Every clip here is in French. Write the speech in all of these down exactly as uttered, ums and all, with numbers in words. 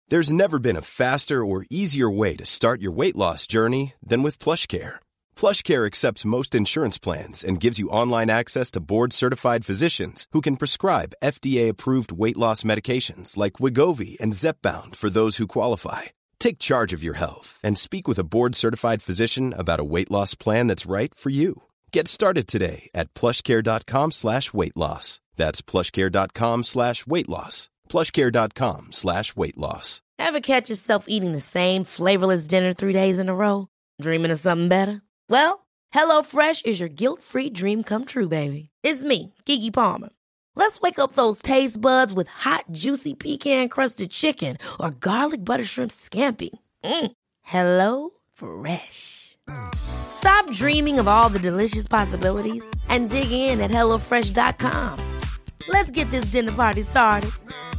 There's never been a faster or easier way to start your weight loss journey than with PlushCare. PlushCare accepts most insurance plans and gives you online access to board-certified physicians who can prescribe F D A-approved weight loss medications like Wegovy and Zepbound for those who qualify. Take charge of your health and speak with a board-certified physician about a weight loss plan that's right for you. Get started today at plushcare.com slash weight loss. That's plushcare.com slash weight loss. plushcare.com slash weight loss. Ever catch yourself eating the same flavorless dinner three days in a row? Dreaming of something better? Well, HelloFresh is your guilt-free dream come true, baby. It's me, Keke Palmer. Let's wake up those taste buds with hot, juicy pecan-crusted chicken or garlic butter shrimp scampi. Mm. Hello Fresh. Stop dreaming of all the delicious possibilities and dig in at hello fresh dot com. Let's get this dinner party started.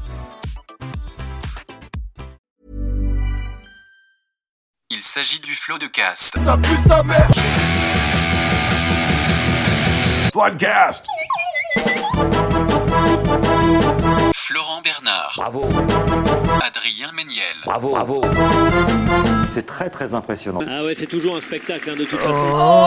Il s'agit du flot de cast. Ça pue sa mère. Floodcast. Florent Bernard. Bravo. Adrien Méniel. Bravo. Bravo. C'est très très impressionnant. Ah ouais, c'est toujours un spectacle hein, de toute façon.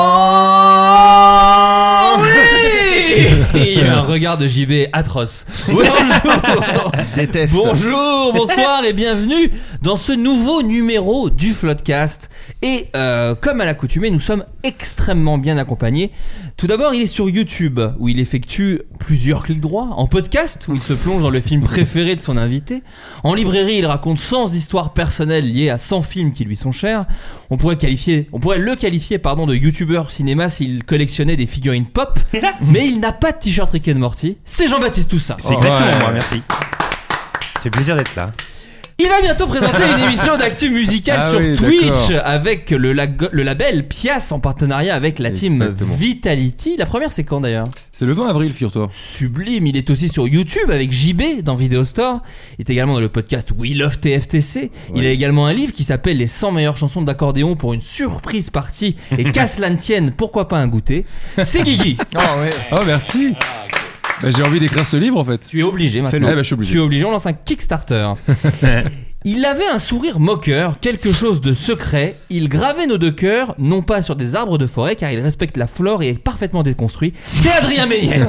Oh oui. Il y a un regard de J B atroce. Bonjour. Déteste. Bonjour, bonsoir et bienvenue dans ce nouveau numéro du Floodcast. Et euh, comme à l'accoutumée, nous sommes extrêmement bien accompagnés. Tout d'abord, il est sur YouTube où il effectue plusieurs clics droits. En podcast où il se plonge dans le film préféré de son invité. En librairie, il raconte cent histoires personnelles liées à cent films qui lui sont chers. On pourrait qualifier, on pourrait le qualifier pardon de youtubeur cinéma s'il collectionnait des figurines pop. Mais il n'a pas de t-shirt Rick and Morty. C'est Jean-Baptiste Toussaint. C'est exactement ouais. moi, merci. Ça fait plaisir d'être là. Il va bientôt présenter une émission d'actu musicale ah sur oui, Twitch d'accord. avec le, lag- le label Pias en partenariat avec la team Exactement. Vitality. La première c'est quand d'ailleurs ? C'est le vingt avril, figure-toi. Sublime, il est aussi sur YouTube avec J B dans Video Store. Il est également dans le podcast We Love T F T C. Ouais. Il a également un livre qui s'appelle Les cent meilleures chansons d'accordéon pour une surprise partie. Et qu'à cela ne tienne, pourquoi pas un goûter ? C'est Guigui. Oh ouais. Oh merci. Bah, j'ai envie d'écrire ce livre en fait. Tu es obligé maintenant. Ah, bah, je suis obligé. Tu es obligé, on lance un Kickstarter. Il avait un sourire moqueur, quelque chose de secret. Il gravait nos deux cœurs, non pas sur des arbres de forêt, car il respecte la flore et est parfaitement déconstruit. C'est Adrien Méniel.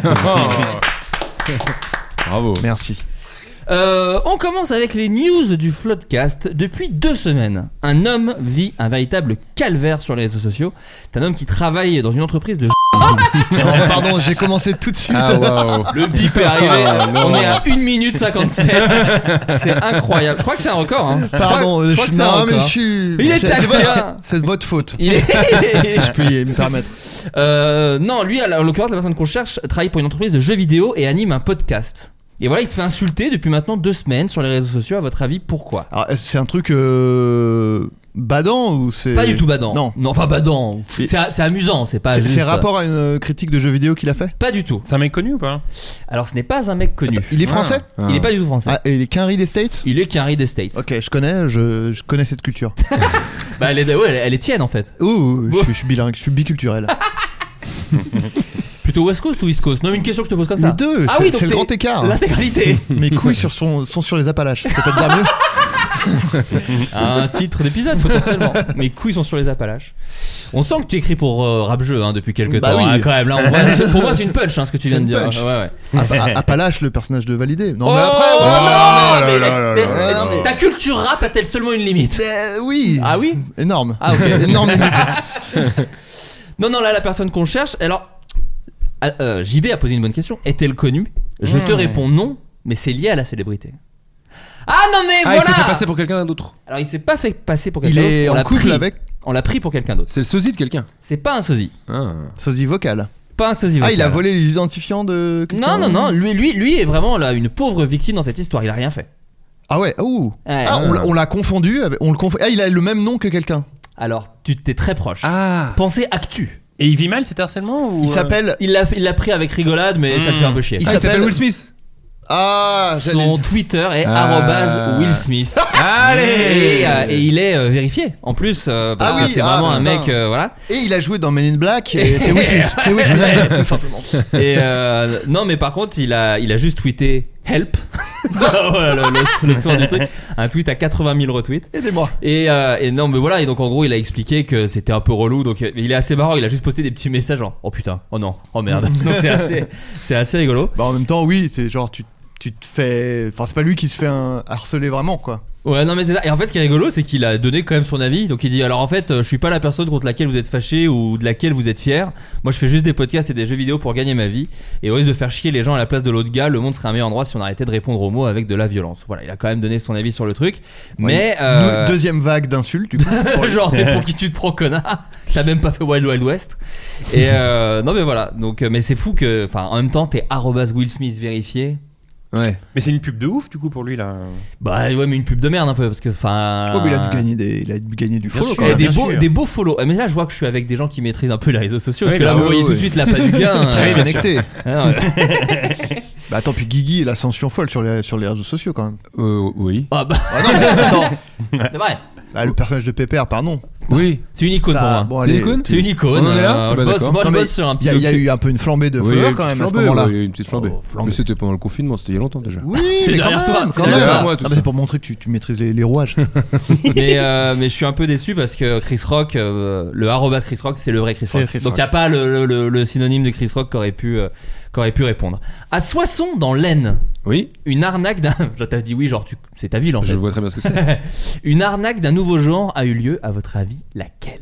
Bravo. Merci. Euh, on commence avec les news du Floodcast. Depuis deux semaines, un homme vit un véritable calvaire sur les réseaux sociaux. C'est un homme qui travaille dans une entreprise de oh, pardon, j'ai commencé tout de suite. Ah, wow. Le bip est arrivé. On est à une minute cinquante-sept. C'est incroyable. Je crois que c'est un record. Hein. Pardon, je, je crois, je suis... non, mais je suis. Il est c'est, c'est, votre... c'est de votre faute. Il est... si je puis me permettre. Euh, non, lui, en l'occurrence, la personne qu'on cherche travaille pour une entreprise de jeux vidéo et anime un podcast. Et voilà, il se fait insulter depuis maintenant deux semaines sur les réseaux sociaux. À votre avis, pourquoi ? Alors, c'est un truc euh, badant ou c'est... Pas du tout badant. Non, non enfin badant. C'est, c'est amusant, c'est pas c'est, juste... C'est rapport à une critique de jeux vidéo qu'il a fait ? Pas du tout. C'est un mec connu ou pas ? Alors, ce n'est pas un mec connu. Attends, il est français ? ah. Il est pas du tout français. Ah, et il est qu'un riz des States ? Il est qu'un riz des States. Ok, je connais, je, je connais cette culture. Bah, elle est, ouais, elle, elle est tienne en fait. Ouh, je, je suis bilingue, je suis biculturel. Plutôt West Coast ou East Coast ? Non, une question que je te pose comme ça. Les deux, ah c'est, oui, donc c'est le grand écart. L'intégralité. Mes couilles sur son, sont sur les Appalaches. Ça peut être mieux. Un titre d'épisode potentiellement. Mes couilles sont sur les Appalaches. On sent que tu écris pour euh, Rap-Jeu hein, depuis quelques bah temps. Oui. Hein, quand même, là, on voit, pour moi, c'est une punch hein, ce que tu c'est viens de dire. Punch. Ouais, ouais. App- Appalache, le personnage de Validé. Non, oh, mais après. Oh, oh, non, mais, là, là, mais, là, là, mais ta culture rap a-t-elle seulement une limite ? euh, Oui. Ah oui ? Énorme. Ah, ok. Énorme limite. Non, non, là, la personne qu'on cherche. Alors, euh, J B a posé une bonne question. Est-elle connue ? Je mmh. te réponds non, mais c'est lié à la célébrité. Ah non, mais ah, voilà ! Il s'est fait passer pour quelqu'un d'autre. Alors, il s'est pas fait passer pour quelqu'un il d'autre. Il est on en couple pris. avec. On l'a pris pour quelqu'un d'autre. C'est le sosie de quelqu'un. C'est pas un sosie. Ah. Sosie vocal. Pas un sosie vocal. Ah, il a volé les identifiants de quelqu'un. Non, non, non. Lui, lui, lui est vraiment là une pauvre victime dans cette histoire. Il a rien fait. Ah ouais. Ouh. Ouais, ah, ouais. On, l'a, on l'a confondu. Avec, on le confond... Ah, il a le même nom que quelqu'un. Alors, tu t'es très proche. Ah. Pensez Actu. Et il vit mal cet harcèlement ou Il s'appelle. Il l'a, il l'a pris avec rigolade, mais mmh. ça le fait un peu chier. Il, ah, il s'appelle Will Smith. Ah, son Twitter est ah. arobase Will Smith. Allez. Et, euh, et il est euh, vérifié en plus euh, parce ah oui, que c'est ah, vraiment putain. un mec euh, voilà. Et il a joué dans Men in Black et c'est Will Smith. C'est Will Smith tout simplement. Et euh, non mais par contre il a il a juste tweeté help. Voilà, le, le, le soir du truc. Un tweet à quatre-vingt mille retweets. Aidez-moi. Et, euh, et non, mais voilà. Et donc en gros, il a expliqué que c'était un peu relou. Donc il est assez marrant. Il a juste posté des petits messages genre oh putain, oh non, oh merde. Donc c'est assez, c'est assez rigolo. Bah en même temps, oui, c'est genre tu, tu te fais. Enfin, c'est pas lui qui se fait un harceler vraiment, quoi. Ouais, non, mais c'est ça. Et en fait, ce qui est rigolo, c'est qu'il a donné quand même son avis. Donc il dit alors en fait, je suis pas la personne contre laquelle vous êtes fâché ou de laquelle vous êtes fier. Moi, je fais juste des podcasts et des jeux vidéo pour gagner ma vie. Et au risque de faire chier les gens à la place de l'autre gars, le monde serait un meilleur endroit si on arrêtait de répondre aux mots avec de la violence. Voilà, il a quand même donné son avis sur le truc. Mais Ouais. euh... Deux- deuxième vague d'insultes, du coup. genre mais pour qui tu te prends, connard? T'as même pas fait Wild Wild West. Et euh... non mais voilà. Donc mais c'est fou que, enfin, en même temps, t'es arrobas Will Smith vérifié. Ouais. Mais c'est une pub de ouf du coup pour lui là. Bah ouais, mais une pub de merde un peu parce que enfin. Oh, mais il a dû gagner des, il a dû gagner du Bien follow sûr. quand Et même. des bien beaux, sûr. des beaux follow. Mais là, je vois que je suis avec des gens qui maîtrisent un peu les réseaux sociaux. Parce Oui, que là, bah vous oui, voyez oui. tout de suite la pas du gain. Très euh, connecté. ah, ouais. Bah attends, puis Guigui il a l'ascension folle sur les, sur les réseaux sociaux quand même. Euh, oui. Ah bah, Ah non, mais attends. c'est vrai. Bah, le personnage de Pépère, pardon. Oui. C'est une icône Ça, pour moi. bon, C'est allez, une icône C'est une icône. On en est là euh, Ah je bah bosse, d'accord. moi, je Non, mais bosse sur un Il petit. y, a- il y a docu- eu un peu une flambée de Oui, followers une quand petite même à ce flambée, moment-là. ouais, il y a eu une petite flambée. Oh, flambée. Mais c'était pendant le confinement, c'était il y a longtemps déjà. Oui, C'est mais derrière quand toi, même, c'est quand derrière même. moi, tout Ah, bah, ça. c'est pour montrer que tu, tu maîtrises les, les rouages. mais, euh, mais je suis un peu déçu parce que Chris Rock, euh, le arrobas Chris Rock, c'est le vrai Chris C'est Rock. Chris Donc il Rock. n'y a pas le, le, le, le synonyme de Chris Rock qui aurait pu, euh, qui aurait pu répondre. À Soissons, dans l'Aisne, Oui. une arnaque d'un. Je t'ai dit oui, genre tu... c'est ta ville en fait. Je vois très bien ce que c'est. Une arnaque d'un nouveau genre a eu lieu. À votre avis, laquelle?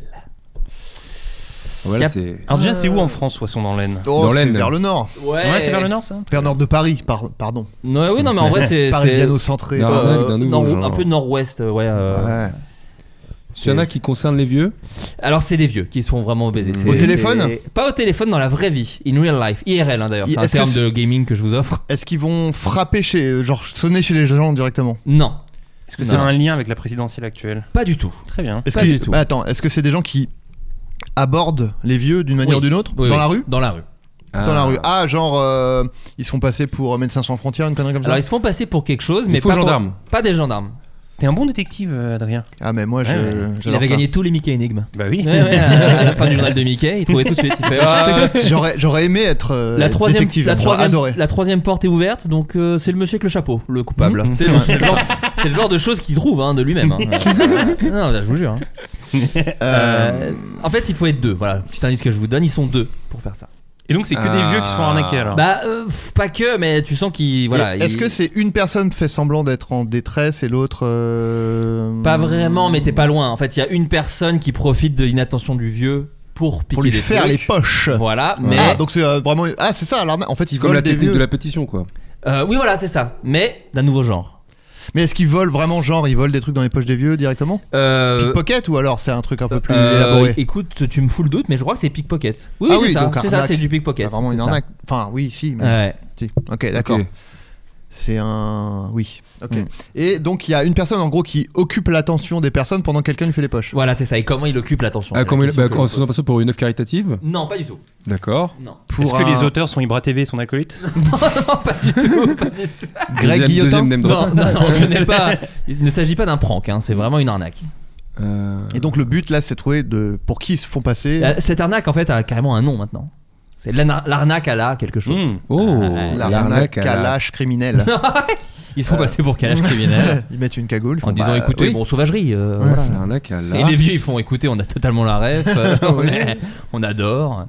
Voilà, Cap- c'est. Alors déjà c'est où en France Soissons dans l'Aisne? Oh, Dans c'est l'Aisne. vers le nord. Ouais, Ouais c'est vers le nord ça. Vers le nord de Paris, par- pardon. Ouais, oui, non, mais en vrai, c'est. c'est- Parisiano-centré. Non. euh, Arnaque d'un nouveau nord- genre. un peu nord-ouest, ouais. euh. Ouais. Il y en a qui concernent les vieux. Alors, c'est des vieux qui se font vraiment baiser. C'est- Au téléphone c'est- Pas au téléphone, dans la vraie vie. In real life. I R L, hein, d'ailleurs. Et C'est un est-ce que terme c'est- de gaming que je vous offre. Est-ce qu'ils vont frapper chez. Genre sonner chez les gens directement? Non, Est-ce que c'est Non. un lien avec la présidentielle actuelle? pas du tout. Très bien. Est-ce Pas que, du tout. bah, attends, est-ce que c'est des gens qui abordent les vieux d'une manière Oui. ou d'une autre? Oui, Dans oui. la rue? Dans la rue. Dans la rue. Ah, genre, euh, ils se font passer pour Médecins sans frontières, une connerie comme ça? Alors, ils se font passer pour quelque chose, Des mais faux pas, pour- gendarmes. pas des gendarmes. T'es un bon détective euh, Adrien. Ah, mais moi, je. Ouais, ouais. Il j'adore avait ça. gagné tous les Mickey Enigmes. Bah oui. Ouais, ouais, à, à la fin du journal de Mickey, il trouvait tout de suite. Il fait, ah, J'aurais, j'aurais aimé être euh, la troisième, détective. la, j'aurais troisième, adoré. la troisième porte est ouverte, donc euh, c'est le monsieur avec le chapeau, le coupable. Mmh, c'est, c'est le, vrai. c'est le genre, c'est le genre de choses qu'il trouve hein, de lui-même. Hein. Euh, non, là, je vous jure. hein. Euh, en fait, il faut être deux. Voilà, petit indice que je vous donne, ils sont deux pour faire ça. Et donc c'est que des Ah. vieux qui se font arnaquer alors. Bah, euh, pff, pas que, mais tu sens qu'il. Voilà, Et Est-ce il- que c'est une personne qui fait semblant d'être en détresse et l'autre. euh, Pas vraiment, mais t'es pas loin. En fait, il y a une personne qui profite de l'inattention du vieux pour piquer Pour lui des faire trucs. les poches. Voilà, Ouais. mais. Ah, donc c'est euh, vraiment. Ah, c'est ça, l'arnaque. En fait, ils Comme volent la des technique vieux. de la pétition, quoi. Euh, oui, voilà, c'est ça. Mais d'un nouveau genre. Mais est-ce qu'ils volent vraiment, genre, ils volent des trucs dans les poches des vieux directement? Euh, Pickpocket ou alors c'est un truc un peu plus euh, élaboré? Écoute, tu me fous le doute, mais je crois que c'est pickpocket. Oui, Ah oui, oui, c'est ça. donc C'est ça, arnaque. c'est du pickpocket. Pas vraiment une c'est ça. arnaque. Enfin, oui, si. Mais... Ouais. si. Ok, d'accord. Ok. C'est un. Oui. Ok. Hmm. Et donc il y a une personne en gros qui occupe l'attention des personnes pendant que quelqu'un lui fait les poches. Voilà, c'est ça. Et comment il occupe l'attention Ah, c'est comment la il, bah, question en que- se faisant passer pour une œuvre caritative. Non, pas du tout. D'accord. Non. Pour Est-ce que un- les auteurs sont Ibra T V, son acolyte? non, pas du tout. Pas du tout. Greg Deuxième- Guillotin deuxième name drop. Non, non, non, ce n'est pas. Il ne s'agit pas d'un prank, hein, c'est vraiment une arnaque. Euh, Et donc le but là c'est de trouver de pour qui ils se font passer. La- Cette arnaque, en fait, a carrément un nom maintenant. C'est l'ana- l'arnaque à la quelque chose. Mmh. Oh, Ouais. L'arnaque à à la- l'âge criminel. Ils se font passer pour calage criminel. Ils mettent une cagoule. ils En font, disant, bah, écoutez, oui. bon, sauvagerie. euh, voilà. L'arnaque à la. Et les vieux, ils font, écoutez, on a totalement la ref. euh, on, Oui. est- on adore.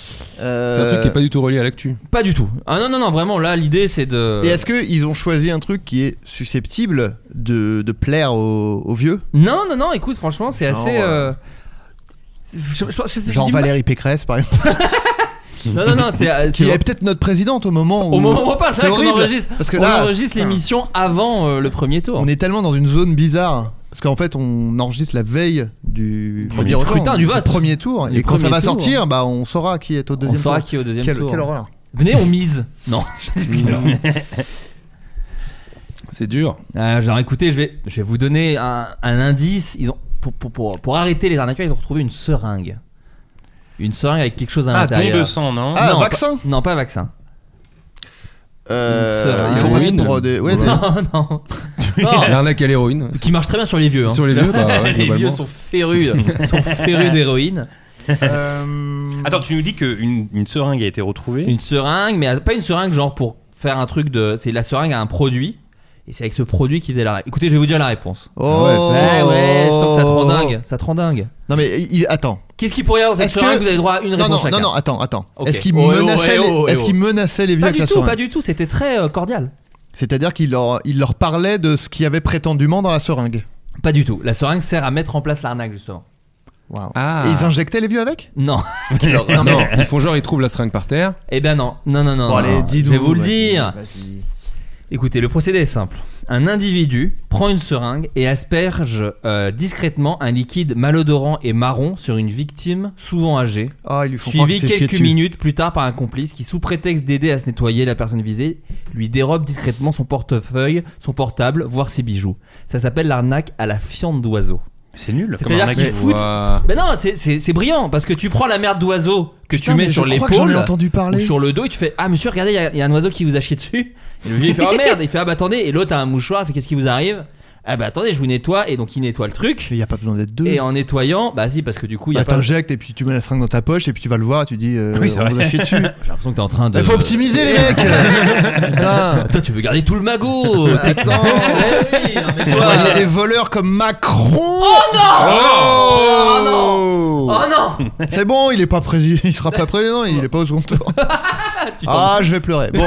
Euh, C'est un truc qui est pas du tout relié à l'actu. Pas du tout. Ah non, non, non, vraiment, là, l'idée, c'est de. Et est-ce qu'ils ont choisi un truc qui est susceptible de, de plaire aux, aux vieux? Non, non, non, écoute, franchement, c'est Genre, assez. euh, euh, c'est- je- je- je- je- je Genre dis pas- Valérie Pécresse par exemple. Non, non, non, c'est. euh, Qui c'est- est peut-être notre présidente au moment où. Au moment où on parle, c'est C'est vrai qu'on horrible, enregistre, parce que on là, enregistre putain. l'émission avant euh, le premier tour. On est tellement dans une zone bizarre. Parce qu'en fait, on enregistre la veille du Premier dire autant, scrutin, du vote. premier tour. Du Et quand ça premier va tour. sortir, bah, on saura qui est au On deuxième saura tour. qui est au deuxième Quelle, tour. quelle horreur. Venez, on mise. Non. C'est dur. Euh, genre, écoutez, je vais, je vais vous donner un, un indice. Ils ont, pour, pour, pour, pour arrêter les arnaqueurs, ils ont retrouvé une seringue. Une seringue avec quelque chose à Ah, don l'intérieur. de sang, non? Ah, non, vaccin pas- Non, pas vaccin. Euh, Une seringue. Ils sont passés Héroïne. pour euh, des. Ouais, des- Non, non. Non. L'arnaque à l'héroïne. Qui marche très bien sur les vieux. hein. Sur les vieux, bah, ouais, les vieux globalement. sont férus, sont férus d'héroïne. euh, Attends, tu nous dis qu'une une seringue a été retrouvée. Une seringue, mais pas une seringue genre pour faire un truc de. C'est la seringue a un produit Et c'est avec ce produit qu'il faisait l'arnaque. Écoutez, je vais vous dire la réponse. Oh. Ouais, ouais, je sens que ça te rend dingue. Ça te rend dingue. Non mais il, attends. Qu'est-ce qui pourrait y avoir dans cette Est-ce seringue que- Vous avez droit à une Non, réponse non, chacun. non, non, attends, attends. Ok. Est-ce qu'il Oh, eh, menaçait, oh, eh, oh, les... eh, Est-ce oh. qu'il menaçait les vieux Pas avec du la tout, seringue pas du tout. C'était très euh, cordial. C'est-à-dire qu'il leur, il leur parlait de ce qu'il y avait prétendument dans la seringue. Pas du tout. La seringue sert à mettre en place l'arnaque justement. Waouh. Ah. Et ils injectaient les vieux avec? Non. Non, Non, ils font genre, ils trouvent la seringue par terre. Eh ben non, non, non, non. Bon, non. allez, dis-nous. Je vais vous le vas-y, dire. vas-y. Écoutez, le procédé est simple. Un individu prend une seringue et asperge euh, discrètement un liquide malodorant et marron sur une victime souvent âgée, Ah, ils lui font croire suivi qu'il s'est chié quelques dessus. minutes plus tard par un complice qui, sous prétexte d'aider à se nettoyer, la personne visée lui dérobe discrètement son portefeuille, son portable, voire ses bijoux. Ça s'appelle l'arnaque à la fiente d'oiseau. C'est nul. comme C'est-à-dire arnaque. qu'ils foutent. Ouah. Ben non, c'est, c'est, c'est brillant parce que tu prends la merde d'oiseau que Putain, tu mets mais sur je crois que j'en ai l'épaule entendu ou parler. sur le dos et tu fais ah monsieur regardez il y a- il y, a un oiseau qui vous a chié dessus et le vieux il fait oh merde il fait ah bah attendez et l'autre a un mouchoir il fait qu'est-ce qui vous arrive ah bah attendez je vous nettoie et donc il nettoie le truc Il n'y a pas besoin d'être deux. et en nettoyant bah si parce que du coup il y a Bah, pas t'injectes et puis tu mets la seringue dans ta poche et puis tu vas le voir et tu dis euh, Oui, c'est on vrai. vous a chié dessus. j'ai l'impression que t'es en train de Il faut optimiser les mecs. Putain. toi tu veux garder tout le magot Attends. Eh oui, non, mais Il toi- y a des voleurs comme Macron. oh non oh non C'est bon, il est pas président, il sera pas président, il est pas au second tour. Tu t'en- Ah, je vais pleurer. Bon,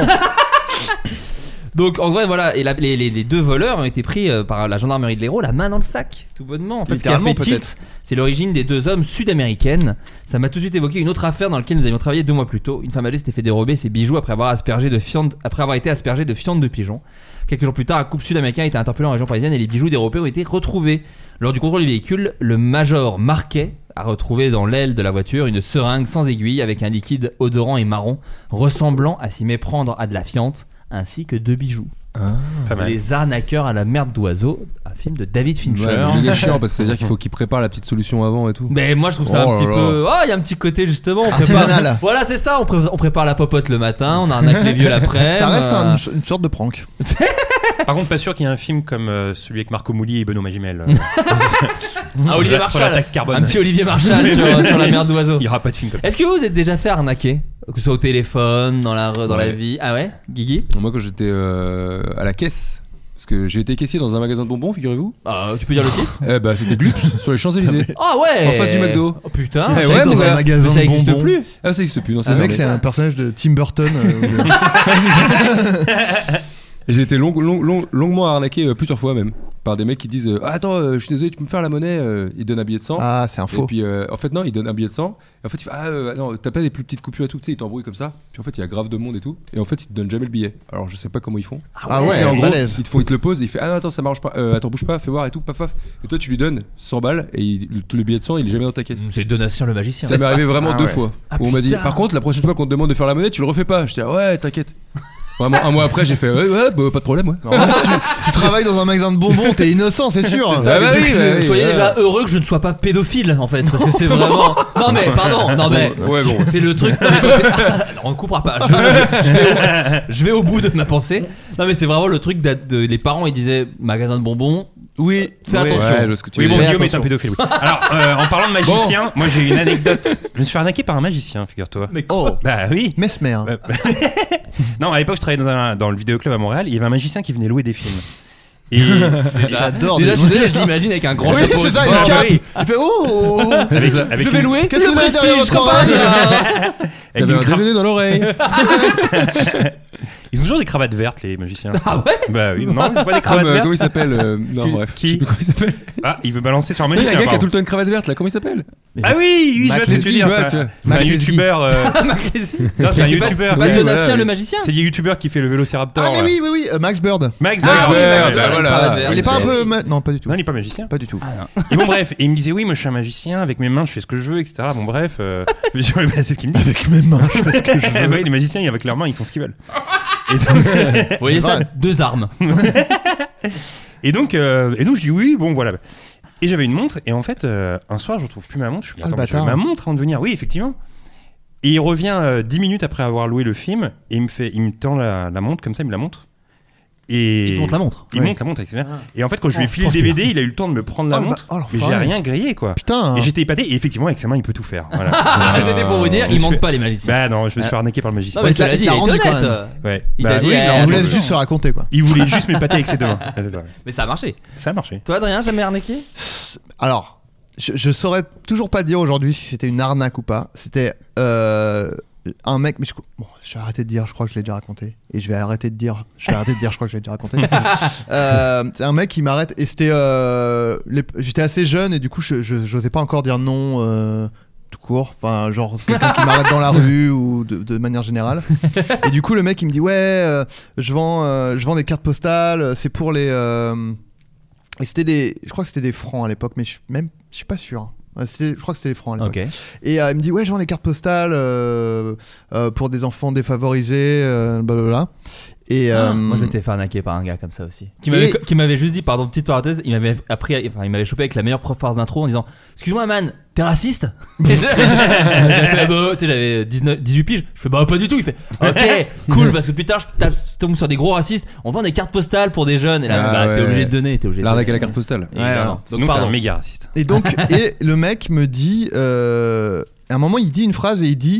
Donc en vrai voilà et la- les, les- les deux voleurs ont été pris euh, par la gendarmerie de l'Hérault la main dans le sac tout bonnement en fait ce qui a Littéralement, fait peut-être. tilt c'est l'origine des deux hommes sud-américaines. Ça m'a tout de suite évoqué une autre affaire dans laquelle nous avions travaillé deux mois plus tôt. Une femme âgée s'était fait dérober ses bijoux après avoir aspergé de fientes après avoir été aspergée de fientes de pigeons. Quelques jours plus tard un couple sud-américain a été interpellé en région parisienne et les bijoux dérobés ont été retrouvés. Lors du contrôle du véhicule le major Marquet a retrouvé dans l'aile de la voiture une seringue sans aiguille avec un liquide odorant et marron ressemblant à s'y méprendre à de la fiente ainsi que deux bijoux. Pas mal. Les arnaqueurs à la merde d'oiseau, un film de David Fincher. Ouais, mais il est chiant parce que ça veut dire qu'il faut qu'il prépare la petite solution avant et tout. Mais moi je trouve ça Oh un là petit là. peu. Oh, il y a un petit côté justement. On Artisanal. prépare... Voilà, c'est ça. On, pré- on prépare la popote le matin, on arnaque les vieux l'après. ça reste un- une sorte de prank. Par contre, pas sûr qu'il y ait un film comme euh, celui avec Marco Mouli et Benoît Magimel. euh, Ah, Olivier sur la- sur la Marchal. taxe carbone. Un petit Olivier Marchal sur, sur la merde d'oiseau. Il y aura pas de film comme ça. Est-ce que vous vous êtes déjà fait arnaquer que ce soit au téléphone, dans la, dans la Ouais. vie? Ah ouais, Guigui? Moi, quand j'étais euh, à la caisse, parce que j'ai été caissier dans un magasin de bonbons, figurez-vous. Ah, tu peux dire le titre? Eh bah, c'était Glups sur les Champs-Élysées. Ah ouais. En face du McDo. Oh putain. Eh C'est ouais, dans mon un gars. magasin Mais ça de existe bonbons. plus. Ah, ça existe plus. Non, Le c'est mec, fermé. c'est un personnage de Tim Burton. euh, Et j'ai été long, long, long, longuement arnaqué euh, plusieurs fois même par des mecs qui disent euh, ah, attends, euh, je suis désolé, tu peux me faire la monnaie. euh, Ils donnent un billet de cent. Ah, c'est un Et faux. puis euh, en fait non, il donne un billet de cent. Et en fait il fait ah euh, non, t'as pas des plus petites coupures et tout, tu sais, il t'embrouille comme ça. Puis en fait il y a grave de monde et tout. Et en fait ils te donnent jamais le billet. Alors je sais pas comment ils font. Ah ouais, Tu sais, en gros, balèze. ils te font, ils te le posent, et il fait ah non attends ça marche pas, euh, attends bouge pas, fais voir et tout, paf paf. Et toi tu lui donnes cent balles et il, le, tout le billet de cent il est jamais dans ta caisse. C'est Donatien le magicien. Ça m'est arrivé vraiment Ah deux ouais. fois. Ah, Où on m'a dit putain. par contre la prochaine fois qu'on te demande de faire la monnaie tu le refais pas. J'étais ah, ouais t'inquiète. Vraiment un mois après j'ai fait ouais ouais bah, pas de problème ouais. En même temps, tu, tu travailles dans un magasin de bonbons, t'es innocent, c'est sûr. C'est ça, bah oui, bah oui. Soyez ouais. déjà heureux que je ne sois pas pédophile en fait parce que c'est vraiment non mais pardon non mais Ouais, bon. c'est le truc non, mais quand t'es- Ah, on ne coupera pas je, je vais au, je vais au bout de ma pensée non mais c'est vraiment le truc de, de- les parents ils disaient magasin de bonbons Oui, fais oui. attention Ouais, je vois ce que tu Oui, veux bon, dire. Fais Guillaume est attention. un pédophile. Oui. Alors, euh, en parlant de magicien, moi j'ai une anecdote. Je me suis fait arnaquer par un magicien, figure-toi. mais Oh, Bah oui. Mesmer. Bah, non, à l'époque, je travaillais dans, un, dans le vidéoclub à Montréal. Il y avait un magicien qui venait louer des films. Et J'adore. déjà des- je suis désolé je l'imagine avec un grand Oui, chapeau c'est ça, Ah, il bah cape. oui. Il fait oh. avec, C'est ça. avec je vais une- louer Qu'est-ce que le vous avez derrière prestige votre campagne avec T'avais une un cra- D V D dans l'oreille. Ils ont toujours des cravates vertes, les magiciens. ah ouais Bah oui, non, ils ont pas des Comme, cravates euh, vertes. comment il s'appelle euh, Non Qui- bref. qui Je sais plus comment il s'appelle. Ah, il veut balancer sur un Il y a un magicien. gars qui a pardon. tout le temps une cravate verte là. Comment il s'appelle Ah oui, oui, je Mac vois ce que tu veux Lesguy, dire. tu vois, ça. tu vois. C'est Mac un Lesguy. youtubeur. euh, Non, c'est un c'est pas, youtubeur. c'est pas Oui, Donatien voilà, le oui. magicien C'est le youtubeur qui fait le vélociraptor. Ah mais là. oui, oui, oui, euh, Max Bird. Max Ah, Bird. oui, Ouais, Max bah Bird, voilà. cravate verte. Il est pas un Ouais. peu ma- non, pas du tout. Non, il est pas magicien. Pas du tout. Et bon, bref, et il me disait oui, moi je suis un magicien, avec mes mains je fais ce que je veux, et cetera. Bon, bref, euh, je me dis, ouais, bah, c'est ce qu'il me dit. Avec mes mains, je fais ce que je Eh veux. bah, les magiciens, avec leurs mains, ils font ce qu'ils veulent. Et donc, vous voyez C'est ça vrai. deux armes et donc, euh, et donc je dis oui, bon voilà. Et j'avais une montre, et en fait, euh, un soir, je retrouve plus ma montre. Je suis Ah, le attends, mais j'avais bâtard. ma montre avant de venir. Oui, effectivement. Et il revient euh, dix minutes après avoir loué le film, et il me fait, il me tend la, la montre comme ça, il me la montre. Et il te montre la montre. Il Ouais. montre la montre, et cetera. Ah. Et en fait, quand je lui ai Oh, filé le D V D, il a eu le temps de me prendre la Oh, bah, montre, oh, mais j'ai l'enfoiré. rien grillé quoi. Putain. Et j'étais épaté, et effectivement, avec sa main, il peut tout faire. Voilà. C'était pour vous dire, Je il me manque suis- pas les magiciens. Bah non, je me suis fait arnaquer par le magicien. Non, mais Ouais, cela il dit, l'a il est rendu quand honnête. même. Ouais. Il Bah t'a dit, oui, eh, il l'a On vous rendu. laisse juste se raconter quoi. Il voulait juste m'épater avec ses deux mains. Ouais, c'est ça. Mais ça a marché. Ça a marché. Toi, Adrien, jamais arnaqué? Alors, je, je saurais toujours pas dire aujourd'hui si c'était une arnaque ou pas. C'était euh, un mec, mais je, bon, je vais arrêter de dire, je crois que je l'ai déjà raconté. Et je vais arrêter de dire, je vais arrêter de dire, je crois que je l'ai déjà raconté. euh, c'est un mec qui m'arrête, et c'était. Euh, les- j'étais assez jeune, et du coup, je, je, j'osais pas encore dire non. Euh, tout court, enfin genre quelqu'un qui m'arrête dans la rue ou de, de manière générale. Et du coup le mec il me dit ouais, euh, je vends, euh, je vends des cartes postales, c'est pour les. Euh... Et c'était des, je crois que c'était des francs à l'époque, mais je, même, je suis pas sûr. Ouais, c'était- je crois que c'était des francs à l'époque. Ok. Et euh, il me dit ouais, je vends les cartes postales euh, euh, pour des enfants défavorisés, euh, blablabla. Et euh, Ah, moi je m'étais fait arnaquer par un gars comme ça aussi qui m'avait, Et- qui m'avait juste dit, pardon, petite parenthèse, il m'avait appris, enfin il m'avait chopé avec la meilleure phrase d'intro en disant excuse-moi man, t'es raciste? J'ai fait bah, tu sais, j'avais dix-neuf, dix-huit piges, je fais bah pas du tout. Il fait ok cool, parce que depuis tard je tape- je tombe sur des gros racistes, on vend des cartes postales pour des jeunes et là Ah bah, t'es ouais. obligé de donner, t'es obligé de L'arnaque à donner. la carte postale. Ouais, Évidemment. alors, Donc Sinon, t'es pardon. un méga raciste. Et donc, et le mec me dit, euh, à un moment, il dit une phrase et il dit,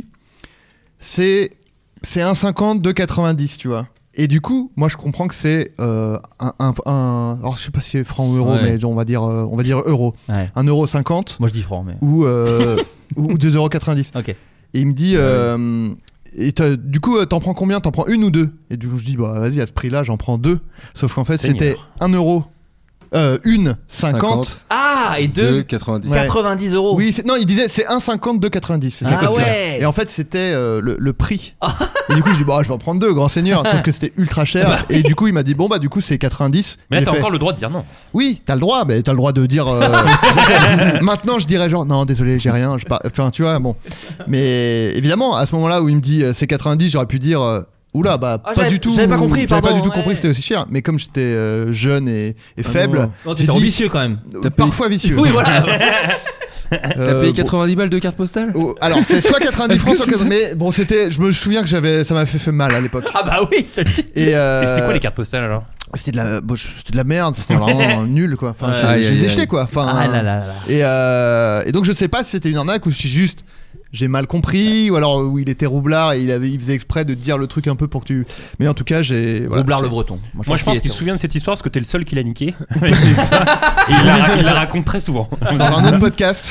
c'est c'est un cinquante, deux quatre-vingt-dix, tu vois. Et du coup, moi, je comprends que c'est euh, un, un, un- alors je sais pas si c'est franc ou euro, Ouais. mais on va dire, euh, on va dire euro, Ouais. un euro cinquante Moi je dis franc mais. ou euh, ou deux euros quatre-vingt-dix. Ok. Et il me dit, euh, et t'as- du coup, euh, t'en prends combien? T'en prends une ou deux? Et du coup, je dis, bah vas-y, à ce prix-là, j'en prends deux. Sauf qu'en fait, Seigneur. c'était un euro, euh, une cinquante. Ah et deux deux quatre-vingt-dix. Ouais. quatre-vingt-dix euros. Oui, c'est- non, il disait c'est un cinquante, deux quatre-vingt-dix. C'est ça Ah que c'était. ouais. Et en fait, c'était euh, le, le prix. Et du coup, je dis, bah, je vais en prendre deux, grand seigneur. Sauf que c'était ultra cher. Et du coup, il m'a dit, bon, bah, du coup, c'est quatre-vingt-dix. Mais là, J'ai t'as fait, encore le droit de dire non. oui, t'as le droit, mais t'as le droit de dire. euh, Maintenant, je dirais genre, non, désolé, j'ai rien. Je par- Enfin, tu vois, bon. Mais évidemment, à ce moment-là où il me dit euh, c'est quatre-vingt-dix, j'aurais pu dire. euh, Oula, bah, Ah, pas j'avais- du tout. j'avais pas compris, J'avais pas pardon, du tout ouais. compris que c'était aussi cher. Mais comme j'étais euh, jeune et, et faible, non. Non, j'ai t'étais dit- ambitieux quand même. euh, parfois vicieux. Oui voilà. Euh, T'as payé bon. quatre-vingt-dix balles de carte postale? Oh, alors c'est soit quatre-vingt-dix Est-ce francs, que soit c'est ça quatre-vingt-dix, mais bon c'était, je me souviens que j'avais, ça m'a fait, fait mal à l'époque. Ah bah oui, je te le dis. Et, euh, Et c'était quoi les cartes postales alors? C'était de la, bon, je- c'était de la merde, c'était vraiment nul quoi. Enfin, Ouais. je, Aïe, je aïe, les ai aïe. jetés quoi. Enfin, Ah là là là. Et, euh, et donc je sais pas si c'était une arnaque ou si juste j'ai mal compris ou alors où il était roublard et il avait, il faisait exprès de te dire le truc un peu pour que tu. Mais en tout cas j'ai. voilà. Roublard le breton. Moi, je pense pense qu'il est se souvient de cette histoire parce que t'es le seul qui l'a niqué. Et il la, il la raconte très souvent. Dans un autre podcast.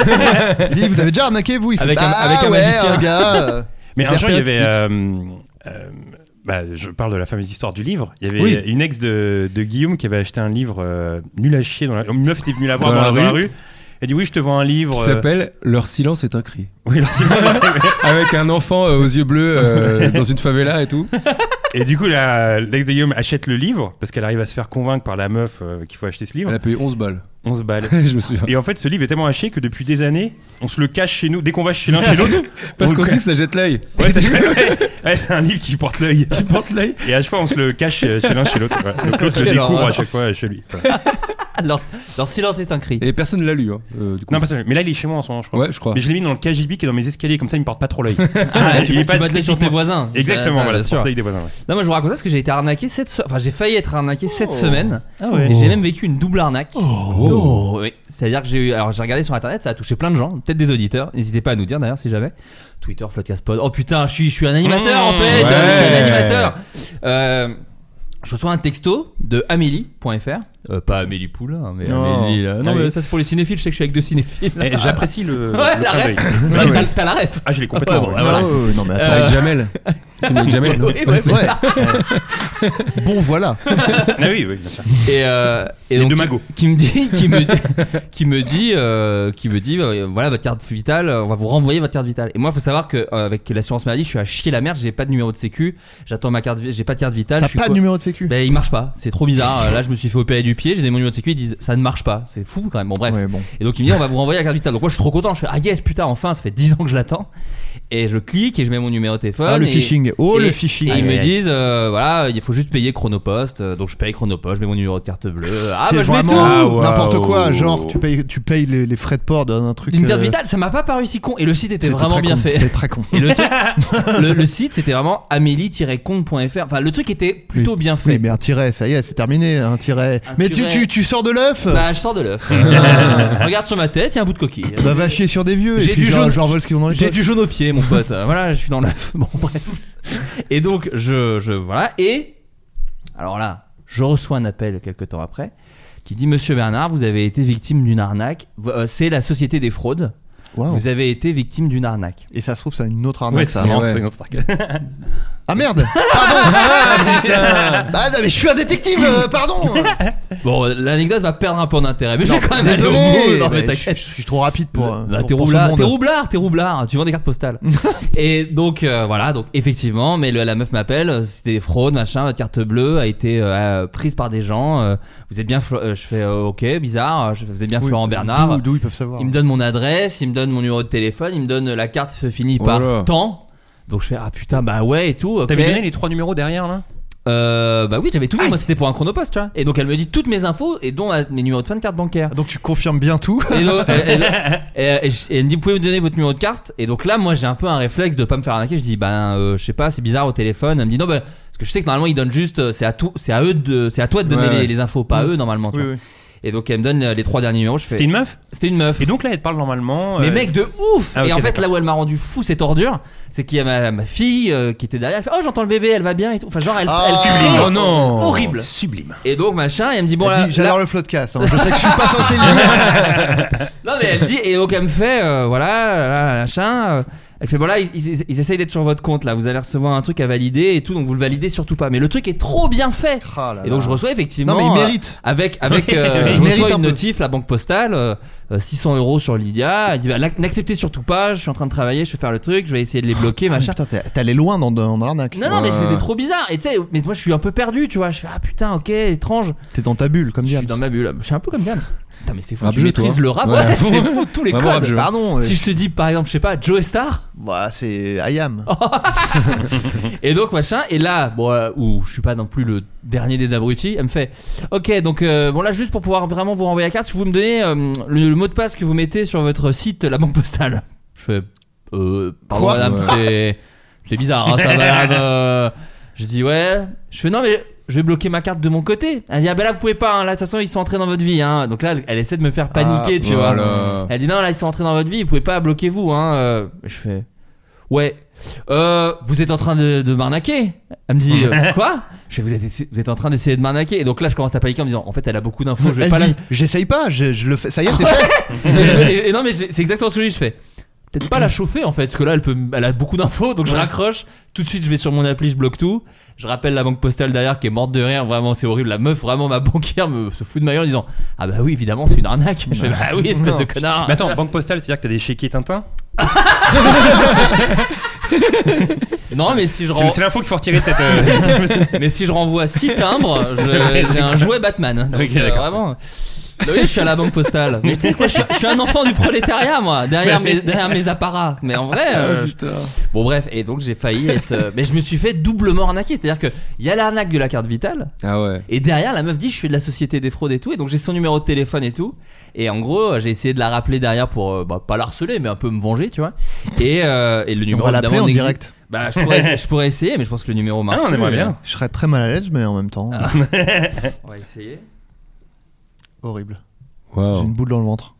Il dit vous avez déjà arnaqué vous? Il fait, Avec un- bah, avec un ouais, magicien. un gars. euh, Mais un Pierre jour, il y Perret, avait. tout de euh, euh, bah, je parle de la fameuse histoire du livre. Il y avait Oui. une ex de, de Guillaume qui avait acheté un livre euh, nul à chier. Dans la... Une meuf était venue la voir Dans dans, la la, dans la rue. rue. Elle dit oui, je te vends un livre. Qui euh, s'appelle Leur silence est un cri. Oui, alors, c'est bon. Avec un enfant euh, aux yeux bleus euh, dans une favela et tout. Et du coup, la- l'ex de Guillaume achète le livre parce qu'elle arrive à se faire convaincre par la meuf euh, qu'il faut acheter ce livre. Elle a payé onze balles. onze balles. Je me souviens. Et en fait, ce livre est tellement haché que depuis des années, on se le cache chez nous. Dès qu'on va chez l'un chez l'autre, Parce on qu'on le- dit que ça jette l'œil. Ouais, c'est ouais, c'est un livre qui porte l'œil. Tu portes l'œil. Et à chaque fois, on se le cache chez l'un chez l'autre. Ouais. Donc l'autre le Quelle découvre horreur. à chaque fois chez lui. Voilà. leur, leur silence est un cri. Et personne ne l'a lu. Hein, euh, du coup. Non, pas ça. Mais là, il est chez moi en ce moment, je crois. Ouais, je crois. Mais je l'ai mis dans le K J B qui est dans mes escaliers, comme ça, il me porte pas trop l'œil. Ah, tu Il est tu pas battes sur tes techniquement- voisins. Exactement, Ça, ça, voilà. bien C'est sûr. pour ça avec des voisins. Ouais. Non, moi je vous raconte ça parce que j'ai été arnaqué cette se- enfin j'ai failli être arnaqué cette semaine. Ah ouais. Et j'ai même vécu une double arnaque. Oh, oui. C'est-à-dire que j'ai eu, alors j'ai regardé sur internet, ça a touché plein de gens, peut-être des auditeurs. N'hésitez pas à nous dire d'ailleurs si jamais. Twitter, Floodcast Pod. Oh putain, je suis, je suis un animateur en fait. ouais. Je suis un animateur. Euh, je reçois un texto de Amélie point F R. Euh, pas Amélie Poule, hein, mais Non. Amélie. là. Non, Ah mais oui. ça c'est pour les cinéphiles. Je sais que je suis avec deux cinéphiles. Eh, J'apprécie le. Ouais, le la clin ref. d'œil. Mais Ah j'ai ouais. pas- T'as la ref. Ah, je l'ai complètement. Ouais, bon, ouais. bah, voilà. Ah, ouais, ouais, non mais attends. Euh, Avec Jamel. C'est avec Jamel, non Oui, ouais, c'est Ouais. ça. Bon voilà. Ah oui, oui, bien sûr. Et, euh, et Les donc deux qui- magots. qui me dit qui me qui me dit euh, qui me dit euh, voilà votre carte vitale, on va vous renvoyer votre carte vitale. Et moi faut savoir que euh, avec l'assurance maladie je suis à chier la merde, j'ai pas de numéro de sécu, j'attends ma carte, j'ai pas de carte vitale. T'as je suis pas de co- numéro de sécu. Ben il marche pas, c'est trop bizarre. Euh, Là je me suis fait opérer du pied, j'ai des mon numéro de sécu, ils disent ça ne marche pas, c'est fou quand même. Bon bref. Ouais, bon. Et donc il me dit on va vous renvoyer la carte vitale. Donc moi je suis trop content, je fais ah yes putain enfin ça fait dix ans que je l'attends. Et je clique et je mets mon numéro de téléphone. Ah, le et- phishing. phishing. Oh et, le phishing. Et Aïe, ils me aïe, aïe. disent euh, voilà, il faut juste payer Chronopost. Euh, donc je paye Chronopost, je mets mon numéro de carte bleue. Ah C'est bah je mets tout. vraiment Ah, wow. n'importe quoi. Genre tu payes, tu payes les, les frais de port d'un truc. Une carte euh, vitale, ça m'a pas paru si con. Et le site était c'était vraiment très bien con. fait. C'est très con. Et le, truc- le, le site c'était vraiment amélie tiret compte point f r. Enfin le truc était plutôt bien fait. Oui, mais un tiret, ça y est, c'est terminé. Un tiret. Un mais tiret. Tu, tu, tu sors de l'œuf. Bah je sors de l'œuf. Regarde sur ma tête, il y a un bout de coquille. Bah va chier sur des vieux. J'ai et puis du je leur- jaune- je leur vole ce qu'ils ont dans les J'ai poches. du jaune au pied, mon pote. Voilà, je suis dans l'œuf. Bon, bref. Et donc, je, je. Voilà. Et. Alors là, je reçois un appel quelques temps après qui dit Monsieur Bernard, vous avez été victime d'une arnaque. Euh, C'est la Société des fraudes. Wow. Vous avez été victime d'une arnaque. Et ça se trouve, c'est une autre arnaque. Ouais, ça. c'est marrant, ouais. c'est une autre arnaque. Ah merde. Pardon. Bah non, mais je suis un détective. euh, pardon. Bon, l'anecdote va perdre un peu en intérêt, mais je Non, vais quand même aller au désolé. bout. Non, mais mais je, t'inquiète. je suis trop rapide pour. euh, Bah, pour- t'es pour ce roublard, monde. t'es roublard, t'es roublard, tu vends des cartes postales. Et donc euh, voilà, donc effectivement, mais le- la meuf m'appelle, euh, c'était des fraudes, machin, votre carte bleue a été euh, prise par des gens. euh, vous êtes bien, Flo- euh, je fais euh, ok, bizarre. Je fais, vous êtes bien Oui, Florent Bernard. D'où, d'où ils peuvent savoir. Il me donne mon adresse, il me donne mon numéro de téléphone, il me donne la carte qui se finit Oh par là. temps. Donc je fais ah putain bah ouais et tout. ok. T'avais donné les trois numéros derrière là Euh, bah oui, j'avais tout mis. Moi c'était pour un Chronopost, tu vois. Et donc elle me dit toutes mes infos et dont euh, mes numéros de fin de carte bancaire. Donc tu confirmes bien tout. Et, donc, elle, elle- et- et je- et elle me dit vous pouvez me donner votre numéro de carte. Et donc là moi j'ai un peu un réflexe de pas me faire arnaquer. Je dis ben euh, je sais pas, c'est bizarre au téléphone. Elle me dit non bah parce que je sais que normalement ils donnent juste euh, c'est à tout, c'est à eux de c'est à toi de donner Ouais, les, ouais. les infos, pas à eux normalement. tu Oui, vois. oui. Et donc elle me donne euh, les trois derniers numéros. Je fais C'était une meuf c'était une meuf. Et donc là, elle te parle normalement. Mais euh, mec de ouf. Ah, ok, Et en fait d'accord. là où elle m'a rendu fou cette ordure, c'est qu'il y a ma, ma fille euh, qui était derrière. Elle fait oh j'entends le bébé, elle va bien et tout. Enfin genre elle, Ah, elle sublime. crée Oh non. horrible. Sublime. Et donc machin, et elle me dit bon Elle là, dit, j'adore là- le floodcast. Hein. Je sais que je suis pas censé le lire. Non mais elle dit et donc elle me fait euh, voilà là, machin euh, elle fait voilà ils, ils, ils essayent d'être sur votre compte là, vous allez recevoir un truc à valider et tout, donc vous le validez surtout pas, mais le truc est trop bien fait. Oh là Et donc là. je reçois effectivement Non mais il euh, mérite. avec avec euh, Il je mérite reçois un une peu. notif, la banque postale euh, euh, six cents euros sur Lydia. Elle dit bah, n'acceptez surtout pas, je suis en train de travailler, je vais faire le truc, je vais essayer de les bloquer Ah, mais machin. putain, t'es, t'es allé loin dans, dans, dans l'arnaque. Non non mais Ouais. c'était trop bizarre. Et tu sais mais moi je suis un peu perdu, tu vois, je fais ah putain ok étrange. T'es dans ta bulle comme Je suis Diams. dans ma bulle, je suis un peu comme James. Putain mais c'est fou, Rap tu jeu, maîtrises toi. le rap, Ouais. ouais, c'est fou tous les Vraiment rap codes. jeu. Pardon. euh, Si je te dis par exemple je sais pas Joe Star. Bah c'est I am. Et donc machin, et là bon euh, où je suis pas non plus le dernier des abrutis, elle me fait ok donc euh, bon là juste pour pouvoir vraiment vous renvoyer la carte, si vous me donnez euh, le, le mot de passe que vous mettez sur votre site la banque postale. Je fais euh pardon Quoi madame, Ouais. c'est c'est bizarre hein, ça madame euh... je dis ouais, je fais non mais je vais bloquer ma carte de mon côté. Elle dit ah ben là vous pouvez pas hein, là de toute façon ils sont entrés dans votre vie hein. Donc là elle, elle essaie de me faire paniquer Ah, tu vois. Voilà. Elle dit non là ils sont entrés dans votre vie, vous pouvez pas bloquer vous hein. Euh, je fais ouais euh, vous êtes en train de, de m'arnaquer. Elle me dit euh, quoi. Je fais vous êtes, vous êtes en train d'essayer de m'arnaquer. Et donc là je commence à paniquer en me disant en fait elle a beaucoup d'infos, je vais Elle pas dit, la... j'essaye pas, je, je le fais. Ça y est, c'est fait. et, et- et non mais c'est c'est exactement ce que je dis. Je fais peut-être pas la chauffer en fait parce que là elle peut elle a beaucoup d'infos, donc je raccroche tout de suite, je vais sur mon appli, je bloque tout, je rappelle la banque postale derrière qui est morte de rire, vraiment c'est horrible, la meuf vraiment ma banquière me se fout de ma gueule en disant ah bah oui évidemment c'est une arnaque. Je fais bah oui espèce de connard. Mais attends, banque postale, c'est-à-dire que t'as des chéquiers Tintin Non mais si je C'est rends c'est l'info qu'il faut retirer de cette. euh, mais si je renvoie six timbres, je- j'ai un jouet Batman. Donc, Ok, euh, d'accord. vraiment. Bah oui, je suis à la banque postale. Mais tu sais quoi, je suis, je suis un enfant du prolétariat, moi, derrière mes, derrière mes apparats. Mais en vrai. euh, je- Bon, bref, et donc j'ai failli être. euh, Mais je me suis fait doublement arnaquer. C'est-à-dire qu'il y a l'arnaque de la carte vitale. Ah ouais. Et derrière, la meuf dit je suis de la société des fraudes et tout. Et donc j'ai son numéro de téléphone et tout. Et en gros, j'ai essayé de la rappeler derrière pour, euh, bah, pas la harceler, mais un peu me venger, tu vois. Et, euh, et le On numéro va l'appeler évidemment, en n'existe- direct. Bah, je pourrais, je pourrais essayer, mais je pense que le numéro marche. Ah, on plus, aimerait mais- bien. Je serais très mal à l'aise, mais en même temps, Ah. On va essayer. horrible. Waouh. J'ai une boule dans le ventre.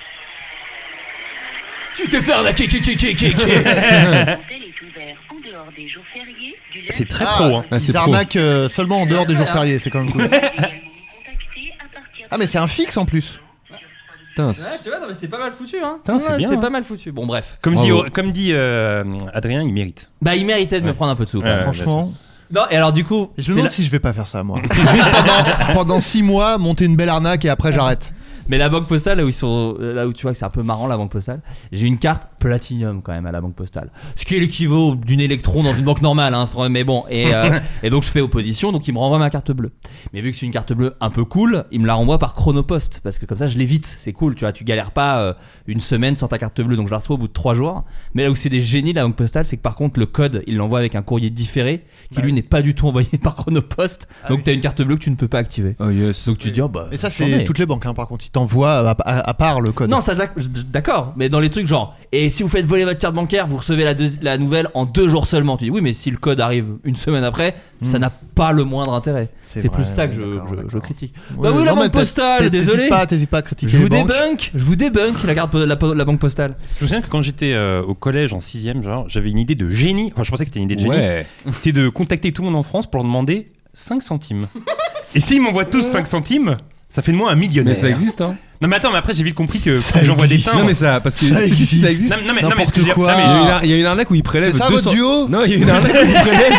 Tu t'es fait arnaquer, qui, qui, qui, qui, qui. L'hôtel est ouvert en dehors des jours fériés du lundi C'est très Ah, pro, hein. Ah, c'est ils pro. arnaquent euh, seulement en dehors des jours fériés, c'est quand même cool. au mois. Également nous contacter à partir Ah mais c'est un fixe en plus. Putain, Ouais, tu vois, non, mais c'est pas mal foutu, hein. Putain, c'est Ouais, bien, C'est hein. pas mal foutu. Bon, bref. Comme dit, Bravo. comme dit euh, Adrien, il mérite. Bah, il méritait de me prendre un peu de sous. quoi. Ouais. Franchement, Non, et alors, du coup. je c'est me demande la- si je vais pas faire ça moi. Juste pendant, pendant six mois, monter une belle arnaque et après j'arrête. Mais la banque postale, là où ils sont. Là où tu vois que c'est un peu marrant, la banque postale. J'ai une carte Platinum quand même à la banque postale. Ce qui est l'équivalent d'une électron dans une banque normale, hein, mais bon. Et, euh, et donc je fais opposition, donc il me renvoie ma carte bleue. Mais vu que c'est une carte bleue un peu cool, il me la renvoie par Chronopost parce que comme ça je l'évite. C'est cool, tu vois, tu galères pas euh, une semaine sans ta carte bleue, donc je la reçois au bout de trois jours. Mais là où c'est des génies la banque postale, c'est que par contre le code, il l'envoie avec un courrier différé qui lui n'est pas du tout envoyé par Chronopost. Ah donc oui. T'as une carte bleue que tu ne peux pas activer. Oh yes. Donc tu oui. dis oh bah. Et ça c'est toutes les banques, hein, par contre, ils t'envoient à, à, à part le code. Non, ça d'accord, mais dans les trucs genre et si vous faites voler votre carte bancaire, vous recevez la, deux, la nouvelle en deux jours seulement. Tu dis oui, mais si le code arrive une semaine après, mmh. ça n'a pas le moindre intérêt. C'est, c'est vrai, plus ça que je, je, je critique. Ouais, bah oui, la non, banque postale, désolé. T'hésites pas, t'hésites pas à critiquer. Je vous les débunk, je vous débunk la carte, la, la banque postale. Je me souviens que quand j'étais euh, au collège en sixième, genre, j'avais une idée de génie. Enfin, je pensais que c'était une idée de génie. Ouais. C'était de contacter tout le monde en France pour leur demander cinq centimes. Et s'ils m'envoient tous cinq centimes, ça fait de moi un millionnaire. Mais ça existe, hein. Non mais attends, mais après j'ai vite compris que faut que j'envoie des timbres. Non mais ça, parce que ça si, si, ça existe. Non, non mais, non, mais ce que quoi. Non, mais il, y a une, il y a une arnaque où ils prélèvent. C'est ça deux cents... votre duo. Non, il y a une arnaque où ils prélèvent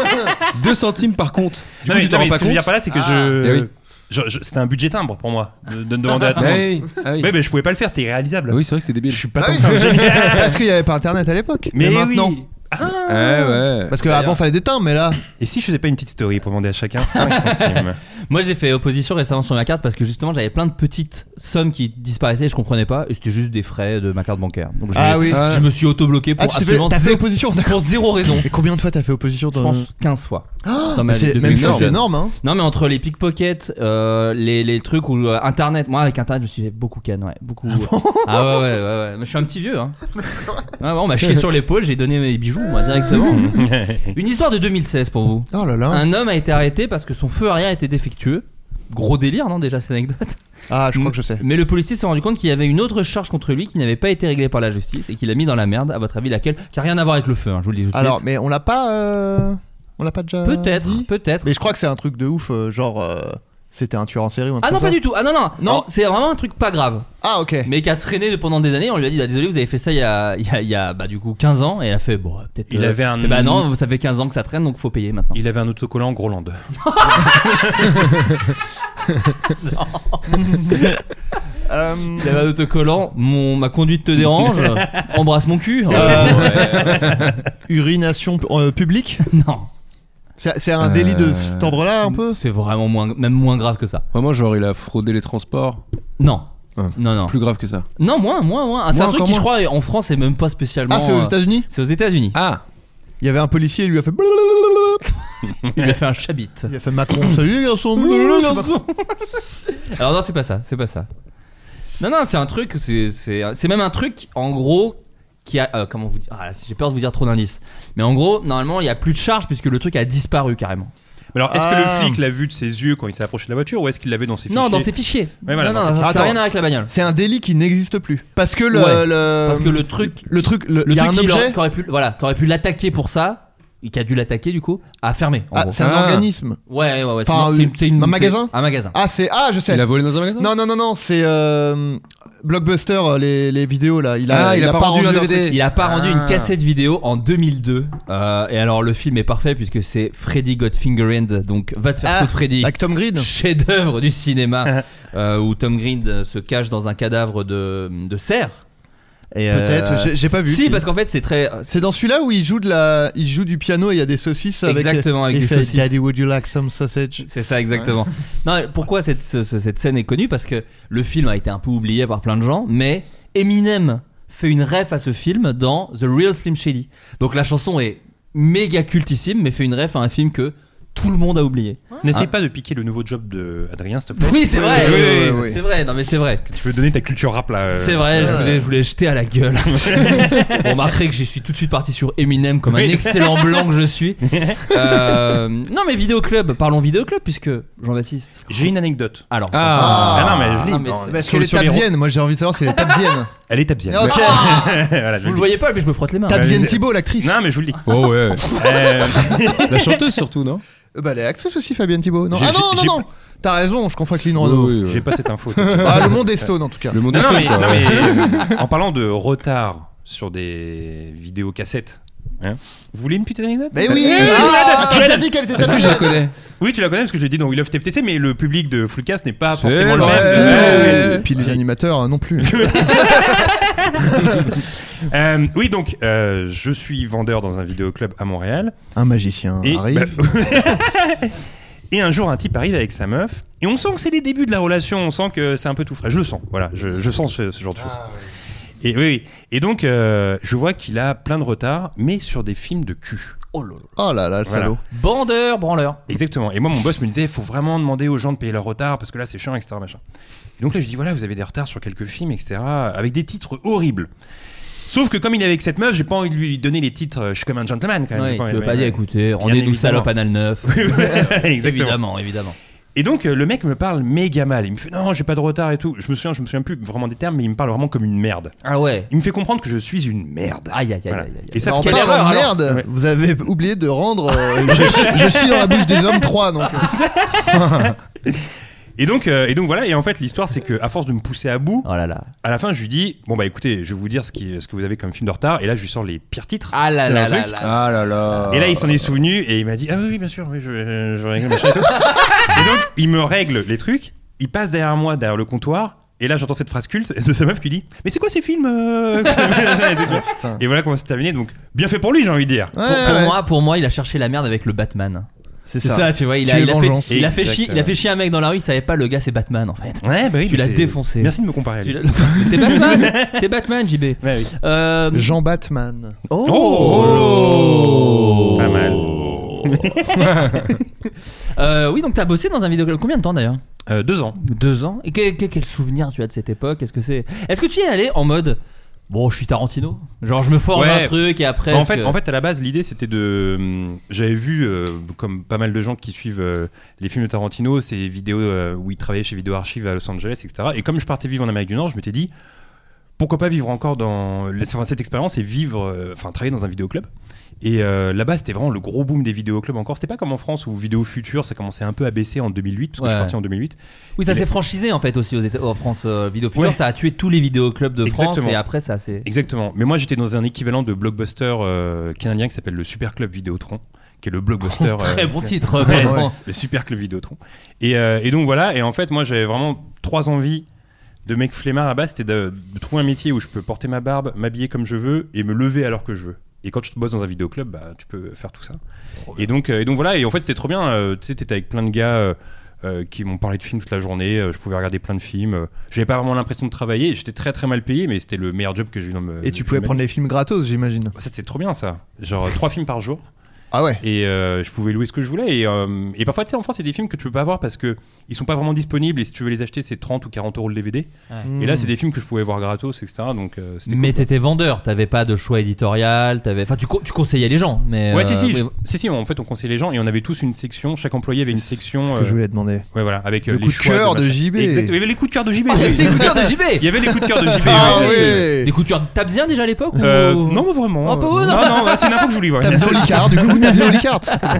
deux centimes par compte. Du non, coup, mais, tu t'en non, rends mais pas ce que je veux dire par là, c'est que ah. je... Eh oui. Je, je, c'était un budget timbre pour moi de, de me demander à tout le monde. Oui, ah oui. Ouais, mais je pouvais pas le faire, c'était irréalisable. Ah oui, c'est vrai que c'est débile. Je suis pas ah comme oui. ça un génie. Parce qu'il y avait pas internet à l'époque. Mais, mais maintenant. Oui. Ah ouais, ouais. Parce qu'avant fallait des timbres, mais là. Et si je faisais pas une petite story pour demander à chacun cinq centimes? Moi j'ai fait opposition récemment sur ma carte parce que justement j'avais plein de petites sommes qui disparaissaient et je comprenais pas et c'était juste des frais de ma carte bancaire. Donc j'ai, ah oui. je me suis auto-bloqué pour ah, tu absolument t'as fait zéro, opposition, pour zéro raison. Et combien de fois t'as fait opposition dans... Je pense quinze fois. Oh, dans ma c'est, même ça c'est énorme hein. Non mais entre les pickpockets, euh, les, les trucs où euh, internet, moi avec internet je me suis fait beaucoup canne, ouais, beaucoup. Ah ouais ouais ouais ouais. Mais je suis un petit vieux hein. Ouais, ouais, on m'a chié sur l'épaule, j'ai donné mes bijoux moi directement. Une histoire de deux mille seize pour vous. Oh là là. Un homme a été arrêté parce que son feu arrière était défectueux. Gros délire, non, déjà, cette anecdote. Ah, je crois que je sais. Mais le policier s'est rendu compte qu'il y avait une autre charge contre lui qui n'avait pas été réglée par la justice et qu'il a mis dans la merde. À votre avis, laquelle? Qui a rien à voir avec le feu, hein, je vous le dis tout de suite. Alors, mais on l'a pas. Euh... On l'a pas déjà. Peut-être, dit peut-être. Mais je crois que c'est un truc de ouf, euh, genre. Euh... C'était un tueur en série ou un truc Ah non, pas du tout. Ah non, non. Non. Alors, c'est vraiment un truc pas grave. Ah, ok. Mais qui a traîné pendant des années. On lui a dit, ah, désolé, vous avez fait ça il y a, il y a, il y a bah, du coup, quinze ans. Et elle a fait, bon, peut-être. Il euh, avait un. Bah non, ça fait quinze ans que ça traîne, donc faut payer maintenant. Il avait un autocollant Groland. euh... Il avait un autocollant, mon, ma conduite te dérange, embrasse mon cul. Euh... Ouais. Urination euh, publique? Non. C'est, c'est un délit de cet ordre-là un peu? C'est vraiment moins, même moins grave que ça. Vraiment, genre il a fraudé les transports? Non. Ah. Non, non. Plus grave que ça? Non, moins, moins, moins. Ah, c'est moins, un truc qui, moins. je crois, en France, est même pas spécialement. Ah, c'est aux États-Unis? C'est aux États-Unis. Ah. Il y avait un policier, il lui a fait. Il lui a fait un chabit. Il a fait Macron. Salut, garçon. Alors, non, c'est pas ça. C'est pas ça. Non, non, c'est un truc. C'est, c'est, c'est même un truc, en gros. Qui a, euh, comment vous dire, ah, j'ai peur de vous dire trop d'indices. Mais en gros, normalement, il y a plus de charge puisque le truc a disparu carrément. Mais alors, est-ce ah. que le flic l'a vu de ses yeux quand il s'est approché de la voiture ou est-ce qu'il l'avait dans ses fichiers? Non, dans ses fichiers. Ouais, voilà, non, dans non, ses ça Attends, n'a rien à voir avec la bagnole. C'est un délit qui n'existe plus. Parce que le, Ouais, le parce que le truc, le truc, le, le y a truc un qui, objet qui aurait pu, voilà, qui aurait pu l'attaquer pour ça, et qui a dû l'attaquer du coup, a fermé. En ah, gros. c'est un Ah. organisme. Ouais, ouais, ouais. Enfin, c'est, une, c'est une, un magasin c'est un magasin. Ah, c'est ah, je sais. Il a volé dans un magasin? Non, non, non, non, c'est euh, Blockbuster, les, les vidéos là. Il a, Ah, il a pas rendu un D V D. Il a pas Ah. rendu une cassette vidéo en deux mille deux. Euh, et alors le film est parfait puisque c'est Freddy Got Fingered, donc va te faire Ah, foutre Freddy. avec Tom Green. Chef-d'œuvre du cinéma euh, où Tom Green se cache dans un cadavre de, de cerf. Et Peut-être, euh, j'ai, j'ai pas vu. Si, parce qu'en fait c'est très. C'est dans celui-là où il joue de la, il joue du piano et il y a des saucisses avec. Exactement, avec il des fait, saucisses. Daddy, would you like some sausage? C'est ça exactement. Non, pourquoi cette, ce- cette scène est connue? Parce que le film a été un peu oublié par plein de gens, mais Eminem fait une ref à ce film dans The Real Slim Shady. Donc la chanson est méga cultissime, mais fait une ref à un film que tout le monde a oublié. N'essaye Ah. pas de piquer le nouveau job de Adrien, s'il te plaît. Oui, c'est vrai. Oui, oui, oui, oui, oui. C'est vrai. Non, mais c'est vrai. Tu veux donner ta culture rap là. euh, C'est vrai, je voulais, je voulais jeter à la gueule. Vous remarquerez que je suis tout de suite parti sur Eminem comme un Oui. excellent blanc que je suis. Euh, non, mais Vidéo Club, parlons Vidéo Club, puisque Jean-Baptiste. J'ai une anecdote. Alors, Ah. Ah non, mais je lis. Ah, mais Non, c'est- Parce sur qu'elle le- est sur les ro- tabzienne. Moi j'ai envie de savoir si elle est tabzienne. Elle est tabzienne. Ok. Voilà, je vous le le voyez pas, mais je me frotte les mains. Tabzienne mais- Thibault, l'actrice. Non, mais je vous le dis. Oh ouais. Euh, La chanteuse surtout, non? Euh, Bah, elle est actrice aussi, Fabienne Thibault. Non, J'ai- ah non, j'ai- non, non. T'as raison, je confonds avec Lynn Renaud. Oui, oui, J'ai oui. pas cette info. Ah, le monde est stone en tout cas. Le monde Non, est non, stone, mais, quoi, non, ouais. mais, euh, en parlant de retard sur des vidéocassettes, Hein. Vous voulez une petite anecdote? Mais oui, Est-ce que- ah, tu tu l'as- as dit qu'elle était Est-ce que je la connais? Oui, tu la connais parce que je l'ai dit dans We Love T F T C, mais le public de Floodcast n'est pas C'est forcément le vrai. même. Et Ouais. puis les animateurs euh, non plus. Euh, oui, donc euh, je suis vendeur dans un vidéoclub à Montréal. Un magicien Et, arrive. bah, et un jour, un type arrive avec sa meuf, et on sent que c'est les débuts de la relation. On sent que c'est un peu tout frais. Je le sens. Voilà, je, je sens ce, ce genre de choses. Et oui, oui. Et donc, euh, je vois qu'il a plein de retard, mais sur des films de cul. Oh là là. Oh là là, le Voilà. salaud. Bandeur, branleur. Exactement. Et moi, mon boss me disait, il faut vraiment demander aux gens de payer leur retard parce que là, c'est chiant, et cetera. Machin. Et donc là, je dis, voilà, vous avez des retards sur quelques films, et cetera. Avec des titres horribles. Sauf que comme il est avec cette meuf, j'ai pas envie de lui donner les titres. euh, Je suis comme un gentleman quand même. Ouais, J'ai pas tu envie- veux pas ouais, dire, ouais. écoutez, Bien rendez-nous évidemment. salope anal neuf. Exactement. Évidemment, évidemment. Et donc euh, le mec me parle méga mal. Il me fait non, j'ai pas de retard et tout. Je me souviens, je me souviens plus vraiment des termes, mais il me parle vraiment comme une merde. Ah ouais. Il me fait comprendre que je suis une merde. Aïe aïe aïe Voilà. aïe aïe. Et ça En fait quelle parlant erreur, de alors. merde, Ouais. vous avez oublié de rendre euh, je, chie- je chie dans la bouche des hommes trois donc. euh, Et donc, euh, et donc voilà. Et en fait, l'histoire, c'est que à force de me pousser à bout, Oh là là. à la fin, je lui dis bon bah écoutez, je vais vous dire ce, qui, ce que vous avez comme film de retard. Et là, je lui sors les pires titres. Ah là C'est là un là truc. là. Ah là là. Et là, il s'en est souvenu et il m'a dit ah oui, oui bien sûr, oui, je, je règle machin et tout. Et donc, il me règle les trucs. Il passe derrière moi, derrière le comptoir. Et là, j'entends cette phrase culte de sa meuf qui dit mais c'est quoi ces films euh, Putain. Et voilà comment c'est terminé. Donc bien fait pour lui, j'ai envie de dire. Ouais, Pour, pour ouais. moi, pour moi, il a cherché la merde avec le Batman. C'est C'est ça. ça, tu vois, il Tu a, es il a, fait, vengeance. il, a fait chier, Exactement. il a fait chier un mec dans la rue, il savait pas, le gars c'est Batman en fait. Ouais, bah oui. Tu mais l'as c'est- défoncé. Merci de me comparer à Tu lui. l'as- T'es Batman. T'es Batman, J B. Ouais, oui. Euh... Jean Batman. Oh, Oh. Pas mal. Euh, oui, donc t'as bossé dans un vidéoclub. Combien de temps d'ailleurs? Euh, deux ans. Deux ans. Et quel, quel, quel souvenir tu as de cette époque? Est-ce que c'est, est-ce que tu y es allé en mode bon, je suis Tarantino, genre je me forge Ouais. un truc et après. en est-ce fait, que- en fait, à la base, l'idée c'était de. hum, J'avais vu, euh, comme pas mal de gens qui suivent euh, les films de Tarantino, ces vidéos euh, où il travaillait chez Vidéo Archive à Los Angeles, et cetera. Et comme je partais vivre en Amérique du Nord, je m'étais dit pourquoi pas vivre encore dans enfin, cette expérience et vivre, euh, enfin travailler dans un vidéoclub. Et euh, là-bas, c'était vraiment le gros boom des vidéoclubs encore. C'était pas comme en France où Vidéo Future, ça commençait un peu à baisser en deux mille huit, parce que Ouais. je suis parti en deux mille huit. Oui, ça Mais- s'est franchisé en fait aussi aux États- en France. Euh, Vidéo Future, Ouais. ça a tué tous les vidéoclubs de France Exactement. et après ça c'est. Exactement. Mais moi, j'étais dans un équivalent de blockbuster euh, canadien qui s'appelle le Super Club Vidéotron, qui est le blockbuster. Très euh, bon titre. Ouais, vraiment. le Super Club Vidéotron. Et, euh, et donc voilà. Et en fait, moi, j'avais vraiment trois envies de mec flemmard là-bas. C'était de, de trouver un métier où je peux porter ma barbe, m'habiller comme je veux et me lever à l'heure que je veux. Et quand tu bosses dans un vidéoclub, bah, tu peux faire tout ça. Et donc, euh, et donc voilà. Et en fait, c'était trop bien. Euh, tu sais, t'étais avec plein de gars. Euh, euh, qui m'ont parlé de films toute la journée, euh, je pouvais regarder plein de films, euh, j'avais pas vraiment l'impression de travailler, j'étais très très mal payé, mais c'était le meilleur job que j'ai eu dans me. Et tu pouvais prendre les films gratos, j'imagine. Ça c'était trop bien ça, genre trois films par jour. Ah ouais. Et euh, je pouvais louer ce que je voulais. Et, euh, et parfois, tu sais, en France, il y a des films que tu peux pas voir parce que ils sont pas vraiment disponibles. Et si tu veux les acheter, c'est trente ou quarante euros le D V D. Ouais. Et là, c'est des films que je pouvais voir gratos, et cetera. Donc, euh, c'était Mais cool, t'étais vendeur, t'avais pas de choix éditorial, t'avais, enfin tu, co- tu conseillais les gens, mais. ouais, si, euh, si, oui. je- si, si, en fait, on conseillait les gens et on avait tous une section. Chaque employé avait une section. Ce que euh, je voulais demander. Ouais, voilà, avec euh, Le les coup de choix cœur de machin. J B. Exactement. Il y avait les coups de cœur de J B. Ah, oui. les coups de cœur de J B. Il y avait les coups de cœur de J B. Ah oui, oui. ouais. Des coups de cœur. T'as bien déjà à l'époque ou- Euh, non, pas vraiment. Ah, pas euh, ouais, non. non, non, c'est une info que je voulais voir. T'as besoin au Licard, du coup, t'as besoin au Licard.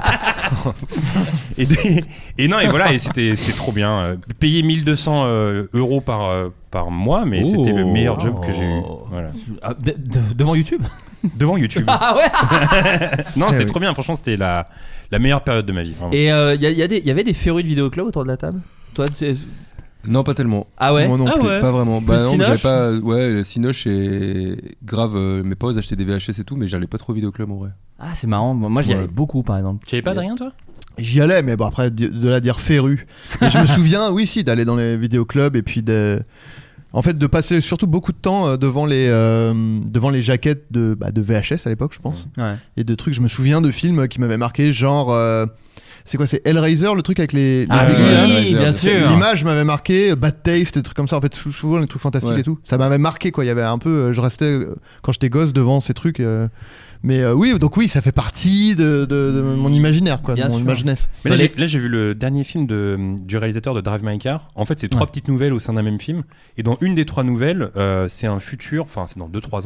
Et, des- et non, et voilà, et c'était c'était trop bien. Euh, Payer mille deux cents euh, euros par, euh, par mois, mais Oh. c'était le meilleur job que j'ai eu. Oh. Voilà. Ah, de- de- devant YouTube. Devant YouTube. Ah ouais. Non, Eh c'était oui. trop bien. Franchement, c'était la, la meilleure période de ma vie. vraiment. Et il euh, y, a- y, a des- y avait des férus de vidéoclub autour de la table. Toi, tu- Non, pas tellement. ah ouais. Moi non Ah plus. ouais. Pas vraiment. Plus Bah non, Cinoche j'avais pas. Ouais, le Cinoche et grave. euh, mes parents ils achetaient des V H S et tout, mais j'allais pas trop au vidéoclub en vrai. Ah c'est marrant. Moi j'y Ouais. allais beaucoup par exemple. Tu avais pas de rien, toi J'y allais, mais bon, après, de de la dire féru. Et je me souviens, oui, si, d'aller dans les vidéoclubs et puis de. En fait, de passer surtout beaucoup de temps euh, devant les, euh, devant les jaquettes de, bah, de V H S à l'époque, je pense. Ouais. Et de trucs, je me souviens de films qui m'avaient marqué, genre. euh, c'est quoi, c'est Hellraiser, le truc avec les, les Ah aiguilles, ouais, là ouais, oui, ouais, bien ouais. sûr. L'image m'avait marqué, Bad Taste, des trucs comme ça. En fait, sou- souvent les trucs fantastiques Ouais. et tout. Ça m'avait marqué, quoi. Il y avait un peu. euh, Je restais, euh, quand j'étais gosse, devant ces trucs. euh, Mais euh, oui, donc oui, ça fait partie de, de- de mon imaginaire, quoi, Bien de mon sûr. imaginesse. Mais là, Dans j'ai, là, j'ai vu le dernier film de, du réalisateur de Drive My Car. En fait, c'est trois Ouais. petites nouvelles au sein d'un même film. Et dans une des trois nouvelles, euh, c'est un futur, enfin, c'est dans deux trois ans,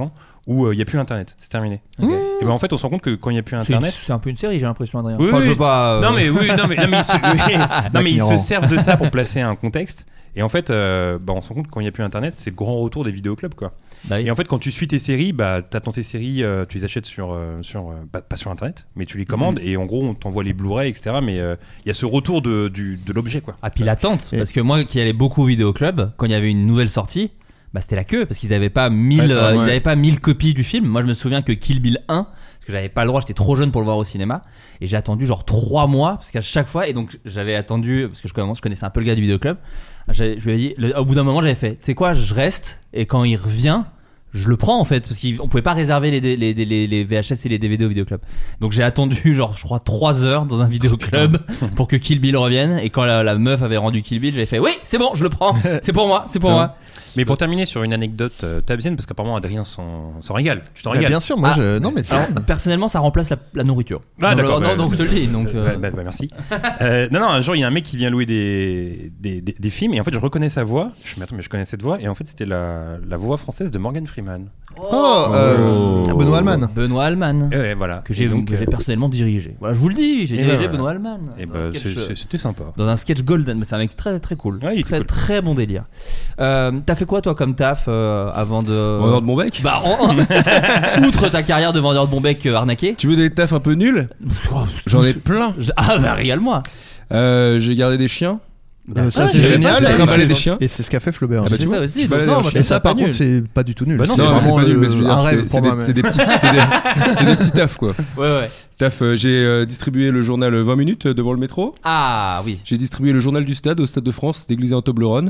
où il n'y a plus internet, c'est terminé. Ok. Et ben en fait on se rend compte que quand il n'y a plus C'est, une- internet. c'est un peu une série, j'ai l'impression, Adrien. Oui, Enfin, oui. je veux pas. euh, Non mais oui, non mais, non, mais ils, se, oui. Non, mais ils Mirror. se servent de ça pour placer un contexte. Et en fait, euh, bah, on se rend compte que quand il n'y a plus internet, c'est le grand retour des vidéoclubs quoi. Bah oui. Et en fait, quand tu suis tes séries, bah, t'attends tes séries, euh, tu les achètes sur, euh, sur euh, bah, pas sur internet, mais tu les commandes Mhm. et en gros on t'envoie les Blu-ray, et cetera. Mais il euh, y a ce retour de, du, de l'objet quoi. Ah, puis l'attente, Et- parce que moi qui allais beaucoup au vidéoclub, quand il y avait une nouvelle sortie, bah c'était la queue, parce qu'ils avaient pas mille, Ouais, c'est vrai, euh, ils ouais. avaient pas mille copies du film. Moi je me souviens que Kill Bill un, parce que j'avais pas le droit, j'étais trop jeune pour le voir au cinéma, et j'ai attendu genre trois mois, parce qu'à chaque fois, et donc j'avais attendu, parce que je commence, je connaissais un peu le gars du vidéoclub, j'avais- je lui ai dit, le- au bout d'un moment j'avais fait, tu sais quoi, je reste, et quand il revient, je le prends en fait, parce qu'on pouvait pas réserver les, les, les, les, les V H S et les D V D au vidéoclub. Donc j'ai attendu genre je crois trois heures dans un vidéoclub pour que Kill Bill revienne, et quand la, la meuf avait rendu Kill Bill, j'avais fait oui c'est bon, je le prends, c'est pour moi, c'est pour Putain. moi. Mais pour terminer sur une anecdote euh, tabzienne, parce qu'apparemment Adrien s'en, s'en régale, tu t'en Bah, régales. bien sûr, moi Ah. je. Non, mais c'est. Alors personnellement ça remplace la, la nourriture. Ah, Non, d'accord, non, bah, donc je te le dis. Donc, euh, Bah, bah, bah, merci. Euh, non, non, un jour, il y a un mec qui vient louer des, des, des, des films et en fait, je reconnais sa voix. Je me dis, attends, mais je connais cette voix. Et en fait, c'était la, la voix française de Morgan Freeman. Oh, euh, Oh. Benoît Alman. Benoît Alman. Et ouais, voilà. Que j'ai, Et donc, que j'ai euh, personnellement dirigé. Voilà, je vous le dis, j'ai Et dirigé voilà. Benoît Alman. Et dans bah, un sketch, c'est- euh, c'est- c'était sympa. Dans un sketch golden, mais c'est un mec très très cool. Ouais, il était très cool. très bon délire. Euh, t'as fait quoi toi comme taf euh, avant de. Vendeur de bon bec. Bah, en- en- outre ta carrière de vendeur de bon bec euh, arnaqué. Tu veux des tafs un peu nuls? J'en ai plein. Je- Ah bah régale-moi. Euh, j'ai gardé des chiens. Euh, ça Ah, c'est j'avais génial. pas ça, et trimballer c'est- des chiens. Et c'est ce qu'a fait Flaubert. Ah bah, C'est tu ça vois, aussi. je donc baladais non, en moi, je chien. Et trouve ça, par pas contre, nul. c'est pas du tout nul. Bah non, c'est c'est Non, c'est vraiment pas nul, le- mais je veux dire, un c'est- rêve c'est pour des- moi. c'est des petits, c'est des, c'est des petits tafs quoi. Ouais ouais. Taf, euh, j'ai euh, distribué le journal vingt minutes euh, devant le métro. Ah oui. J'ai distribué le journal du stade au Stade de France, déguisé en Toblerone.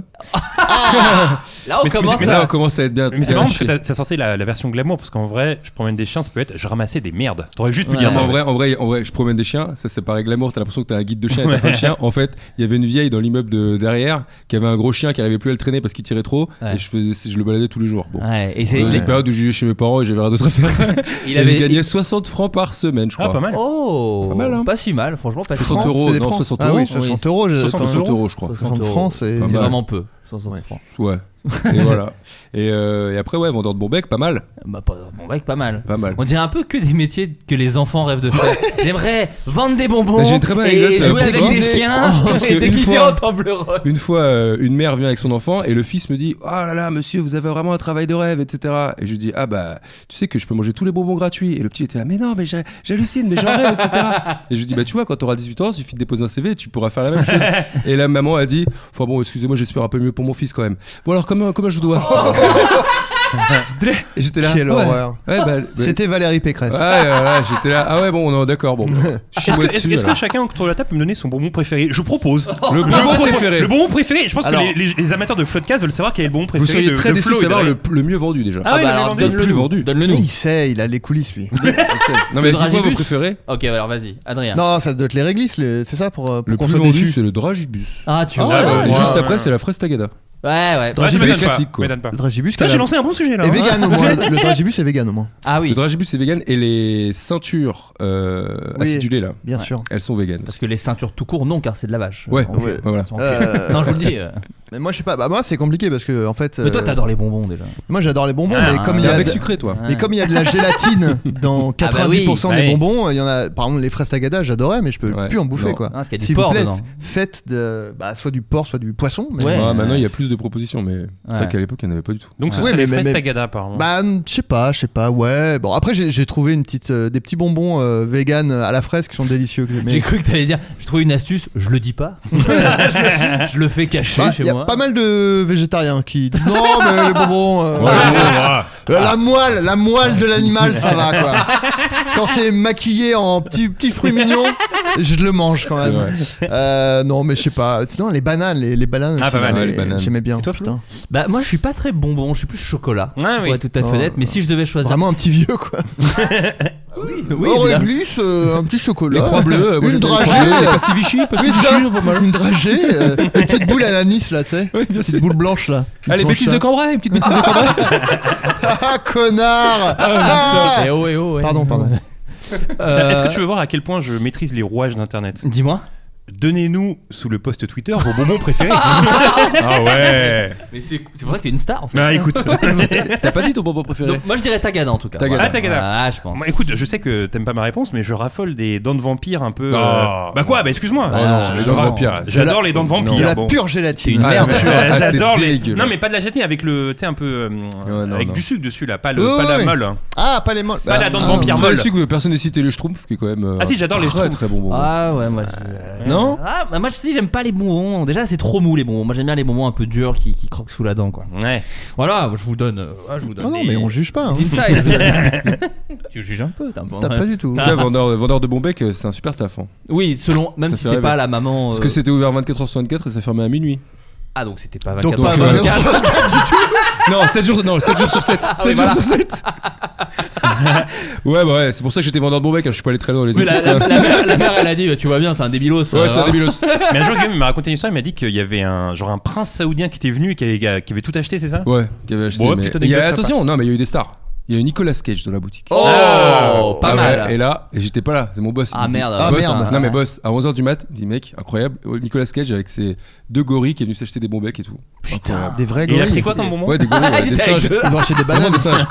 Là on Mais c'est- commence. Mais mais là, à- on commence à être bien. Mais c'est bien marrant parce que chier. t'as- ça sortait la, la version glamour parce qu'en vrai, je promène des chiens, ça peut être je ramassais des merdes. T'aurais juste pu Ouais. dire ça. En vrai, en vrai, en vrai, je promène des chiens. Ça, c'est pareil glamour. T'as l'impression que t'as un guide de chien et t'as plein de chiens. En fait, il y avait une vieille dans l'immeuble de derrière qui avait un gros chien qui arrivait plus à le traîner parce qu'il tirait trop. Ouais. Et je faisais, je le baladais tous les jours. Bon. Ouais. Et C'est c'est. une période où je vivais chez mes parents et j'avais rien d'autre à faire. Il Et avait. je gagnais soixante francs par semaine, je crois. Ah, pas mal. Oh. Pas mal, hein. Pas si mal, franchement pas si mal. soixante euros, C'était des non, francs. soixante Ah euros. oui, soixante euros. je- soixante quand- soixante euros, je crois. soixante francs, c'est. Pas C'est mal. vraiment peu. soixante Ouais. francs. Ouais. Et voilà. Et, euh, et après, ouais, vendeur de bon bec, pas mal. Bah pas bon mec, pas mal. Pas mal. On dirait un peu que des métiers que les enfants rêvent de faire. J'aimerais vendre des bonbons Bah, j'ai une très bonne et anecdote, jouer euh, avec des déguisé. chiens Parce que et une déguiser fois- en Toblerone. Une fois, euh, une mère vient avec son enfant et le fils me dit: oh là là, monsieur, vous avez vraiment un travail de rêve, et cetera. Et je lui dis: ah bah, tu sais que je peux manger tous les bonbons gratuits. Et le petit était là: mais non, mais j'a- j'hallucine, mais j'en rêve, et cetera. Et je lui dis: bah, tu vois, quand t'auras dix-huit ans, il suffit de déposer un C V et tu pourras faire la même chose. Et la maman a dit: enfin bon, excusez-moi, j'espère un peu mieux pour mon fils quand même. Bon, alors, comment, comment je vous dois? Et j'étais là: Quelle ouais. horreur. Ouais, bah, bah, C'était Valérie Pécresse. ouais, ouais, ouais, j'étais là: ah ouais, bon, non, d'accord, bon. Est-ce que, est-ce, est-ce que chacun autour de la table peut me donner son bonbon préféré? Je propose. Le Je bonbon propose- préféré. Le bonbon préféré. Je pense Alors- que les, les- les amateurs de Floodcast veulent savoir quel est le bonbon Vous préféré seriez de, très de déçus Flo de et savoir d'Adrien. le, le mieux vendu déjà. Ah ouais, bah le alors vendu. donne-le plus nous. vendu. Donne-le Mais nous. il sait, il a les coulisses lui. Non, mais Le dites-moi vos dragibus. préférés. Ok, alors vas-y, Adrien. Non, ça doit être les réglisses, les- c'est ça pour, pour Le qu'on plus soit vendu, déçu. c'est le dragibus. Ah tu Ah, vois. ouais, Et ouais, juste ouais, après, ouais. c'est la fraise tagada. Ouais ouais. Ouais, ça Dragibus, m'étonne pas, classique, quoi. m'étonne pas. Le dragibus, Là, qui j'ai a- lancé un bon sujet là. est hein. vegan au moins. Le dragibus est vegan au moins. Ah oui. Le dragibus est vegan et les ceintures euh, Oui. acidulées là, Bien sûr. elles sont véganes. Parce que les ceintures tout court non, car c'est de la vache. Ouais, Donc, ouais, euh, voilà. elles sont en Euh, cuir. Non je vous le dis. euh. Mais moi je sais pas. Bah moi c'est compliqué parce que en fait. Mais toi euh, t'adores les bonbons déjà. Moi j'adore les bonbons, Ah, mais comme il y T'es a. avec de- sucré toi. Mais comme il y a de la gélatine dans quatre-vingt-dix pour cent bah des oui. bonbons, il y en a. Par exemple, les fraises tagada, j'adorais, mais je peux Ouais. plus en bouffer Non. quoi. Ah, parce qu'il y a du S'il vous porc plaît, dedans. f- faites de, bah, soit du porc, soit du poisson. Mais... Ouais. Ouais, maintenant il y a plus de propositions, mais c'est Ouais. vrai qu'à l'époque il n'y en avait pas du tout. Donc ce Ouais, serait mais- les mais- fraises mais- tagada apparemment. Bah, je sais pas, je sais pas, ouais. Bon, après, j'ai j'ai trouvé une petite, euh, des petits bonbons euh, vegan à la fraise qui sont délicieux. Mais... J'ai cru que t'allais dire, j'ai trouvé une astuce, je le dis pas. je, je le fais cacher Bah, chez y a moi. pas mal de végétariens qui disent non, mais les bonbons. euh, Ouais, euh, ouais, ouais. la moelle, la moelle de l'animal, ça va quoi. Quand c'est maquillé en petits petits fruits mignons, je le mange quand C'est même. vrai. Euh, non, mais je sais pas. Sinon, les bananes, les, les bananes, Ah, aussi, pas mal, ouais, les bananes. j'aimais bien. Et toi, Flo putain. Bah moi je suis pas très bonbon, je suis plus chocolat. Ouais, Pour oui. être tout à fait Oh, honnête, mais si je devais choisir. Vraiment un petit vieux quoi. Oui, Oui, évidemment. réglisse, euh, un petit chocolat. Les croix bleues, euh, moi, une j'aime bien les dragée. croix bleues, euh, les pastilles Oui, pastilles ça, pas mal. une dragée, euh, une petite boule à l'anis là, tu sais. Oui, bien Une sûr. petite boule blanche là. qui Ah, se les mange bêtises ça. de Cambrai, une petite bêtise de Cambrai. Ah, connard Ah. Eh oh, eh oh, ouais. Pardon, pardon. Euh, Est-ce que tu veux voir à quel point je maîtrise les rouages d'internet? Dis-moi. Donnez-nous sous le post Twitter vos bonbons préférés. Ah ouais. Mais c'est, c'est pour ça que t'es une star en fait. Bah écoute, T'as pas dit ton bonbon préféré? Donc, moi je dirais Tagada en tout cas. Tagada. Ah, Tagada. Ah, je pense. Moi, écoute, je sais que t'aimes pas ma réponse, mais je raffole des dents de vampire un peu. Non. euh, Bah quoi? Bah excuse-moi. Oh non, les dents de vampire. J'adore les dents de De vampire. la bon. pure gélatine. Une Ah, merde. mais- Euh, Ah, c'est J'adore les. dégueulasse. Non, mais pas de la gélatine, avec le. Tu sais, un peu. euh, Ouais, non, avec non. du sucre dessus, là. Pas, le, Ouais, pas la ouais. molle. hein. Ah, pas les molles. Pas la dent de Ah, vampire Je molle. suis que personne n'ait cité les Schtroumpfs, qui est quand même. euh, Ah si, j'adore les très Schtroumpfs. très bon bonbon. Ah ouais, moi. je- Non Ah, bah, moi je te dis, j'aime pas les bonbons. Déjà, c'est trop mou les bonbons. Moi j'aime bien les bonbons un peu durs qui, qui croquent sous la dent quoi. Ouais. Voilà, je vous donne. euh, ah, je vous donne Non, non, les- mais on juge pas. hein. les insides. Tu juges un peu, t'as un peu. T'as pas du tout. En tout cas, vendeur, vendeur de bonbec, euh, c'est un super taf. hein. Oui, selon. Même Ça si fait c'est rêver. pas la maman. Parce euh, que c'était ouvert vingt-quatre heures sur vingt-quatre et ça fermait à minuit. Ah, donc c'était pas Donc vingt-quatre pas heures sur vingt-quatre. vingt-quatre. Non, sept jours, non, sept jours sur sept. sept oui, jours voilà. sur sept. Ouais, bah ouais, c'est pour ça que j'étais vendeur de bonbec, hein, je suis pas allé très loin dans les Oui, la, équipes. la- la mère, la mère, elle a dit, tu vois bien, c'est un débilos. Ouais, euh, c'est un débilos. Mais un jour, Guillaume il m'a raconté une histoire. Il m'a dit qu'il y avait un genre un prince saoudien qui était venu et qui avait, qui avait tout acheté, c'est ça? Ouais, qui avait acheté. Bon, mais- petite il y a- anecdote attention, non, mais il y a eu des stars. Il y a eu Nicolas Cage dans la boutique. Oh, pas Ah mal. ouais, et là, et j'étais pas là, c'est mon boss. il Ah me dit- merde. Ah, boss, merde. Non mais boss, à onze heures du mat, il me dit mec, incroyable, Nicolas Cage avec ses deux gorilles qui est venu s'acheter des bonbecs et tout. Putain. Des vrais Et il a gorilles. pris quoi comme bonbon? Ouais, des gorilles, ouais, Il des était singes. avec deux. Ils ont acheté des Vraiment bananes. des singes.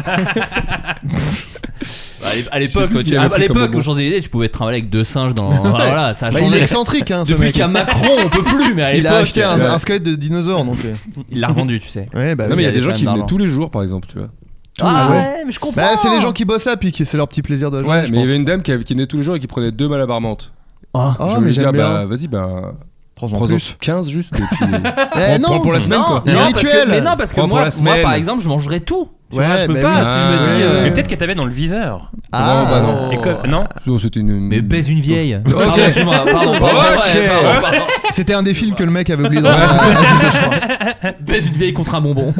À l'é- À l'époque, Je sais plus ce tu- qu'il avait à pris comme l'époque, bonbon. aux Champs-Élysées, tu pouvais travailler avec deux singes dans. Voilà, ça a Bah, il est changé. excentrique, hein, ce Depuis mec. qu'il y a Macron, on peut plus, mais à Il a l'époque. acheté un, euh, un squelette de dinosaure, donc. euh. Il l'a revendu, tu sais. Ouais, bah. Non mais il y a il y a des gens des qui problèmes venaient d'argent. tous les jours par exemple, tu vois. Ah ouais. ouais, mais je comprends. Bah, c'est les gens qui bossent là, puis qui- c'est leur petit plaisir de la Ouais, journée, mais je il y avait pense. une dame qui, avait- qui venait tous les jours et qui prenait deux malabar menthe. Ah, Ah, je mais voulais j'aime dire bien. bah vas-y bah Prends-en prends-en plus. quinze juste et puis Eh prends- non. prends pour la semaine non, quoi. Il y a non, un parce que, rituel. mais non, parce que Prends pour moi, la moi, semaine. par exemple, je mangerais tout. Tu Ouais, vois, je peux bah pas oui. si je me Ah, dis. euh, Mais peut-être qu'elle t'avait dans le viseur. Ah, bah non. Et comme- non. Non, c'était une. Mais baise une vieille. Ok. Pardon, excuse-moi, pardon, pardon, Ok. ouais, pardon, pardon. C'était un des films que le mec avait oublié de Ouais, regarder. c'est ça, C'est ça, je crois. Baise une vieille contre un bonbon.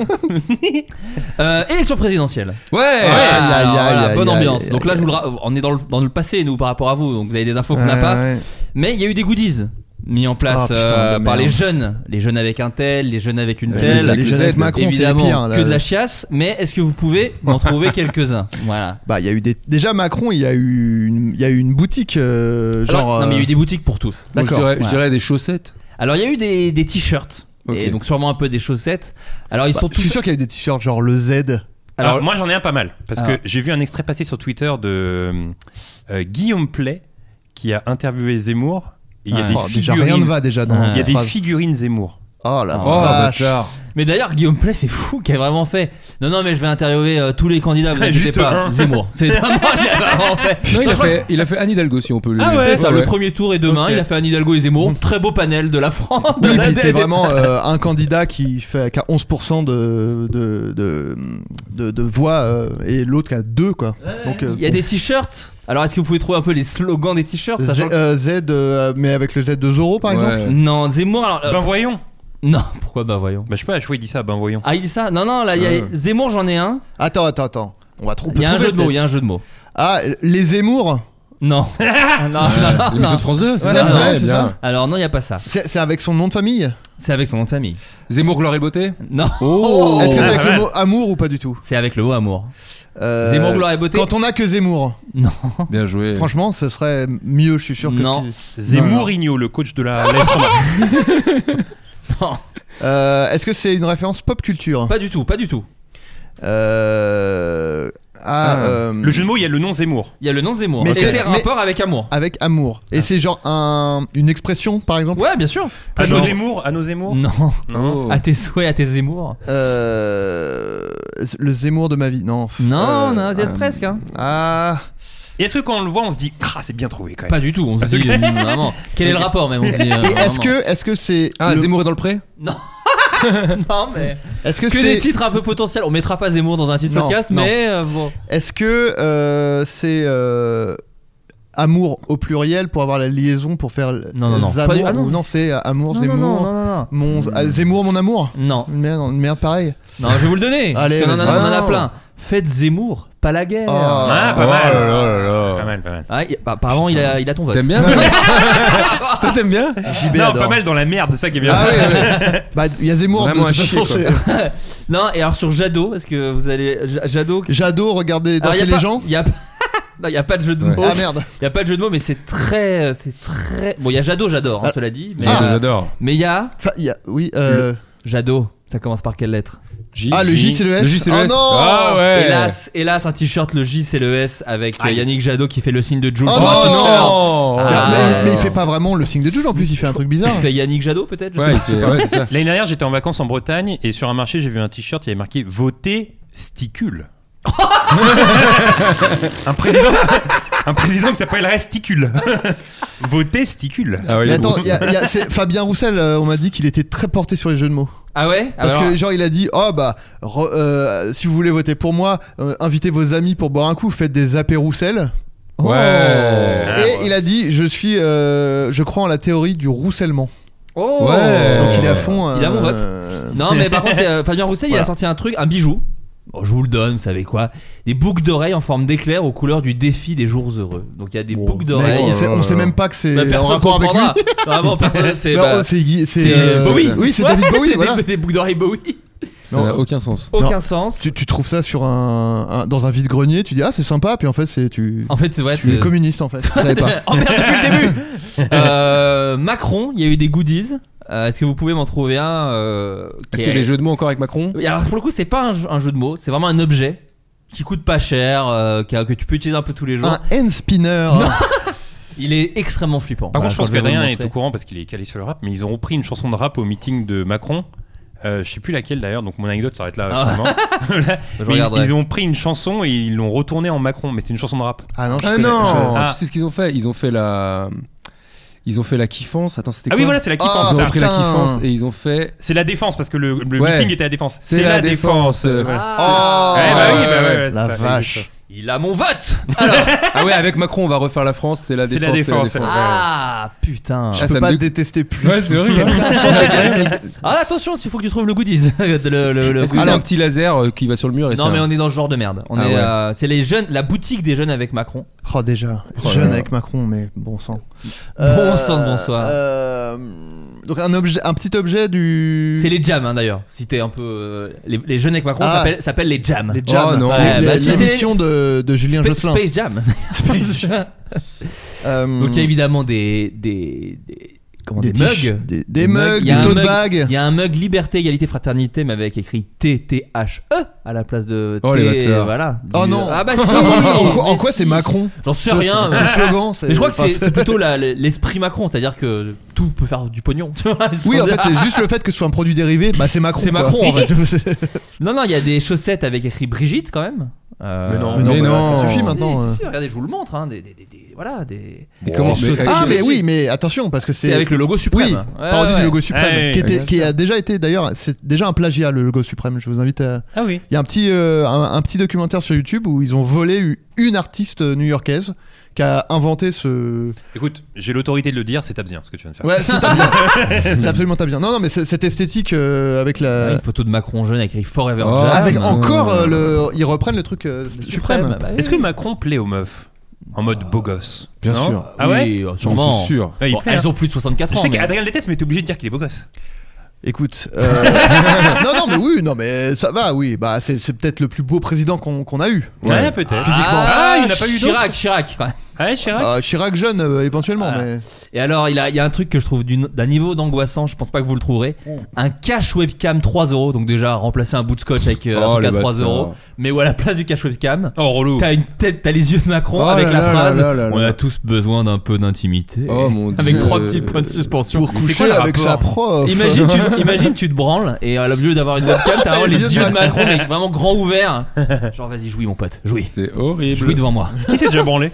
euh, élection présidentielle. Ouais. Ouais, aïe, alors, aïe, voilà, aïe, bonne aïe, ambiance. aïe, Donc là, aïe. je vous le ra- on est dans le, dans le passé, nous, par rapport à vous. Donc vous avez des infos qu'on n'a Ouais, pas. ouais. Mais il y a eu des goodies mis en place Ah, putain, euh, de par merde. les jeunes. Les jeunes avec un tel, les jeunes avec une Les telle. jeunes Les jeunes avec Macron, c'est les Évidemment, pires. là. que de la chiasse. Mais est-ce que vous pouvez m'en trouver quelques-uns? Voilà. Bah, il y a eu des. Déjà, Macron, il y a eu une, il y a eu une boutique, euh, Alors, genre. non, mais il y a eu euh, des boutiques pour tous. Moi, je D'accord. dirais, je Voilà. dirais des chaussettes. Alors, il y a eu des, des t-shirts. Ok. Et donc, sûrement un peu des chaussettes. Alors, ils bah, sont je suis tous. sûr qu'il y a eu des t-shirts genre le Z. Alors, Alors, moi j'en ai un pas mal parce Alors. que j'ai vu un extrait passer sur Twitter de euh, Guillaume Play qui a interviewé Zemmour et il y a Ouais. des Oh, déjà, figurines. rien ne va déjà dans Ouais. Il y a cette des phrase. figurines Zemmour. Oh la Oh vache. bâtard. mais d'ailleurs, Guillaume Play, c'est fou, qui a vraiment fait. Non, non, mais je vais interviewer euh, tous les candidats, vous inquiétez Juste pas. un. Zemmour. C'est vraiment. Il a vraiment fait. Non, il Je a crois fait, il a fait Anne Hidalgo si on peut le Ah le- ouais. C'est ça, ouais. le premier tour est demain. Ok. Il a fait Anne Hidalgo et Zemmour. Très beau panel de la France. de Oui, la- puis c'est des- vraiment euh, un candidat qui fait qui a onze pour cent de de, de, de, de voix euh, et l'autre qui a deux quoi. Donc euh, Il y a bon. des t-shirts. Alors, est-ce que vous pouvez trouver un peu les slogans des t-shirts Z, sachant que- euh, Z euh, mais avec le Z de Zorro par Ouais. exemple. Non, Zemmour. Alors, euh, Ben voyons. non, pourquoi bah voyons. Bah je sais pas, je vois il dit ça, ben voyons. Ah, il dit ça. Non, non, là, il y a Ouais. Zemmour, j'en ai un. Attends attends attends. On va trop. Il y a un jeu de mots. Il y a un jeu de mots. Ah les Zemmour. Non. non, non, non, L'émission non. de France deux, c'est Ouais, ça non, ouais, c'est bien. ça. Alors non, il y a pas ça. C'est c'est avec son nom de famille. C'est avec son nom de famille. Zemmour, gloire et beauté. Non. Oh. Est-ce que c'est avec pas le mal. mot amour ou pas du tout? C'est avec le mot amour. Euh, Zemmour, gloire et beauté. Quand on a que Zemmour, Non. Bien joué. franchement, ce serait mieux, je suis sûr que. Non. ce qui- Zemmourigno, le coach de la l'A S Roma. Non. Euh, Est-ce que c'est une référence pop culture? Pas du tout. Pas du tout. Euh... Ah, Ah. euh, Le jeu de mots, il y a le nom Zemmour. Il y a le nom Zemmour. Mais Et c'est- c'est mais- rapport avec amour. avec amour. Et c'est genre un, une expression, par exemple. Ouais, bien sûr. À nos Genre- Zemmour, à nos Zemmour. Non. Non. Oh. À tes souhaits, à tes Zemmour. Euh... Le Zemmour de ma vie, non. Non, Euh, non, vous y êtes euh, presque. Hein. Ah, Et est-ce que quand on le voit, on se dit ah c'est bien trouvé quand même. Pas du tout. On se dit euh, vraiment. Quel est le rapport même? On se dit. euh, et est-ce vraiment. que, est-ce que c'est, Ah, le- Zemmour est dans le pré. Non. non mais. est-ce que, Que c'est, des titres un peu potentiels. On mettra pas Zemmour dans un titre Non, podcast, non. mais euh, bon. est-ce que euh, c'est euh, amour au pluriel pour avoir la liaison pour faire Non, non, non. Zamour, Pas du- ah non. ou non, c'est euh, amour, Non, Zemmour, non, non, non, non, non. mon ah, Zemmour, mon amour. Non. Une merde, une merde pareille. Non, je vais vous le donner. Allez, Parce que non, vas-y. non, non, on en a Non. plein. Faites Zemmour, pas la guerre. Oh. Ah pas Oh mal. là là là là. Pas mal, pas mal. Ah, y- bah, apparemment, il a, il a ton vote. T'aimes bien? Toi, t'aimes bien? J B Non, adore. pas mal dans la merde, c'est ça qui est bien. Ah ouais, ouais. Bah, il y a Zemmour. Vraiment de à toute chier, façon, quoi. c'est- Non, et alors sur Jadot, est-ce que vous allez. J- Jadot. Jadot, regardez Alors, y danser a les pas- gens. y a... Non, il y a pas de jeu de Ouais. mots. Ah merde. Il y a pas de jeu de mots, mais c'est très, c'est très. Bon, il y a Jadot, j'adore, hein, Ah. cela dit. Mais, Ah, euh, j'adore. mais il y a Enfin, il y a, oui. Euh... Jadot. Ça commence par quelle lettre? J, Ah, le J, c'est le S. Le J, c'est le Oh S. non. Ah ouais. Hélas, hélas, un t-shirt, le J, c'est le S, avec euh, Yannick Jadot qui fait le signe de Jules. Oh sur le non, t-shirt. non. Mais- Ah, mais, ouais. mais il fait pas vraiment le signe de Jules en plus, il fait un truc bizarre. Il fait Yannick Jadot peut-être, je Ouais, sais il pas. fait- ouais, c'est ça. L'année dernière, j'étais en vacances en Bretagne et sur un marché, j'ai vu un t-shirt, il y avait marqué Voter Sticule. un président, un président qui s'appelle Resticule. Voter Sticule. Ah ouais, il Mais est attends, bon. il y a- il y a- c'est Fabien Roussel, euh, on m'a dit qu'il était très porté sur les jeux de mots. Ah ouais. Parce Alors, que genre il a dit oh bah re- euh, si vous voulez voter pour moi, euh, invitez vos amis pour boire un coup, faites des apés Roussel. oh. Ouais. Ah, Et ouais. il a dit je suis euh, je crois en la théorie du roussellement. Oh. Ouais. Donc il est à fond. Il a mon vote. euh, Non, mais par contre, euh, Fabien Roussel, il Voilà. a sorti un truc, un bijou. Bon, je vous le donne, vous savez quoi? Des boucles d'oreilles en forme d'éclair aux couleurs du défi des jours heureux. Donc il y a des Bon, boucles mec, d'oreilles. on, sait, on sait même pas que c'est Bah, en personne rapport avec comprendra. lui. Vraiment, personne. C'est Non, bah, c'est c'est- c'est euh, Bowie. Oui, c'est Ouais, David Bowie. c'est Voilà. des, des boucles d'oreilles Bowie. Ça n'a aucun sens. Aucun Non. sens. Tu, tu trouves ça sur un, un- dans un vide-grenier, tu dis ah c'est sympa, puis en fait c'est tu. En fait, c'est vrai. Tu es communiste en fait. Tu savais pas. Oh merde, depuis le début. euh, Macron, il y a eu des goodies. Euh, Est-ce que vous pouvez m'en trouver un euh, qui Est-ce qu'il y a est- des jeux de mots encore avec Macron? Et alors pour le coup, c'est pas un jeu, un jeu de mots, c'est vraiment un objet qui coûte pas cher, euh, qui a- que tu peux utiliser un peu tous les jours. Un hand spinner. Il est extrêmement flippant. Par contre, je pense Voilà, je vais qu'Adrien vous le est montrer. au courant parce qu'il est calé sur le rap, mais ils ont repris une chanson de rap au meeting de Macron. Euh, je sais plus laquelle d'ailleurs, donc mon anecdote s'arrête là. Ah. Vraiment. Voilà. Je Mais ils, regarderai. ils ont pris une chanson et ils l'ont retournée en Macron, mais c'est une chanson de rap. Ah non, je Ah connais- non. je- Ah. Tu sais ce qu'ils ont fait? Ils ont fait la. Ils ont fait la kiffance. Attends, c'était Ah quoi? oui, voilà, c'est la kiffance. Ah, Ils ont ça. repris la putain. kiffance et ils ont fait. C'est la défense parce que le, le Ouais. meeting était à la défense. C'est la défense. euh, Ah. Oh, Ouais, bah oui, bah ouais, ouais, la c'est ça, vache. Il a mon vote. Alors. Ah ouais, avec Macron, on va refaire la France. C'est la C'est défense. la défense, c'est la ouais. Ah putain. Je Ah, peux ça pas me te dé- détester plus. Ouais, c'est horrible. Ah attention, il faut que tu trouves le goodies. De le- le- le Est-ce que goodies. c'est un petit laser euh, qui va sur le mur et Non ça... mais on est dans ce genre de merde. On Ah est, ouais. euh, c'est les jeunes, la boutique des jeunes avec Macron. Oh déjà, Oh jeune là là. avec Macron, mais bon sang. Bon sang de bonsoir. euh, donc un objet, un petit objet du. C'est les jams hein, d'ailleurs. Si t'es un peu euh, les, les jeunes avec Macron Ah. s'appellent s'appellent les jams. Les jams. Oh non. Ouais, Les- bah, les- si, c'est- L'émission de, de Julien Spa- Josselin. Space Jam. Space Jam. Euh, Donc il y a évidemment des des, des comment des, des tiches- mugs. des, des mugs, Il y a des un tote mug- bags. Il y a un mug liberté, égalité, fraternité, mais avec écrit T T H E à la place de Oh, T. les bâtards. Voilà. Oh Du- non. Ah bah si. en quoi, en mais quoi si. c'est Macron? J'en sais Ce- rien. Ce mais- slogan, c'est. Mais je crois que c'est enfin, c'est plutôt la- l'esprit Macron, c'est-à-dire que tout peut faire du pognon. tu vois, ils se Oui, sont en dit, fait, c'est juste le fait que ce soit un produit dérivé. Bah, c'est Macron. C'est quoi. Macron, en fait. Non, non, il y a des chaussettes avec écrit Brigitte quand même. Euh, Mais non. Mais non, Mais mais là, non. ça suffit si, maintenant. si, euh. si, regardez, je vous le montre. Hein, des, des, des, des- voilà, des. Mais comment- mais- chaussettes Ah, mais Brigitte. oui, mais attention, parce que c'est. C'est avec le logo suprême. Oui, Ouais, parodie ouais. du logo suprême, Ouais, qui, ouais, était, ouais. qui a déjà été d'ailleurs, c'est déjà un plagiat le logo suprême. Je vous invite à. Ah oui. Il y a un petit, euh, un, un petit documentaire sur YouTube où ils ont volé une artiste new-yorkaise qui a inventé ce. Écoute, j'ai l'autorité de le dire, c'est t'as bien ce que tu viens de faire. Ouais, c'est t'as bien. C'est absolument t'as bien. Non, non, mais c'est- cette esthétique euh, avec Ouais, la. Une photo de Macron jeune avec écrit Forever Oh. Jam. Avec Ah, encore non. euh, le. Ils reprennent le truc euh, suprême. Bah, Est-ce que Macron plaît aux meufs en mode beau gosse? Bien Non sûr. Ah ouais Oui, sûrement. C'est sûr. Ouais, il Bon, plaît, elles hein. ont plus de soixante-quatre Je ans. sais mais- qu'Adrien le déteste, mais t'es obligé de dire qu'il est beau gosse. Écoute, euh, non, non, mais oui, non, mais ça va, oui. Bah, c'est c'est peut-être le plus beau président qu'on qu'on a eu. Ouais, Ouais. peut-être. Physiquement. Ah, il n'y en a pas eu d'autres. Chirac, Chirac quand même. Ah, Chirac. Euh, Chirac jeune, euh, éventuellement, Voilà. mais. Et alors, il a- il y a un truc que je trouve d'une- d'un niveau d'angoissant, je pense pas que vous le trouverez. Un cache webcam trois euros, donc déjà remplacer un bout de scotch avec euh, un Oh, truc à le trois bâtard. euros. Mais où à la place du cache webcam, Oh, relou. t'as une tête, t'as les yeux de Macron Oh avec là la là phrase là là là on là. a tous besoin d'un peu d'intimité. Oh, mon Avec Dieu. trois petits points de suspension. Pour Mais c'est coucher quoi le avec rapport sa prof. Imagine tu, imagine, tu te branles et euh, au lieu d'avoir une webcam, t'as vraiment les yeux de Macron, mais vraiment grand ouvert. Genre, vas-y, jouis, mon pote, jouis. C'est horrible. Jouis devant moi. Qui s'est déjà branlé?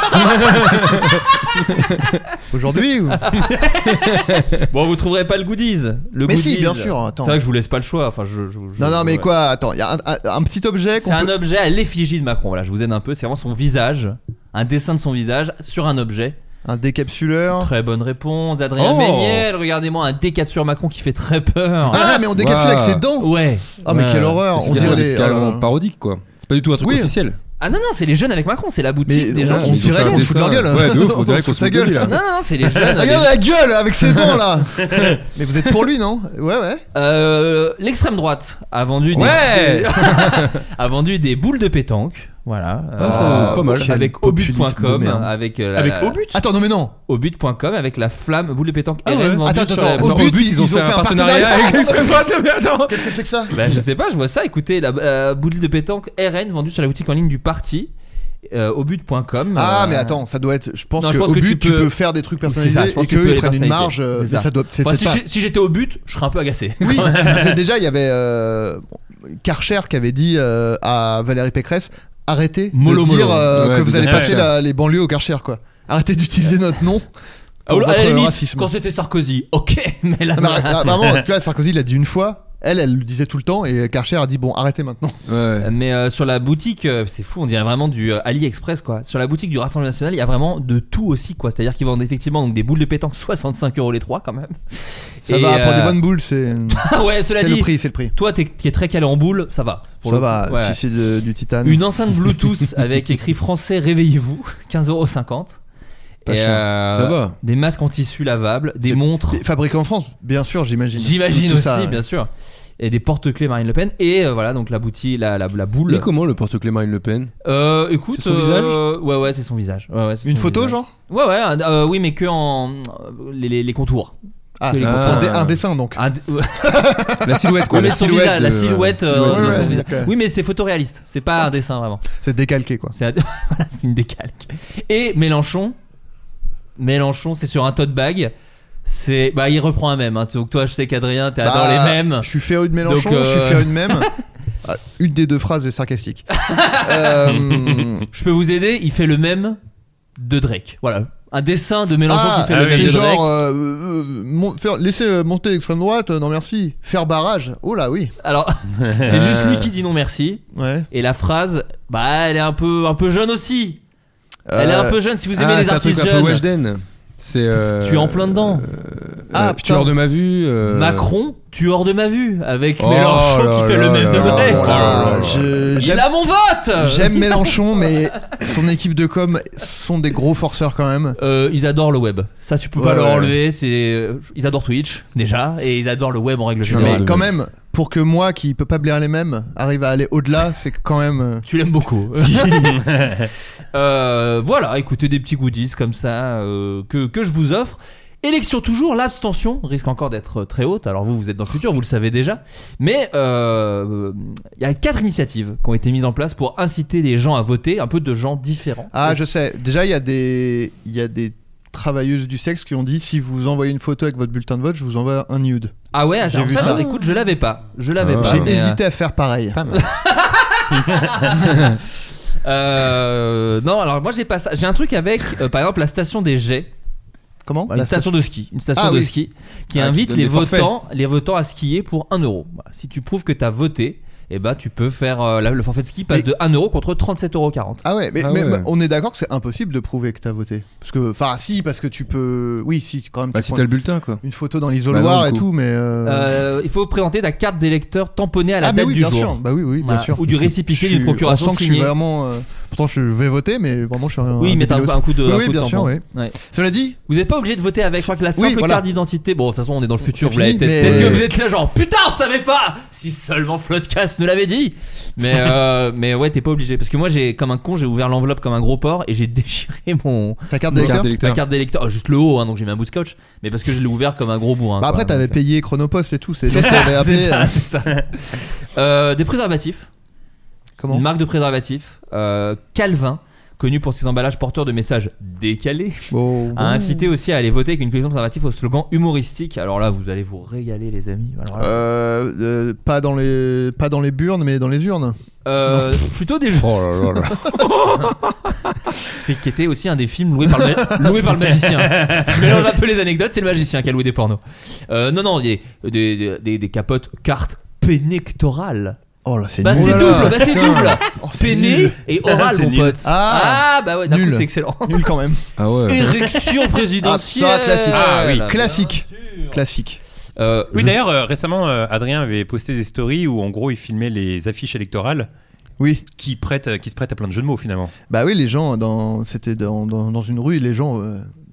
Aujourd'hui ou... Bon, vous trouverez pas le goodies. Le Mais si, goodies, bien sûr, attends. C'est vrai que je vous laisse pas le choix. Enfin, je, je- je- Non, non, mais ouais. quoi, attends, il y a un, un- un petit objet C'est qu'on un peut. objet à l'effigie de Macron. Voilà, je vous aide un peu. C'est vraiment son visage, un dessin de son visage sur un objet. Un décapsuleur. Très bonne réponse d'Adrien Oh. Méniel. Regardez-moi un décapsuleur Macron qui fait très peur. Ah, mais on décapsule Wow. avec ses dents. Ouais. Ah, mais Ouais. quelle horreur. C'est On dirait carrément- les. c'est carrément euh, parodique, quoi. C'est pas du tout un truc Oui. officiel. Ah non, non, c'est les jeunes avec Macron. C'est la boutique Mais des on- gens on qui se dirait fait un qu'on se fout de leur dessin. gueule. Ouais, de ouf, on dirait On qu'on se se fout fout de de sa lui, Non, là. non, c'est les jeunes. Regarde avec- la gueule avec ses dents là. Mais vous êtes pour lui, non? Ouais, ouais. Euh, L'extrême droite a vendu des, Ouais. a vendu des boules de pétanque. Voilà. Ah, ça, pas mal. quel Avec obut point populisme de com, merde. avec euh, la, Avec la- Obut Attends, non mais non. obut point com avec la flamme boule de pétanque Ah R N ouais. vendue Attends, sur la- attends, Attends, Obut, Obut, ils ont fait un partenariat avec l'extrême droite. Mais attends. Qu'est-ce que c'est que ça? Bah, je sais pas, je vois ça. Écoutez, la, la boule de pétanque R N vendue sur la boutique en ligne du parti, euh, obut point com. Ah euh, mais attends, ça doit être. Je pense Non, que je pense au que but tu tu peux- peux faire des trucs C'est personnalisés ça, je pense et que tu peux qu'eux ils les prennent une personnaliser. marge. C'est Mais ça. ça doit. C'est Enfin, peut-être si pas. j'ai- si j'étais au but, je serais un peu agacé. Oui, parce que déjà il y avait euh, Karcher qui avait dit euh, à Valérie Pécresse arrêtez Mollo, de dire mollo. euh, Ouais, que vous de allez dire passer Karcher. la- les banlieues au Karcher quoi. Arrêtez d'utiliser notre nom Ah, pour à la votre limite, racisme. quand c'était Sarkozy, ok, mais là, Ah, bah, ah, vraiment, tu vois, Sarkozy il l'a dit une fois, elle elle le disait tout le temps et Karcher a dit bon arrêtez maintenant. Ouais. Mais euh, sur la boutique, euh, c'est fou, on dirait vraiment du euh, AliExpress quoi. Sur la boutique du Rassemblement National, il y a vraiment de tout aussi quoi. C'est-à-dire qu'ils vendent effectivement donc des boules de pétanque soixante-cinq euros les trois quand même. Ça Et, va pour euh, des bonnes boules, c'est Ah ouais, cela c'est dit, le prix, c'est le prix. toi t'es, qui es très calé en boules, ça va. Pour Ça le va, coup, ouais. si c'est de- du titane. Une enceinte Bluetooth avec écrit français réveillez-vous, quinze euros cinquante. Pas Et cher. euh, Ça va. des masques en tissu lavables, des C'est- montres, Des- Fabriqués en France, bien sûr, j'imagine. j'imagine Tout aussi ça, ouais. bien sûr, et des porte-clés Marine Le Pen et euh, voilà donc la boutique, la, la, la boule. Mais comment le porte-clés Marine Le Pen? Euh, écoute, C'est son euh, ouais ouais c'est son visage. Ouais, ouais, c'est Une son photo, visage. genre Ouais ouais, un- euh, oui mais que en les, les, les contours. Ah, Que les un, contours. dé- un dessin donc. Un dé- ouais, La silhouette quoi. mais la son silhouette visage, la de- silhouette. euh, silhouette de ouais, son ouais, visage. ok. Oui mais c'est photoréaliste, c'est pas un dessin vraiment. C'est décalqué quoi. C'est un- voilà, c'est une décalque. Et Mélenchon, Mélenchon, c'est sur un tote bag. C'est bah il reprend un mème. Hein. Donc toi je sais qu'Adrien t'es Bah, dans les mèmes. Je suis féru de Mélenchon, Donc, euh, je suis féru de même. Ah, une des deux phrases est sarcastique. euh... Je peux vous aider. Il fait le mème de Drake. Voilà, un dessin de Mélenchon Ah, qui fait le ah même oui. de c'est Drake. genre euh, euh, mon- faire, laisser euh, monter l'extrême droite, euh, non merci. Faire barrage, oh là oui. Alors c'est juste lui qui dit non merci. Ouais. Et la phrase, bah elle est un peu un peu jeune aussi. Elle est Euh, un peu jeune. Si vous aimez Ah, les c'est un truc artistes un peu jeunes. Weshden. C'est. euh, Tu es en plein dedans. Ah, euh, putain. tueur de ma vue. euh, Macron, tu es hors de ma vue avec Oh Mélenchon là qui fait là le même là de là Drake. là bon, là là, là. je- Il j'aime a mon vote. j'aime Mélenchon, mais son équipe de com sont des gros forceurs quand même. Euh, ils adorent le web. Ça, tu peux Ouais, pas leur ouais. enlever. C'est, ils adorent Twitch déjà, et ils adorent le web en règle Non, générale. mais quand même, pour que moi qui peut pas blaire les mêmes arrive à aller au-delà, c'est quand même. euh, Tu l'aimes beaucoup. Euh, voilà, écoutez des petits goodies comme ça euh, que, que je vous offre. Élection toujours, l'abstention risque encore d'être très haute. Alors vous, vous êtes dans le futur, vous le savez déjà. Mais il euh, y a quatre initiatives qui ont été mises en place pour inciter les gens à voter, un peu de gens différents. Ah, je sais. Déjà, il y a des, il y a des travailleuses du sexe qui ont dit si vous envoyez une photo avec votre bulletin de vote, je vous envoie un nude. Ah ouais, J'ai alors vu ça, ça. écoute, je l'avais pas. Je l'avais Ah, pas. J'ai mais, euh, hésité à faire pareil. Pas mal. Euh, non, alors moi j'ai pas ça. J'ai un truc avec, euh, par exemple, la station des Jets. Comment Une La station de ski, une station Ah de oui. ski qui Ah, qui invite donne les des forfaits. votants, les votants à skier pour un euro. Voilà. Si tu prouves que tu as voté, eh ben, tu peux faire euh, la- le forfait de ski passe Mais- de un euro contre trente-sept euros quarante. Ah ouais, mais, Ah mais- ouais. mais on est d'accord que c'est impossible de prouver que t'as voté. Parce que, enfin, si, parce que tu peux. Oui, si, quand même. Bah, tu si prends t'as le bulletin quoi. une photo dans l'isoloir Bah non, et du coup. tout, mais. euh, Euh, il faut présenter ta carte d'électeur tamponnée à la ah, mais date oui, du bien jour. sûr. Bah oui, oui, bien Voilà. sûr. Ou du récépissé Je d'une suis- procuration on sent que je suis signée. vraiment. euh, Pourtant, je vais voter, mais vraiment, je suis un. Oui, mais t'as un, débile un coup de. aussi. un Oui, coup oui, de bien sûr, tampon. oui. Ouais. Cela dit, Vous n'êtes pas obligé de voter avec. Je crois que la Oui, simple voilà. carte d'identité. Bon, de toute façon, on est dans le futur. C'est Vous l'avez fini, peut-être. mais- Peut-être que vous êtes là, genre putain, on savait pas. Si seulement Floodcast nous l'avait dit. Mais euh, mais ouais, t'es pas obligé. Parce que moi, j'ai comme un con, j'ai ouvert l'enveloppe comme un gros porc et j'ai déchiré mon. ta carte Mon d'électeur. carte d'électeur. Ma carte d'électeur, oh, juste le haut, hein, donc j'ai mis un bout de scotch, mais parce que je l'ai ouvert comme un gros bourrin. Bah après, quoi, t'avais donc, payé Chronopost et tout. C'est C'est donc ça, t'avais appelé. c'est ça, euh, c'est ça. Euh, des préservatifs, Comment une marque de préservatifs, euh, Calvin, connu pour ses emballages porteurs de messages décalés, Bon. a incité aussi à aller voter avec une collection de préservatifs au slogan humoristique. Alors là, vous allez vous régaler, les amis. Alors là, Euh, euh, pas dans les pas dans les burnes, mais dans les urnes. euh, plutôt des jeux. Oh là là là. C'est qui était aussi un des films loués par le, ma- loué par le magicien. Je mélange un peu les anecdotes, c'est le magicien qui a loué des pornos. Euh, non, non, des, des, des, des capotes cartes pénectorales. Oh là, c'est Bah nul. c'est Oh là double, là, bah c'est putain. double. Oh, c'est Péné nul. et oral, C'est mon nul. pote. Ah, bah ouais, d'un coup nul. c'est excellent. Nul quand même. Ah ouais. Érection présidentielle. Ah, ça, classique. Ah oui. Bien Classique. sûr. Classique. Euh, Oui, je- d'ailleurs, euh, récemment, euh, Adrien avait posté des stories où, en gros, il filmait les affiches électorales Oui. qui, prêtent, euh, qui se prêtent à plein de jeux de mots, finalement. Bah oui, les gens dans c'était dans, dans, dans une rue, les gens euh,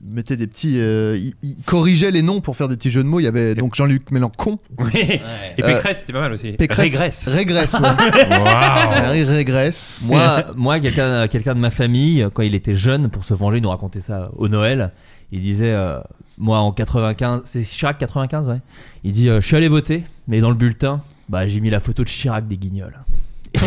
mettait des petits, euh, il, il corrigeait les noms pour faire des petits jeux de mots. Il y avait donc Jean-Luc Mélenchon. Oui. Et Pécresse, euh, c'était pas mal aussi. Pécresse, régresse. Régresse. Ouais. Wow. Il régresse. Moi, moi, quelqu'un, quelqu'un de ma famille, quand il était jeune, pour se venger, il nous racontait ça au Noël. Il disait, euh, moi en quatre-vingt-quinze, c'est Chirac quatre-vingt-quinze, ouais. Il dit, euh, je suis allé voter, mais dans le bulletin, bah j'ai mis la photo de Chirac des Guignols. Oh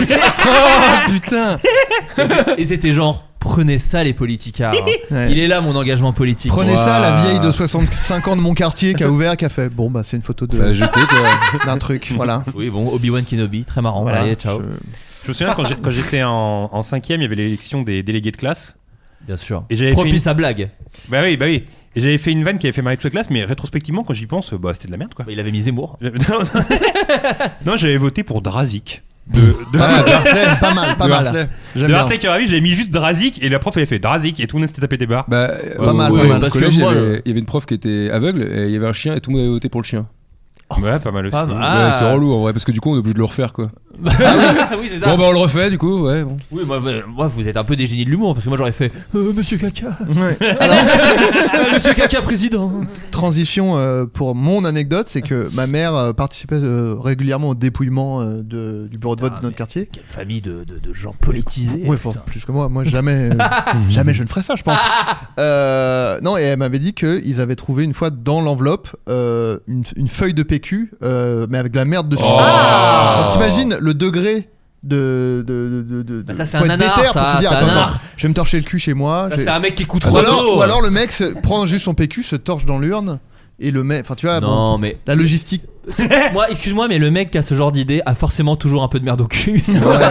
putain. Et c'était genre, prenez ça les politicards. Ouais. Il est là mon engagement politique. Prenez wow. ça la vieille de soixante-cinq ans de mon quartier qui a ouvert, qui a fait. Bon bah c'est une photo de. Ça a jeté quoi. D'un truc, voilà. Oui bon, Obi-Wan Kenobi, très marrant. Voilà, allez, ciao. Je... je me souviens quand, j'ai, quand j'étais en, en cinquième, il y avait l'élection des délégués de classe. Bien sûr. Et j'avais Propice fait une... à blague. Bah oui, bah oui. Et j'avais fait une vanne qui avait fait marrer toute la classe, mais rétrospectivement, quand j'y pense, bah c'était de la merde quoi. Bah, il avait mis Zemmour. non, non. non, j'avais voté pour Drazik. De, de... Ah, de pas mal, pas mal. J'aime de Hartley qui arrive, j'avais mis juste Drazik et la prof avait fait Drazik et tout le monde s'était tapé des barres. Bah, pas euh, mal, ouais, pas mal. Au collège, il y, avait, il y avait une prof qui était aveugle et il y avait un chien et tout le monde avait voté pour le chien. Ouais, pas mal aussi. Pas mal. Ouais, ah. c'est relou en vrai parce que du coup on est obligé de le refaire quoi. Ah oui, oui, c'est ça. Bon bah on le refait du coup, ouais. Bon. Oui, moi, moi vous êtes un peu des génies de l'humour parce que moi j'aurais fait euh, Monsieur Caca. Ouais. Alors, Monsieur Caca président. Transition euh, pour mon anecdote, c'est que ma mère euh, participait euh, régulièrement au dépouillement euh, de, du bureau de vote ah, de notre quartier. Quelle famille de, de, de gens politisés. Ouais, enfin, plus que moi. Moi jamais, euh, jamais je ne ferais ça, je pense. Euh, non, et elle m'avait dit qu'ils avaient trouvé une fois dans l'enveloppe euh, une, une feuille de P Q, euh, mais avec de la merde dessus. Oh. Ah. Donc t'imagines le degré de de de de, bah ça c'est faut un être nanar, déter ça, pour se dire c'est attends, un attends, je vais me torcher le cul chez moi. Ça j'ai... c'est un mec qui coûte ou trois alors, euros. ou alors le mec se, prend juste son P Q, se torche dans l'urne et le met, enfin tu vois, non bon, mais la logistique. Moi, excuse-moi, mais le mec qui a ce genre d'idée a forcément toujours un peu de merde au cul.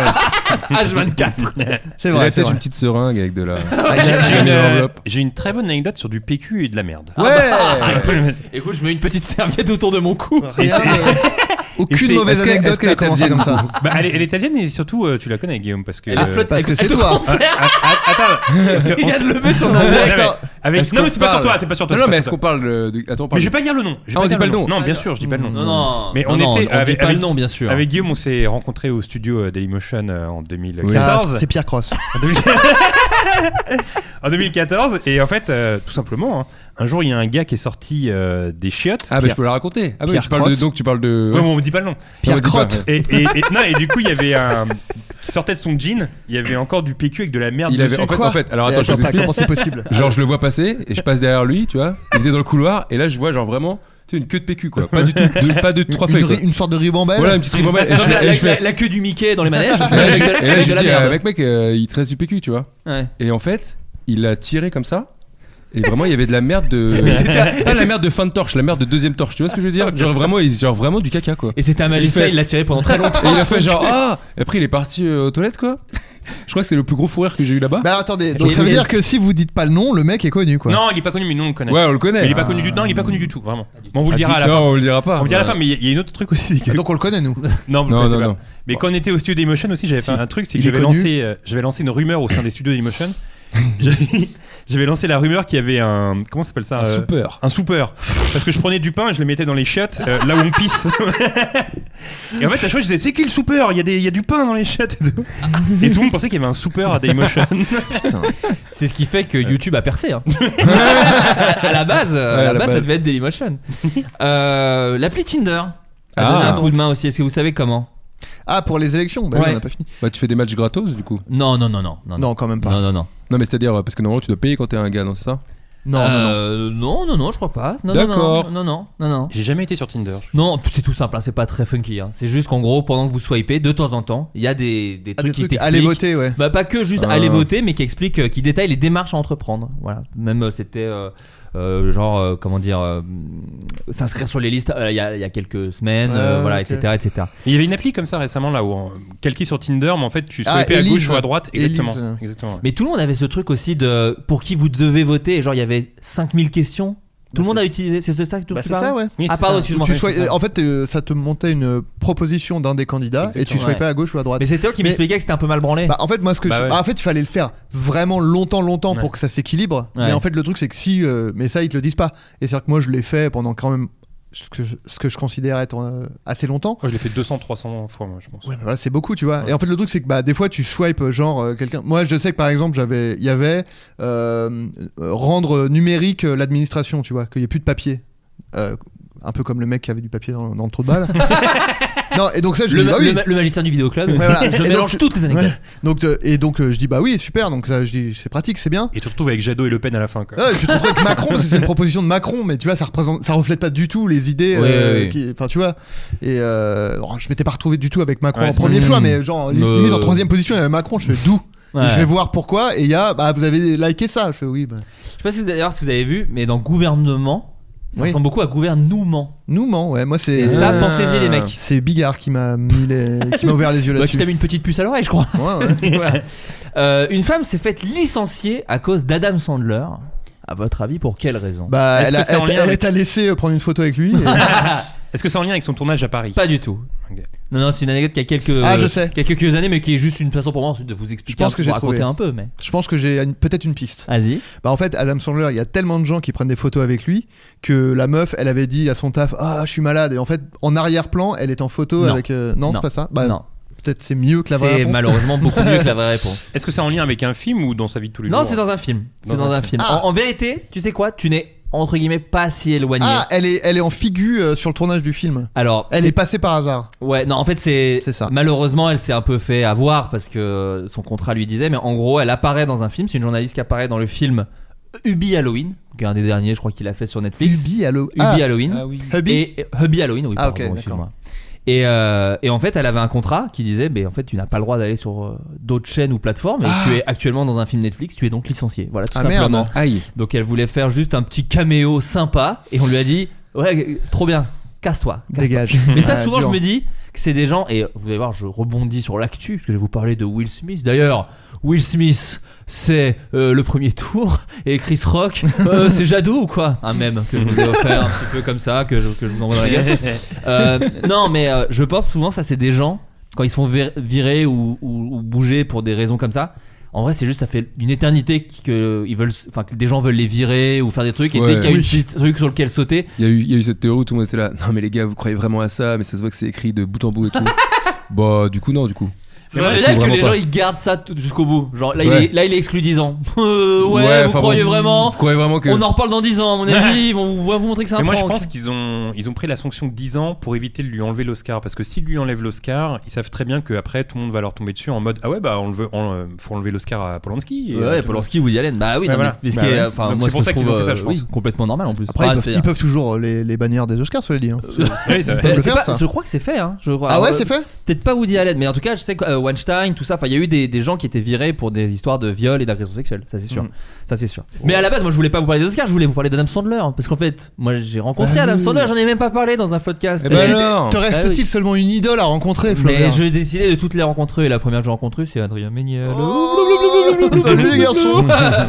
H vingt-quatre. C'est vrai. Il a peut-être une petite seringue avec de la. Ah, j'ai, j'ai, une, euh, j'ai une très bonne anecdote sur du P Q et de la merde. Ouais. Ah bah, écoute, je mets une petite serviette autour de mon cou. Rien de... Aucune mauvaise est-ce anecdote n'a commencé comme ça. Bah, elle, est, elle est italienne et surtout euh, tu la connais Guillaume parce que. Elle euh, parce que c'est elle toi. Ah, ah, attends. Parce que il vient s... de lever son index. Avec... Non mais c'est pas sur toi, c'est pas sur toi. Non, non mais est-ce qu'on parle de. Attends, mais je vais pas dire le nom. Ah, on dit pas le nom. Non, bien sûr, je dis pas le nom. Non, non. Mais on non, était. on dit avec, pas avec, le nom, bien sûr. Avec Guillaume, on s'est rencontrés au studio Dailymotion en deux mille quatorze. Ah, c'est Pierre Cross. En deux mille quatorze et en fait, euh, tout simplement, hein, un jour il y a un gars qui est sorti euh, des chiottes. Ah bah Pierre... je peux la raconter. Ah bah Pierre tu parles de, donc tu parles de. Ouais, bon, on me dit pas le nom. Pierre Crotte. Et, et, et, non et du coup il y avait un qui sortait de son jean, il y avait encore du P Q avec de la merde. Il avait dessus. en fait, Quoi en fait, alors attends, attends, je vous explique. comment c'est possible? Genre je le vois passer et je passe derrière lui, tu vois. Il était dans le couloir et là je vois genre vraiment. Une queue de P Q quoi, pas du tout, de, pas de trois une, feuilles. Une, une sorte de ribambelle. Voilà une petite ribambelle. Et je fais, la, et la, je fais... la, la queue du Mickey dans les manèges. Et là je, et là, je de la dis, merde. euh, mec mec, euh, il te reste du P Q, tu vois. Ouais. Et en fait, il l'a tiré comme ça. Et vraiment, il y avait de la merde de. Pas la merde de fin de torche, la merde de deuxième torche. Tu vois ce que je veux dire? Genre vraiment, il genre vraiment du caca quoi. Et c'était un magicien, il l'a tiré pendant très longtemps. Et il a fait genre ah. Et après, il est parti euh, aux toilettes quoi. Je crois que c'est le plus gros fou rire que j'ai eu là-bas. Bah attendez, donc ça veut dire que si vous dites pas le nom, le mec est connu quoi. Non, il est pas connu, mais nous on le connaît. Ouais, on le connaît. Mais il est pas connu du tout. Non, il est pas connu du tout, vraiment. Bon, on vous le Ah, dira à la non, fin. on le dira pas. On le dira à la Ouais. fin, mais il y a une autre truc aussi. Que... Donc on le connaît nous. Non, vous Non, le connaissez non, pas. non. Mais quand on était au studio Dailymotion aussi, j'avais fait un truc, c'est que Il est j'avais connu. lancé, euh, j'avais lancé une rumeur au sein des studios Dailymotion. J'avais j'avais lancé la rumeur qu'il y avait un comment ça s'appelle ça Un euh, soupeur. un soupeur parce que je prenais du pain et je le mettais dans les chiottes euh, là où on pisse et en fait à chaque fois je disais c'est qui le soupeur, il y a des il y a du pain dans les chiottes et tout, et tout le monde pensait qu'il y avait un soupeur à Dailymotion. Putain. C'est ce qui fait que YouTube a percé. Hein. à la base, à Ouais, la à la base, base. ça devait être Dailymotion. Euh, L'appli Tinder a Ah. donné un coup de main aussi. Est-ce que vous savez comment? Ah pour les élections, bah Ouais. oui, on a pas fini. Bah, tu fais des matchs gratos du coup. Non, non, non, non, non, Non quand même pas. non, non, non. Non, mais c'est-à-dire parce que normalement tu dois payer quand t'es un gars, non, c'est ça? Non non non. Euh, non, non, non, je crois pas. Non, D'accord. Non, non, non, non, non. J'ai jamais été sur Tinder. Non, c'est tout simple, hein, c'est pas très funky. Hein. C'est juste qu'en gros, pendant que vous swipez, de temps en temps, il y a des, des Ah, trucs des qui trucs, t'expliquent. allez voter ouais. Bah pas que juste Ah. aller voter, mais qui explique, euh, qui détaille les démarches à entreprendre. Voilà. Même euh, c'était euh, euh, genre euh, comment dire, euh, s'inscrire sur les listes euh, il y, a, il y a quelques semaines, euh, Ouais, voilà, ok. et cetera, et cetera. Il y avait une appli comme ça récemment là où on... calqué sur Tinder, mais en fait tu Ah, swipais à Élise. gauche ou à droite. Exactement. Élise. Exactement. Ouais. Mais tout le monde avait ce truc aussi de pour qui vous devez voter. Et genre il y avait cinq mille questions. Tout le monde a utilisé. C'est ça que tu Bah tu c'est parles ça ouais. Oui, Ah c'est pardon, ça. excuse-moi. Tu Ouais, soi- c'est ça. en fait euh, ça te montait une proposition d'un des candidats et tu Exactement. swipais Ouais. à gauche ou à droite. Mais c'était toi qui Mais- m'expliquait que c'était un peu mal branlé. Bah en fait moi ce que Bah je... ouais. ah, en fait il fallait le faire vraiment longtemps longtemps Ouais. pour que ça s'équilibre. Ouais. Mais en fait le truc c'est que si euh, mais ça ils te le disent pas. Et c'est-à-dire que moi je l'ai fait pendant quand même ce que je, ce que je considère être euh, assez longtemps. Moi, je l'ai fait deux cents trois cents fois, moi, je pense. Ouais, bah voilà, c'est beaucoup, tu vois. Ouais. Et en fait, le truc, c'est que bah, des fois, tu swipes genre euh, quelqu'un. Moi, je sais que par exemple, j'avais, il y avait euh, rendre numérique euh, l'administration, tu vois, qu'il n'y ait plus de papier. Euh, un peu comme le mec qui avait du papier dans, dans le trou de balle. Non, et donc ça, je le, dis bah ma- oui. le, ma- le magicien du vidéoclub. Ouais, voilà. Je Et mélange donc, toutes les anecdotes. ouais. Donc, euh, et donc, euh, je dis bah oui, super. Donc, ça, je dis c'est pratique, c'est bien. Et tu te retrouves avec Jadot et Le Pen à la fin, quoi. Ouais, tu te retrouves avec Macron parce que c'est une proposition de Macron, mais tu vois, ça représente, ça reflète pas du tout les idées. Ouais, euh, ouais, ouais. qui- Enfin, tu vois. Et euh, bon, je m'étais pas retrouvé du tout avec Macron Ouais, en c'est premier bon. choix, mais genre li- Euh. limite en troisième position, il y avait Macron. Je fais d'où Ouais. Et je vais voir pourquoi. Et il y a, bah, vous avez liké ça. Je fais oui. Bah. Je sais pas si vous, d'ailleurs, si vous avez vu, mais dans gouvernement, ça Oui. ressemble beaucoup à gouvernement. Nous ment, ouais. Moi, c'est. Et ça, euh, pensez-y, les mecs. C'est Bigard qui m'a mis les, qui m'a ouvert les yeux Bah, là-dessus. qui t'a mis une petite puce à l'oreille, je crois. Ouais, ouais. Voilà. Euh, une femme s'est faite licencier à cause d'Adam Sandler. À votre avis, pour quelle raison? Bah, Est-ce elle, que a- c'est en elle- lien elle avec- t'a laissé euh, prendre une photo avec lui. et- Est-ce que c'est en lien avec son tournage à Paris? Pas du tout. Ok. Non, non, c'est une anecdote qui a quelques, Ah, je sais. qui a quelques années, mais qui est juste une façon pour moi ensuite de vous expliquer, Je pense un- que pour j'ai raconter trouvé. un peu. Mais Je pense que j'ai une- peut-être une piste. vas-y. Bah en fait, Adam Sandler, il y a tellement de gens qui prennent des photos avec lui que la meuf, elle avait dit à son taf, ah, je suis malade. Et en fait, en arrière-plan, elle est en photo Non. avec. euh, Non, Non. c'est pas ça. Bah, non, peut-être c'est mieux que la vraie c'est réponse. malheureusement beaucoup mieux que la vraie réponse. Est-ce que c'est en lien avec un film ou dans sa vie de tous les Non, jours? c'est dans un film. C'est Dans dans un un film. Ah. En, en vérité, tu sais quoi? Tu n'es entre guillemets pas si éloigné. Ah, elle est, elle est en figure euh, sur le tournage du film. Alors, Elle c'est- est passée par hasard. ouais, non, en fait, c'est C'est ça. malheureusement, elle s'est un peu fait avoir parce que son contrat lui disait, mais en gros, elle apparaît dans un film. C'est une journaliste qui apparaît dans le film Ubi Halloween, qui est un des derniers, je crois qu'il a fait sur Netflix. Ubi, allo. Ubi Ah, Halloween. Ah oui. Hubby. Et, et- Hubby Halloween, oui, Ah, pardon, ok, d'accord. excuse-moi. Et, euh, et en fait, elle avait un contrat qui disait, ben en fait, tu n'as pas le droit d'aller sur euh, d'autres chaînes ou plateformes. Et Ah. tu es actuellement dans un film Netflix, tu es donc licencié. Voilà, tout Ah, simplement. merde. Aïe. Donc elle voulait faire juste un petit caméo sympa, et on lui a dit, ouais, trop bien, casse-toi. casse-toi. Dégage. Mais ça, Ah, souvent, dur. je me dis que c'est des gens, et vous allez voir, je rebondis sur l'actu, parce que je vais vous parler de Will Smith. D'ailleurs, Will Smith, c'est euh, le premier tour, et Chris Rock, euh, c'est Jadot ou quoi? Un mème que je vous ai offert un petit peu comme ça, que je, que je vous envoie dans la gueule. Euh, non, mais euh, je pense souvent, ça, c'est des gens, quand ils se font vir- virer ou, ou, ou bouger pour des raisons comme ça. En vrai, c'est juste, ça fait une éternité qu- que, ils veulent, enfin, que des gens veulent les virer ou faire des trucs, et Ouais. dès qu'il y a Oui. un petit truc sur lequel sauter, Il y, a eu, il y a eu cette théorie où tout le monde était là. Non, mais les gars, vous croyez vraiment à ça? Mais ça se voit que c'est écrit de bout en bout et tout. Bah, du coup, non, du coup. c'est vrai, génial que vraiment les pas. gens ils gardent ça tout- jusqu'au bout. Genre là, Ouais. il est, là il est exclu dix ans. Euh, ouais, vous enfin, croyez bon, vraiment? Vous croyez vraiment que. On en reparle dans dix ans, à mon avis. Ils vont vous, vont vous montrer que c'est un Mais moi je prank. pense qu'ils ont, ils ont pris la sanction de dix ans pour éviter de lui enlever l'Oscar. Parce que s'ils lui enlèvent l'Oscar, ils savent très bien qu'après tout le monde va leur tomber dessus en mode ah ouais, bah on le veut, on, euh, faut enlever l'Oscar à Polanski. Et, Ouais, euh, Polanski, Woody Allen. Bah oui, Ouais, non, voilà. mais, mais ce Bah qui est, ouais. enfin, Donc moi c'est ce pour que ça je qu'ils trouve, ont fait ça, euh, je pense. oui, complètement normal en plus. Après, Pas ils de peuvent, faire. ils peuvent toujours les, les bannières des Oscars, cela dit. Hein. Oui, ça va. peuvent Euh, le c'est faire, pas- ça. je crois que c'est fait, hein. Je crois. Ah ouais, Alors, c'est fait. Peut-être pas Woody Allen, mais en tout cas, je sais que euh, Weinstein, tout ça. Enfin, il y a eu des, des gens qui étaient virés pour des histoires de viol et d'agression sexuelle. Ça, c'est sûr. Mm. Ça, c'est sûr. Mais à la base, moi, je voulais pas vous parler des Oscars. Je voulais vous parler d'Adam Sandler, parce qu'en fait, moi, j'ai rencontré Bah Adam oui. Sandler. J'en ai même pas parlé dans un podcast. Eh ben Et alors te reste-t-il Ah oui. seulement une idole à rencontrer, Mais Flaubert? j'ai décidé de toutes les rencontrer. Et la première que j'ai rencontrée, c'est Adrien Méniel. Oh, salut les garçons.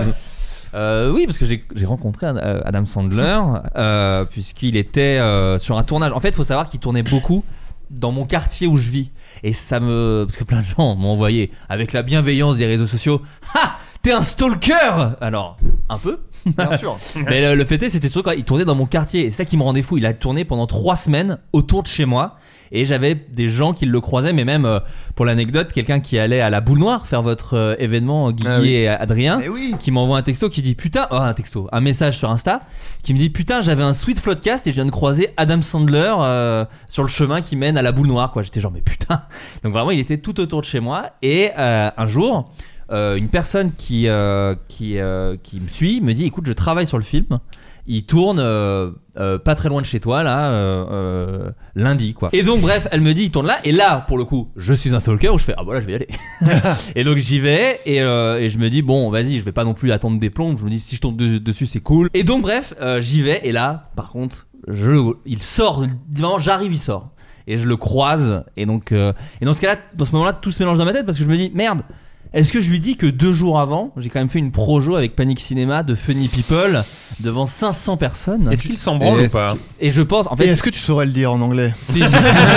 Euh, oui, parce que j'ai j'ai rencontré euh, Adam Sandler euh, puisqu'il était euh, sur un tournage. En fait, il faut savoir qu'il tournait beaucoup dans mon quartier où je vis. Et ça me... Parce que plein de gens m'ont envoyé, avec la bienveillance des réseaux sociaux, « Ha, t'es un stalker !» Alors, un peu. Bien sûr. Mais le, le fait est, c'était sûr qu'il tournait dans mon quartier. Et c'est ça qui me rendait fou. Il a tourné pendant trois semaines autour de chez moi. Et j'avais des gens qui le croisaient, mais même, euh, pour l'anecdote, quelqu'un qui allait à la Boule Noire faire votre euh, événement, Guigui Ah oui. et Adrien, Mais oui. qui m'envoie un texto qui dit putain, oh, un texto, un message sur Insta, qui me dit putain, j'avais un sweet floodcast et je viens de croiser Adam Sandler euh, sur le chemin qui mène à la Boule Noire, quoi. J'étais genre, mais putain. Donc vraiment, il était tout autour de chez moi. Et euh, un jour, euh, une personne qui, euh, qui, euh, qui me suit me dit écoute, je travaille sur le film. Il tourne euh, euh, pas très loin de chez toi là euh, euh, lundi quoi. Et donc bref, elle me dit il tourne là et là pour le coup je suis un stalker où je fais ah bah là je vais y aller. Et donc j'y vais et, euh, et je me dis bon vas-y je vais pas non plus attendre des plombs. Je me dis si je tombe de- dessus c'est cool. Et donc bref euh, j'y vais et là par contre je, il sort vraiment j'arrive il sort et je le croise et donc euh, et dans ce cas-là dans ce moment-là tout se mélange dans ma tête parce que je me dis merde. Est-ce que je lui dis que deux jours avant, j'ai quand même fait une projo avec Panic Cinéma de Funny People devant cinq cents personnes. Est-ce qu'il s'en branle ou Est-ce pas? Et je pense, en fait, Et est-ce que tu saurais le dire en anglais? si, si.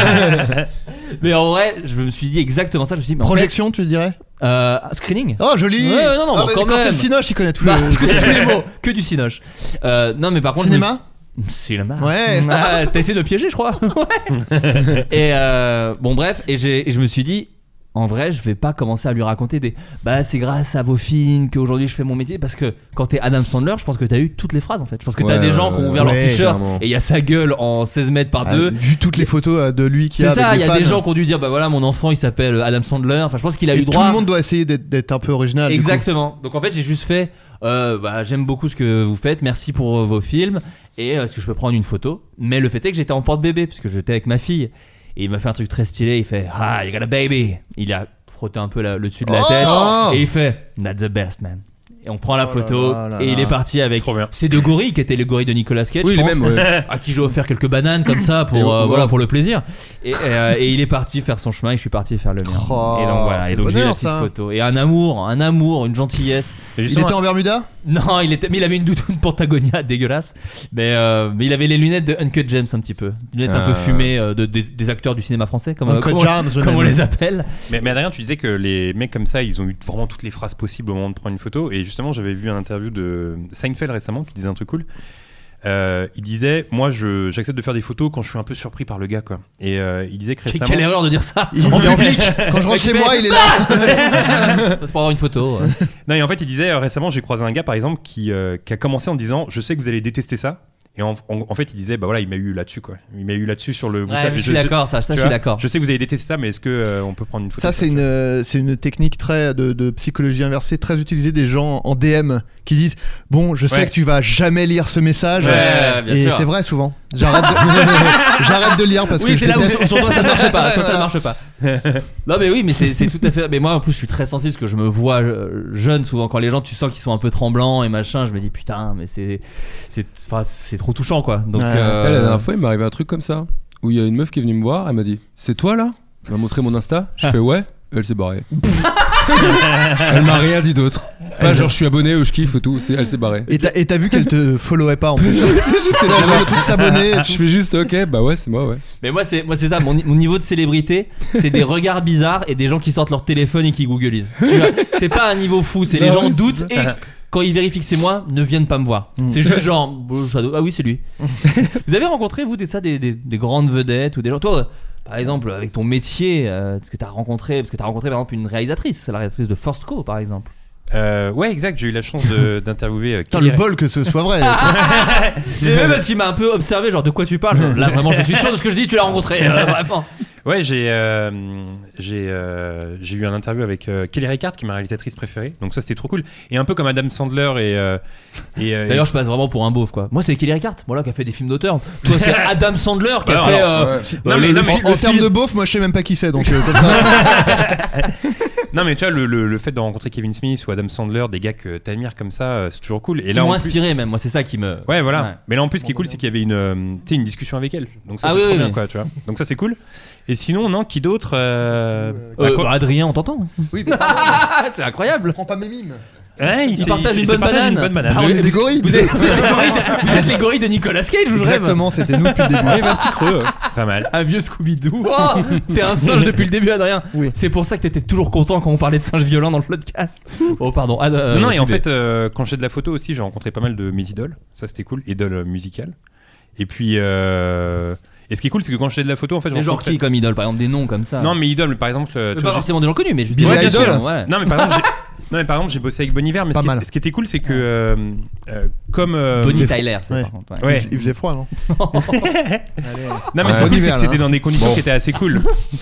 Mais en vrai, je me suis dit exactement ça. Je me suis dit, mais en Projection, tu dirais? fait, euh, screening. Oh, joli. Ouais, non, non, Ah, bah, mais quand quand c'est même. le Cinoche, il connaît tous Bah, les. je connais tous les mots, que du cinoche. Euh, non, mais par contre, je me Cinéma. Cinéma. Ouais. Ah, t'as essayé de me piéger, je crois. Ouais. Et euh, bon, bref, et, j'ai, et je me suis dit, en vrai, je vais pas commencer à lui raconter des. Bah, c'est grâce à vos films qu'aujourd'hui je fais mon métier. Parce que quand t'es Adam Sandler, je pense que t'as eu toutes les phrases en fait. Je pense que t'as Ouais, des gens ouais, qui ont ouvert ouais, leur t-shirt clairement. et il y a sa gueule en seize mètres par Ah, deux. vu toutes les photos euh, de lui qu'il y C'est a ça, avec il y des a des fans. gens qui ont dû dire, bah voilà, mon enfant il s'appelle Adam Sandler. Enfin, je pense qu'il a Et eu tout droit. le monde doit essayer d'être, d'être un peu original. du coup. Exactement. Donc en fait, j'ai juste fait. Euh, bah, j'aime beaucoup ce que vous faites. Merci pour euh, vos films. Et euh, est-ce que je peux prendre une photo? Mais le fait est que j'étais en porte-bébé parce que j'étais avec ma fille. Et il m'a fait un truc très stylé. Il fait ah, you got a baby. Il a frotté un peu la- le dessus de la Oh tête. Oh Et il fait that's the best man. Et on prend la Oh photo là là là et il là. est parti avec Trop bien. ces deux gorilles qui étaient les gorilles de Nicolas Cage, Oui, je les pense, mêmes, ouais. à qui j'ai offert quelques bananes comme ça pour Et euh, voilà. voilà pour le plaisir. Et, euh, et il est parti faire son chemin et je suis parti faire le mien. Oh, et donc voilà. Et quel donc j'ai eu la bonheur, petite ça. photo et un amour, un amour, une gentillesse. Et Il justement, était en Bermuda? Non, il était, mais il avait une doudoune Patagonia dégueulasse. Mais, euh, mais il avait les lunettes de Uncut James un petit peu, lunettes un peu Ah. fumées euh, de, des- des acteurs du cinéma français, comme, Uncut comme, James, je comme on l'aime. les appelle. Mais, mais Adrien, tu disais que les mecs comme ça, ils ont eu vraiment toutes les phrases possibles au moment de prendre une photo. Et justement, j'avais vu un interview de Seinfeld récemment qui disait un truc cool. Euh, il disait, moi, je, j'accepte de faire des photos quand je suis un peu surpris par le gars, quoi. Et euh, il disait que récemment. Quelle erreur de dire ça. Il, il est en public. Quand je rentre chez moi, il est là. C'est pour avoir une photo. ouais. Non, et en fait, il disait euh, récemment, j'ai croisé un gars, par exemple, qui, euh, qui a commencé en disant, je sais que vous allez détester ça. Et en, en, en fait, il disait, bah voilà, il m'a eu là-dessus, quoi. Il m'a eu là-dessus sur le. vous Ouais, savez, mais je suis d'accord, ça, ça, tu je suis vois, d'accord. Je sais que vous allez détester ça, mais est-ce que euh, on peut prendre une photo? Ça, c'est une, euh, c'est une technique très de, de psychologie inversée, très utilisée des gens en D M qui disent bon, je sais Ouais. que tu vas jamais lire ce message. Ouais, bien et sûr. c'est vrai souvent. J'arrête de, j'arrête de lire parce Oui, que c'est je là où déteste. sur sur toi ça ne marche pas. Toi, ça ne Voilà. marche pas. Non, mais oui, mais c'est, c'est tout à fait. Mais moi, en plus, je suis très sensible parce que je me vois euh, jeune souvent. Quand les gens, tu sens qu'ils sont un peu tremblants et machin, je me dis putain, mais c'est, c'est, enfin, c'est trop touchant, quoi. Donc, Ouais. euh, Eh, la dernière fois, il m'est arrivé un truc comme ça où il y a une meuf qui est venue me voir. Elle m'a dit c'est toi là? Elle m'a montré mon Insta. Je fais ouais. Elle s'est barrée. Elle m'a rien dit d'autre. Pas genre je suis abonné ou je kiffe et tout. C'est, elle s'est barrée. Et t'as, et t'as vu qu'elle te followait pas en plus. J'étais là, Elle avait le truc s'abonner. et je tout. fais juste ok, bah ouais, c'est moi, ouais. Mais moi c'est moi c'est ça mon, mon niveau de célébrité, c'est des regards bizarres et des gens qui sortent leur téléphone et qui googlisent. C'est, c'est pas un niveau fou, c'est les Non, gens oui, c'est doutent ça. et quand ils vérifient que c'est moi, ne viennent pas me voir. Mm. C'est juste genre bon, ça doit- ah oui, c'est lui. Vous avez rencontré vous des ça des, des, des grandes vedettes ou des gens toi euh, par exemple avec ton métier euh, ce que t'as rencontré parce que t'as rencontré par exemple une réalisatrice, c'est la réalisatrice de First Co par exemple. Euh, ouais, exact. J'ai eu la chance de, d'interviewer. Euh, Putain, Kelly le bol que ce soit vrai. J'ai aimé parce qu'il m'a un peu observé genre de quoi tu parles. Là vraiment je suis sûr de ce que je dis, tu l'as rencontré euh, vraiment. Ouais, j'ai euh, j'ai euh, j'ai eu un interview avec euh, Kelly Reichardt, qui est ma réalisatrice préférée. Donc ça, c'était trop cool. Et un peu comme Adam Sandler et euh, et euh, D'ailleurs, je passe vraiment pour un beauf quoi. Moi, c'est Kelly Reichardt, voilà, qui a fait des films d'auteur. Toi, c'est Adam Sandler qui a Alors, fait. alors, euh, ouais. euh, Non, le- mais- le non, fi- mais En, le en termes film- de beauf, moi je sais même pas qui c'est. Donc euh, comme ça. non, mais tu vois, le, le, le fait de rencontrer Kevin Smith ou Adam Sandler, des gars que t'admires comme ça, euh, c'est toujours cool. Et qui là, m'ont en plus- inspiré même. Moi, c'est ça qui me. Ouais, voilà. Ouais. Mais là, en plus, ce qui est cool, c'est qu'il y avait une, euh, tu sais, une discussion avec elle. Donc ça, Ah c'est oui, trop oui, bien, oui. quoi, tu vois. Donc ça, c'est cool. Et sinon, non, qui d'autre euh... bah, Euh, quoi- bah, Adrien, on t'entend. Oui, mais Ah, c'est incroyable. prends pas mes mimes. Ouais, Il s'est- partage il une se bonne partage banane. une bonne banane. Ah, on est des gorilles. Vous êtes, vous êtes les gorilles de, vous êtes les gorilles de Nicolas Cage, ou je rêve. Exactement, c'était nous depuis le début. Ouais, un petit creux. Pas mal. Un vieux Scooby-Doo. Oh, t'es un singe depuis le début, Adrien. Oui. C'est pour ça que t'étais toujours content quand on parlait de singes violents dans le podcast. Oh, pardon. Ad- euh, non, non, et en Philippe. fait, euh, quand j'ai de la photo aussi, j'ai rencontré pas mal de mes idoles. Ça, c'était cool. Idoles euh, musicales. Et puis, euh... et ce qui est cool, c'est que quand je fais de la photo, en fait, je Mais genre rencontre- qui comme idole, par exemple, des noms comme ça. Non, mais idoles, mais par exemple. euh, Mais tu pas vois, forcément des gens connus, mais juste Billy Ouais, bien Idol. sûr, ouais. Non mais par exemple, j'ai... non mais par exemple, j'ai bossé avec Bon Iver, mais Pas ce qui, mal. est... ce qui était cool, c'est que euh, euh, comme euh, Bonnie Ouais. Tyler, c'est Ouais. par contre. ouais. ouais. Il faisait froid, non? Non mais Ouais. c'est Bon cool, c'est hiver, que c'était là. dans des conditions Bon. qui étaient assez cool.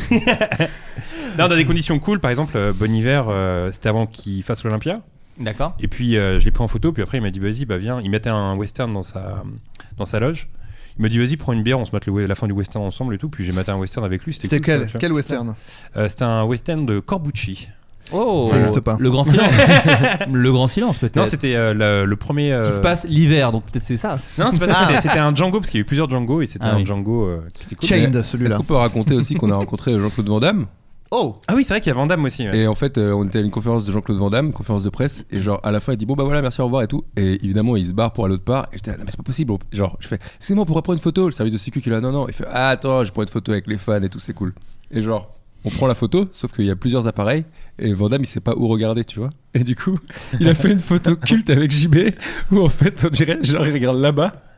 Non, dans des conditions cool, par exemple, euh, Bon Iver, euh, c'était avant qu'il fasse l'Olympia. D'accord. Et puis euh, je l'ai pris en photo, puis après il m'a dit vas-y, bah viens. Il mettait un western dans sa dans sa loge. Il m'a dit vas-y, prends une bière, on se mate le, la fin du western ensemble et tout. Puis j'ai maté un western avec lui. C'était, C'était cool, quel, ça, tu vois. quel western? Euh, C'était un western de Corbucci. Oh, Ça existe pas. Le grand silence. Le grand silence peut-être. Non, c'était euh, le, le premier. euh, Qui se passe l'hiver, donc peut-être c'est ça. Non, c'est pas ça. Ah. C'était, c'était un Django parce qu'il y a eu plusieurs Django et c'était Ah un oui. Django euh, qui était cool. Chained, Est-ce celui-là. qu'on peut raconter aussi qu'on a rencontré Jean-Claude Van Damme? Oh! Ah oui, c'est vrai qu'il y a Van Damme aussi. Ouais. Et en fait, euh, on était à une conférence de Jean-Claude Van Damme, conférence de presse, et genre à la fin il dit bon bah voilà, merci, au revoir et tout. Et évidemment il se barre pour aller l'autre part. Et j'étais là, non mais c'est pas possible. Genre je fais excusez-moi, on pourrait prendre une photo. Le service de sécu qui est là, non non. Il fait ah, attends, je prends une photo avec les fans et tout, c'est cool. Et genre on prend la photo, sauf qu'il y a plusieurs appareils et Van Damme il sait pas où regarder, tu vois. Et du coup il a fait une photo culte avec J B où en fait on dirait genre il regarde là-bas.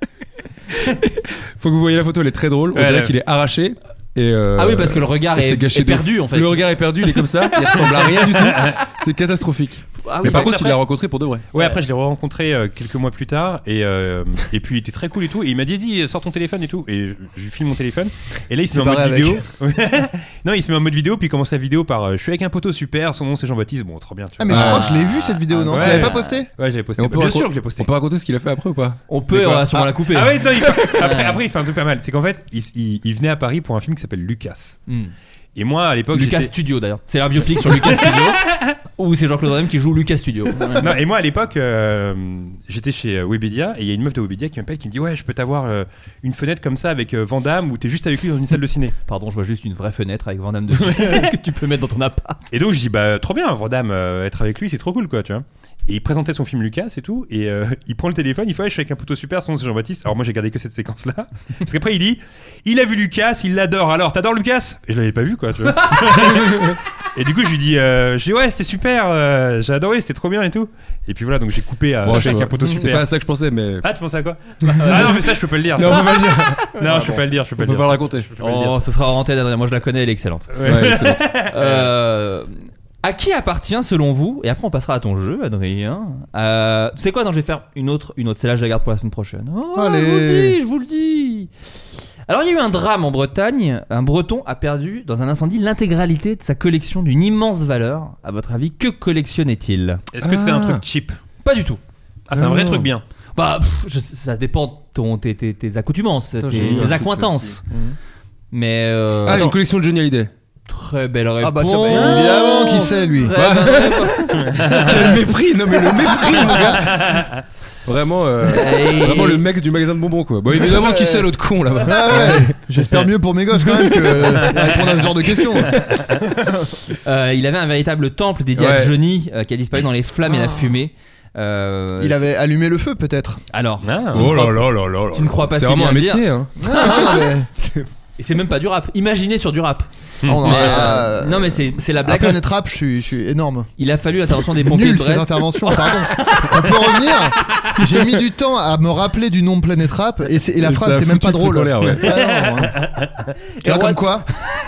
Faut que vous voyez la photo, elle est très drôle. On Ouais, dirait là. qu'il est arraché. Et euh, Ah oui, parce que le regard et est- c'est gâché est de ouf. perdu, en fait. Le regard est perdu, il est comme ça, il ressemble à rien du tout. C'est catastrophique. Ah Mais oui, par bah, contre, il l'a rencontré pour de vrai. Ouais, après je l'ai rencontré euh, quelques mois plus tard et, euh, et puis il était très cool et tout. Et il m'a dit, vas-y, sors ton téléphone et tout. Et je, je lui file mon téléphone. Et là, il se C'est met en mode barré vidéo. non, il se met en mode vidéo, puis il commence la vidéo par euh, je suis avec un poteau super, son nom c'est Jean-Baptiste. Bon, trop bien. Tu Ah, vois. mais je Ah. crois que je l'ai vu cette vidéo, non Ouais. Tu l'avais pas posté? Ouais, je l'avais Et posté. on peut Bien racon- sûr que je l'ai posté. On peut raconter ce qu'il a fait après ou pas? On peut, Mais quoi on va sûrement la couper. Ah ouais, non, il fait- après, Ouais. après, il fait un truc pas mal. C'est qu'en fait, il, il- il venait à Paris pour un film qui s'appelle Lucas. Hmm. Et moi, à l'époque, Lucas j'étais- Studio d'ailleurs. C'est un biopic sur Lucas Studio. Ou c'est Jean-Claude Van Damme qui joue Lucas Studio. Non, et moi à l'époque, euh, j'étais chez euh, Webedia et il y a une meuf de Webedia qui m'appelle qui me dit ouais, je peux t'avoir euh, une fenêtre comme ça avec euh, Van Damme où t'es juste avec lui dans une salle de ciné. Pardon, je vois juste une vraie fenêtre avec Van Damme dessus que tu peux mettre dans ton appart. Et donc je dis bah trop bien, Van Damme, euh, être avec lui c'est trop cool quoi, tu vois. Et il présentait son film Lucas et tout, et euh, il prend le téléphone, il fait ouais, je suis avec un poteau super, son nom c'est Jean-Baptiste. Alors moi j'ai gardé que cette séquence là, parce qu'après il dit il a vu Lucas, il l'adore. Alors t'adores Lucas? Et je l'avais pas vu quoi, tu vois. Et du coup je lui dis, euh, je dis ouais c'était super, euh, j'ai adoré, c'était trop bien et tout. Et puis voilà donc j'ai coupé à Bon, je je suis avec sais un poteau pas. C'est super. pas à ça que je pensais, mais. Ah tu pensais à quoi? Ah non mais ça je peux pas le dire. Non, ça. on peut pas le dire. Non, je peux pas le dire, je peux pas On le peut dire. pas le raconter. Je peux pas le dire. Oh, ce sera en antenne, Adrien. Moi je la connais, elle est excellente. Ouais, c'est bon. Euh, à qui appartient selon vous, et après on passera à ton jeu, Adrien. Euh, c'est quoi? Non, je vais faire une autre, une autre. Celle-là, je la garde pour la semaine prochaine. Oh, Allez. je vous le dis, je vous le dis. Alors, il y a eu un drame en Bretagne. Un Breton a perdu dans un incendie l'intégralité de sa collection d'une immense valeur. À votre avis, que collectionnait-il? Est-ce que c'est un Ah. truc cheap? Pas du tout. Ah, c'est un vrai Non. truc bien. Bah, pff, je- ça dépend de ton, tes, tes, tes accoutumances, Attends, tes, j'ai eu un tes truc accointances. Mais euh, Ah, Attends. une collection de Johnny Hallyday. très belle réponse. Ah bah tiens, bah, évidemment qui c'est lui. Très bonne réponse. Quel mépris, non mais le mépris, mon gars. Vraiment, euh, Hey. vraiment le mec du magasin de bonbons quoi. Bon, évidemment, qui c'est l'autre con là-bas? Ah ouais, j'espère mieux pour mes gosses quand même que euh, répondre à ce genre de questions. Euh, il avait un véritable temple dédié à Ouais. Johnny euh, qui a disparu dans les flammes et la Ah. fumée. Euh, Il avait allumé le feu peut-être. Alors, Ah. Oh là là là là là. Tu ne crois pas C'est si vraiment bien un dire. métier, hein. Non, non, mais... et c'est même pas du rap. Imaginez sur du rap. Oh, non, Mais, euh, euh, non mais c'est c'est la à blague. Planète Rap, je suis, je suis énorme. Il a fallu l'intervention des pompiers Nul de cette Brest. intervention, pardon. On peut revenir. J'ai mis du temps à me rappeler du nom Planète Rap et, c'est- et la Et phrase ça a était même foutu pas le truc drôle. en l'air, ouais. Ah non, hein. Tu vois Erwan- comme quoi?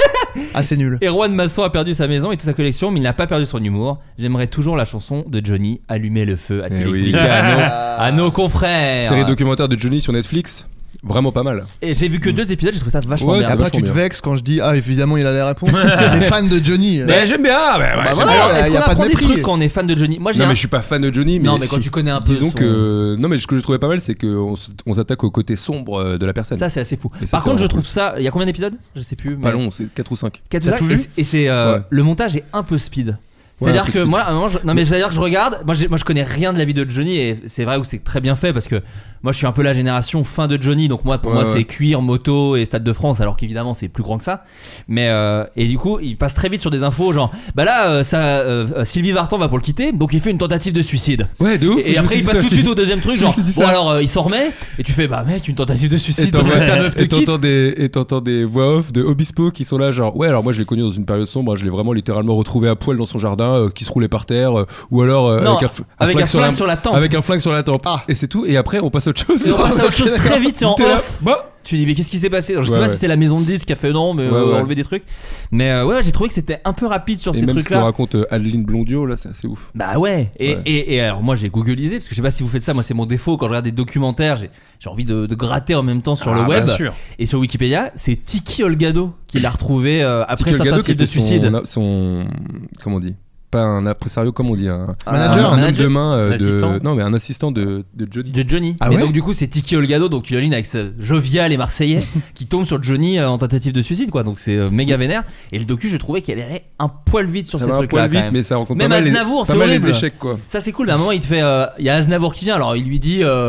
Ah c'est nul. Erwan Masson a perdu sa maison et toute sa collection, mais il n'a pas perdu son humour. J'aimerais toujours la chanson de Johnny, Allumer le feu, a-t-il Eh oui. expliqué à, nos, à nos confrères. Série documentaire de Johnny sur Netflix. Vraiment pas mal. Et j'ai vu que deux épisodes, j'ai trouvé ça vachement Ouais, bien. Et après tu te vachement vexes quand je dis ah évidemment il a les réponses. T'es fan de Johnny. Mais j'aime bien. Bah, ouais, Bah j'aime voilà. bien. Alors, est-ce y a qu'on pas de apprend des mépris. trucs quand on est fan de Johnny? Moi j'ai Non un- mais je suis pas fan de Johnny. Mais Non, mais quand si- tu connais un peu disons son- que non mais ce que je trouvais pas mal c'est qu'on s- on s'attaque au côté sombre euh, de la personne. Ça c'est assez fou. Et ça, Par c'est contre, je vraiment trouve ça. Il y a combien d'épisodes? Je sais plus. Pas mais- long, c'est quatre ou cinq. Quatre T'as ou cinq, tout et vu c'est- et c'est euh, Ouais. le montage est un peu speed. Ouais, C'est-à-dire un peu que speed. moi, à un moment, je, non mais c'est-à-dire que je regarde, moi, j'ai- moi je connais rien de la vie de Johnny et c'est vrai que c'est très bien fait parce que moi je suis un peu la génération fin de Johnny, donc moi pour Ouais, moi ouais. c'est cuir, moto et Stade de France, alors qu'évidemment c'est plus grand que ça. Mais euh, et du coup il passe très vite sur des infos genre bah là euh, ça, euh, Sylvie Vartan va pour le quitter, donc il fait une tentative de suicide. Ouais, de ouf. Et, et je me après suis il dit passe ça tout de aussi. suite au deuxième truc Je me genre suis dit bon ça. alors euh, il s'en remet et tu fais bah mec une tentative de Et suicide parce que t'entends- ta meuf te et quitte. t'entends des, et t'entends des voix off de Obispo qui sont là genre ouais alors moi je l'ai connu dans une période sombre, hein, je l'ai vraiment littéralement retrouvé à poil dans son jardin euh, qui se roulait par terre euh, ou alors euh, Non, avec un, f- avec un sur flingue la- sur la tempe. avec un flingue sur la tempe Ah. et c'est tout et après on passe à autre chose. Et on passe à autre chose très vite, c'est en T'es là, off. bah Tu dis mais qu'est-ce qui s'est passé? Alors, je sais Ouais, pas ouais. si c'est la maison de disques qui a fait non mais Ouais, euh, ouais. enlever des trucs. Mais euh, ouais j'ai trouvé que c'était un peu rapide sur et ces même ce trucs que là. raconte euh, Adeline Blondio là c'est assez ouf. Bah ouais. Et, Ouais. Et, et alors moi j'ai googlisé parce que je sais pas si vous faites ça, moi c'est mon défaut quand je regarde des documentaires, j'ai, j'ai envie de, de gratter en même temps sur Ah, le web. bien sûr. Et sur Wikipédia c'est Tiki Olgado qui l'a retrouvé euh, après Tiki sa Olgado qui tentative de était son- suicide. son comment on dit pas un impresario comme on dit un Manager, un, un homme de main euh, Un de assistant. non mais un assistant de, de Johnny. De Johnny. Ah et ouais donc du coup c'est Tiki Olgado, donc tu imagines avec ce jovial et marseillais qui tombe sur Johnny euh, en tentative de suicide quoi. Donc c'est euh, méga vénère. Et le docu j'ai trouvé qu'elle allait un poil vite sur Ça ces va un trucs poil là. vite mais ça rencontre Même pas mal, Aznavour, les, c'est pas mal les horrible. échecs quoi. Ça c'est cool, mais à un moment il te fait, euh, il y a Aznavour qui vient, alors il lui dit, euh,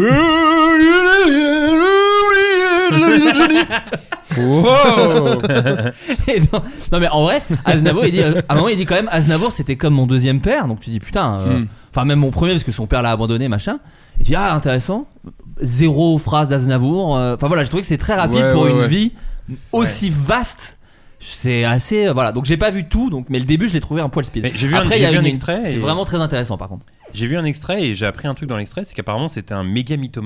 Wow. et non, non, mais en vrai, Aznavour il dit, euh, à un moment il dit quand même, Aznavour c'était comme mon deuxième père, donc tu dis putain, euh, Hmm. enfin même mon premier parce que son père l'a abandonné machin. Et tu dis ah intéressant, zéro phrase d'Aznavour. euh, Enfin voilà, je trouvais que c'est très rapide Ouais, pour ouais, une ouais. vie aussi vaste. C'est assez euh, voilà, donc j'ai pas vu tout, donc mais le début je l'ai trouvé un poil speed. Mais j'ai vu un- Après il y j'ai a vu une un extrait c'est et- vraiment très intéressant par contre. J'ai vu un extrait et j'ai appris un truc dans l'extrait, c'est qu'apparemment c'était un méga mythomane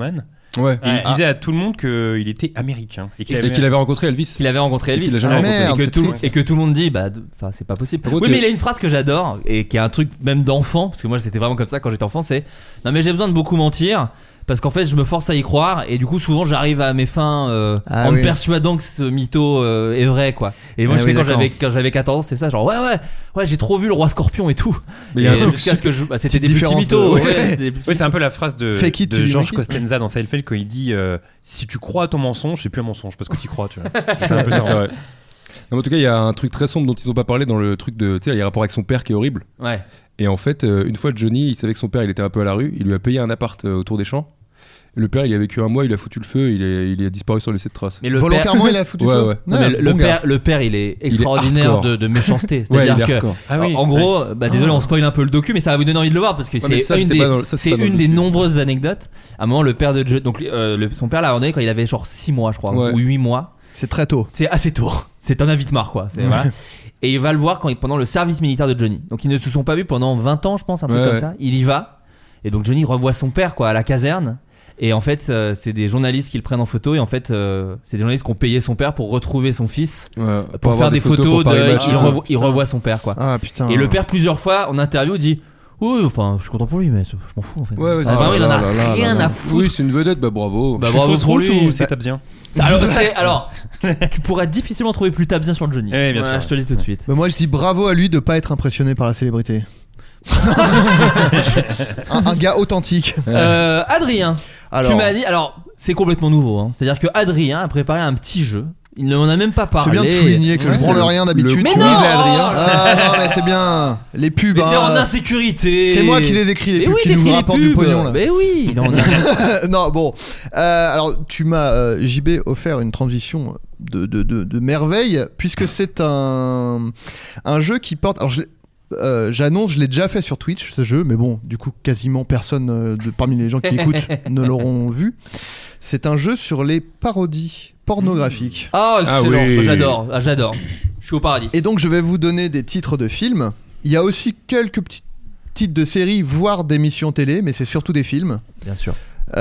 Ouais. Et il Ouais. disait à tout le monde qu'il était américain. Et qu'il Et avait, qu'il avait rencontré Elvis. Qu'il avait rencontré Elvis. qu'il a jamais Ouais. rencontré. Merde, et, que c'est tout, triste. et que tout le monde dit, bah, enfin, c'est pas possible. Par contre, Oui, mais euh, il a une phrase que j'adore et qui est un truc même d'enfant, parce que moi c'était vraiment comme ça quand j'étais enfant, c'est non mais j'ai besoin de beaucoup mentir. Parce qu'en fait, je me force à y croire et du coup, souvent, j'arrive à mes fins euh, Ah en oui. me persuadant que ce mytho euh, est vrai, quoi. Et moi, Ah je oui, sais quand d'accord. j'avais quand j'avais quatorze ans, c'est ça, genre ouais, ouais, ouais, j'ai trop vu le roi Scorpion et tout. Mais il y a Et un truc jusqu'à ce que je, bah, c'était petite des petits différence mythos. de- ouais, ouais. c'était des petits Oui, c'est un peu la phrase de, Fake it de till you Georges make it. Costanza dans Seinfeld quand il dit euh, si tu crois à ton mensonge, c'est plus un mensonge parce que tu y crois. Tu vois. C'est un peu ça. C'est vrai. Non, mais en tout cas, il y a un truc très sombre dont ils n'ont pas parlé dans le truc de. Tu sais, il y a un rapport avec son père qui est horrible. Ouais. Et en fait, euh, une fois, Johnny, il savait que son père, il était un peu à la rue. Il lui a payé un appart euh, autour des champs. Le père, il y a vécu un mois, il a foutu le feu, il est, il est disparu sans laisser de traces. Mais le Volontairement, il a foutu Ouais, feu. ouais. Non, mais Ah, le, le bon père, gars. le père, il est extraordinaire hardcore. de, de méchanceté. Ouais, C'est-à-dire il est que, hardcore. Ah oui. en gros, bah, désolé, on spoil un peu le docu, mais ça va vous donner envie de le voir parce que Ouais, mais c'est ça, une c'était des, pas dans- ça, c'était c'est pas dans une le des docu. nombreuses anecdotes. À un moment, le père de Johnny, donc euh, le- son père l'a abandonné quand il avait genre six mois, je crois, Ouais. ou huit mois. C'est très tôt. C'est assez tôt. C'est un invite-marre, quoi. C'est- voilà. Et il va le voir quand il- pendant le service militaire de Johnny. Donc ils ne se sont pas vus pendant vingt ans, je pense, un truc Ouais, comme ouais. ça. Il y va. Et donc Johnny revoit son père, quoi, à la caserne. Et en fait, euh, c'est des journalistes qui le prennent en photo. Et en fait, euh, c'est des journalistes qui ont payé son père pour retrouver son fils, Ouais, pour, avoir faire des photos, pour Paris de. Match. il, Ah, revoit, il putain. revoit son père, quoi. Ah putain. Et le père, plusieurs fois, en interview, dit oui, enfin, je suis content pour lui, mais je m'en fous en fait. Ouais, ouais, Ah, c'est- vraiment, il en a là, là, là, rien là, là. à foutre. Oui, c'est une vedette, bah bravo. Bah, Je suis bravo fausse pour route lui. ou c'est tape bien Alors, c'est- alors, tu pourrais difficilement trouver plus bien sur Johnny. Eh, bien Voilà, sûr. je te le dis tout de suite. Bah, moi, je dis bravo à lui de pas être impressionné par la célébrité. un, un gars authentique. Euh, Adrien, Alors, tu m'as dit. Alors, c'est complètement nouveau. Hein. C'est-à-dire que Adrien a préparé un petit jeu. Il ne m'en a même pas c'est parlé. bien de souligner que je Ouais, ne branle c'est rien d'habitude. Mais tu non vois. Adrien. Ah non, mais c'est bien. Les pubs. Mais il est en hein. insécurité. C'est moi qui les écris, les Mais pubs oui, qui t'écris nous les rapportent du pubs. pognon là. Mais oui, il est en Non, bon. Euh, alors, tu m'as, euh, J B, offert une transition de, de, de, de merveille, puisque c'est un, un jeu qui porte. Alors, je l'ai- euh, j'annonce, je l'ai déjà fait sur Twitch, ce jeu, mais bon, du coup, quasiment personne euh, de, parmi les gens qui écoutent ne l'auront vu. C'est un jeu sur les parodies pornographiques. Oh, excellent. Ah oui. J'adore. Ah, j'adore. Je suis au paradis. Et donc, je vais vous donner des titres de films. Il y a aussi quelques petits titres de séries, voire d'émissions télé, mais c'est surtout des films. Bien sûr.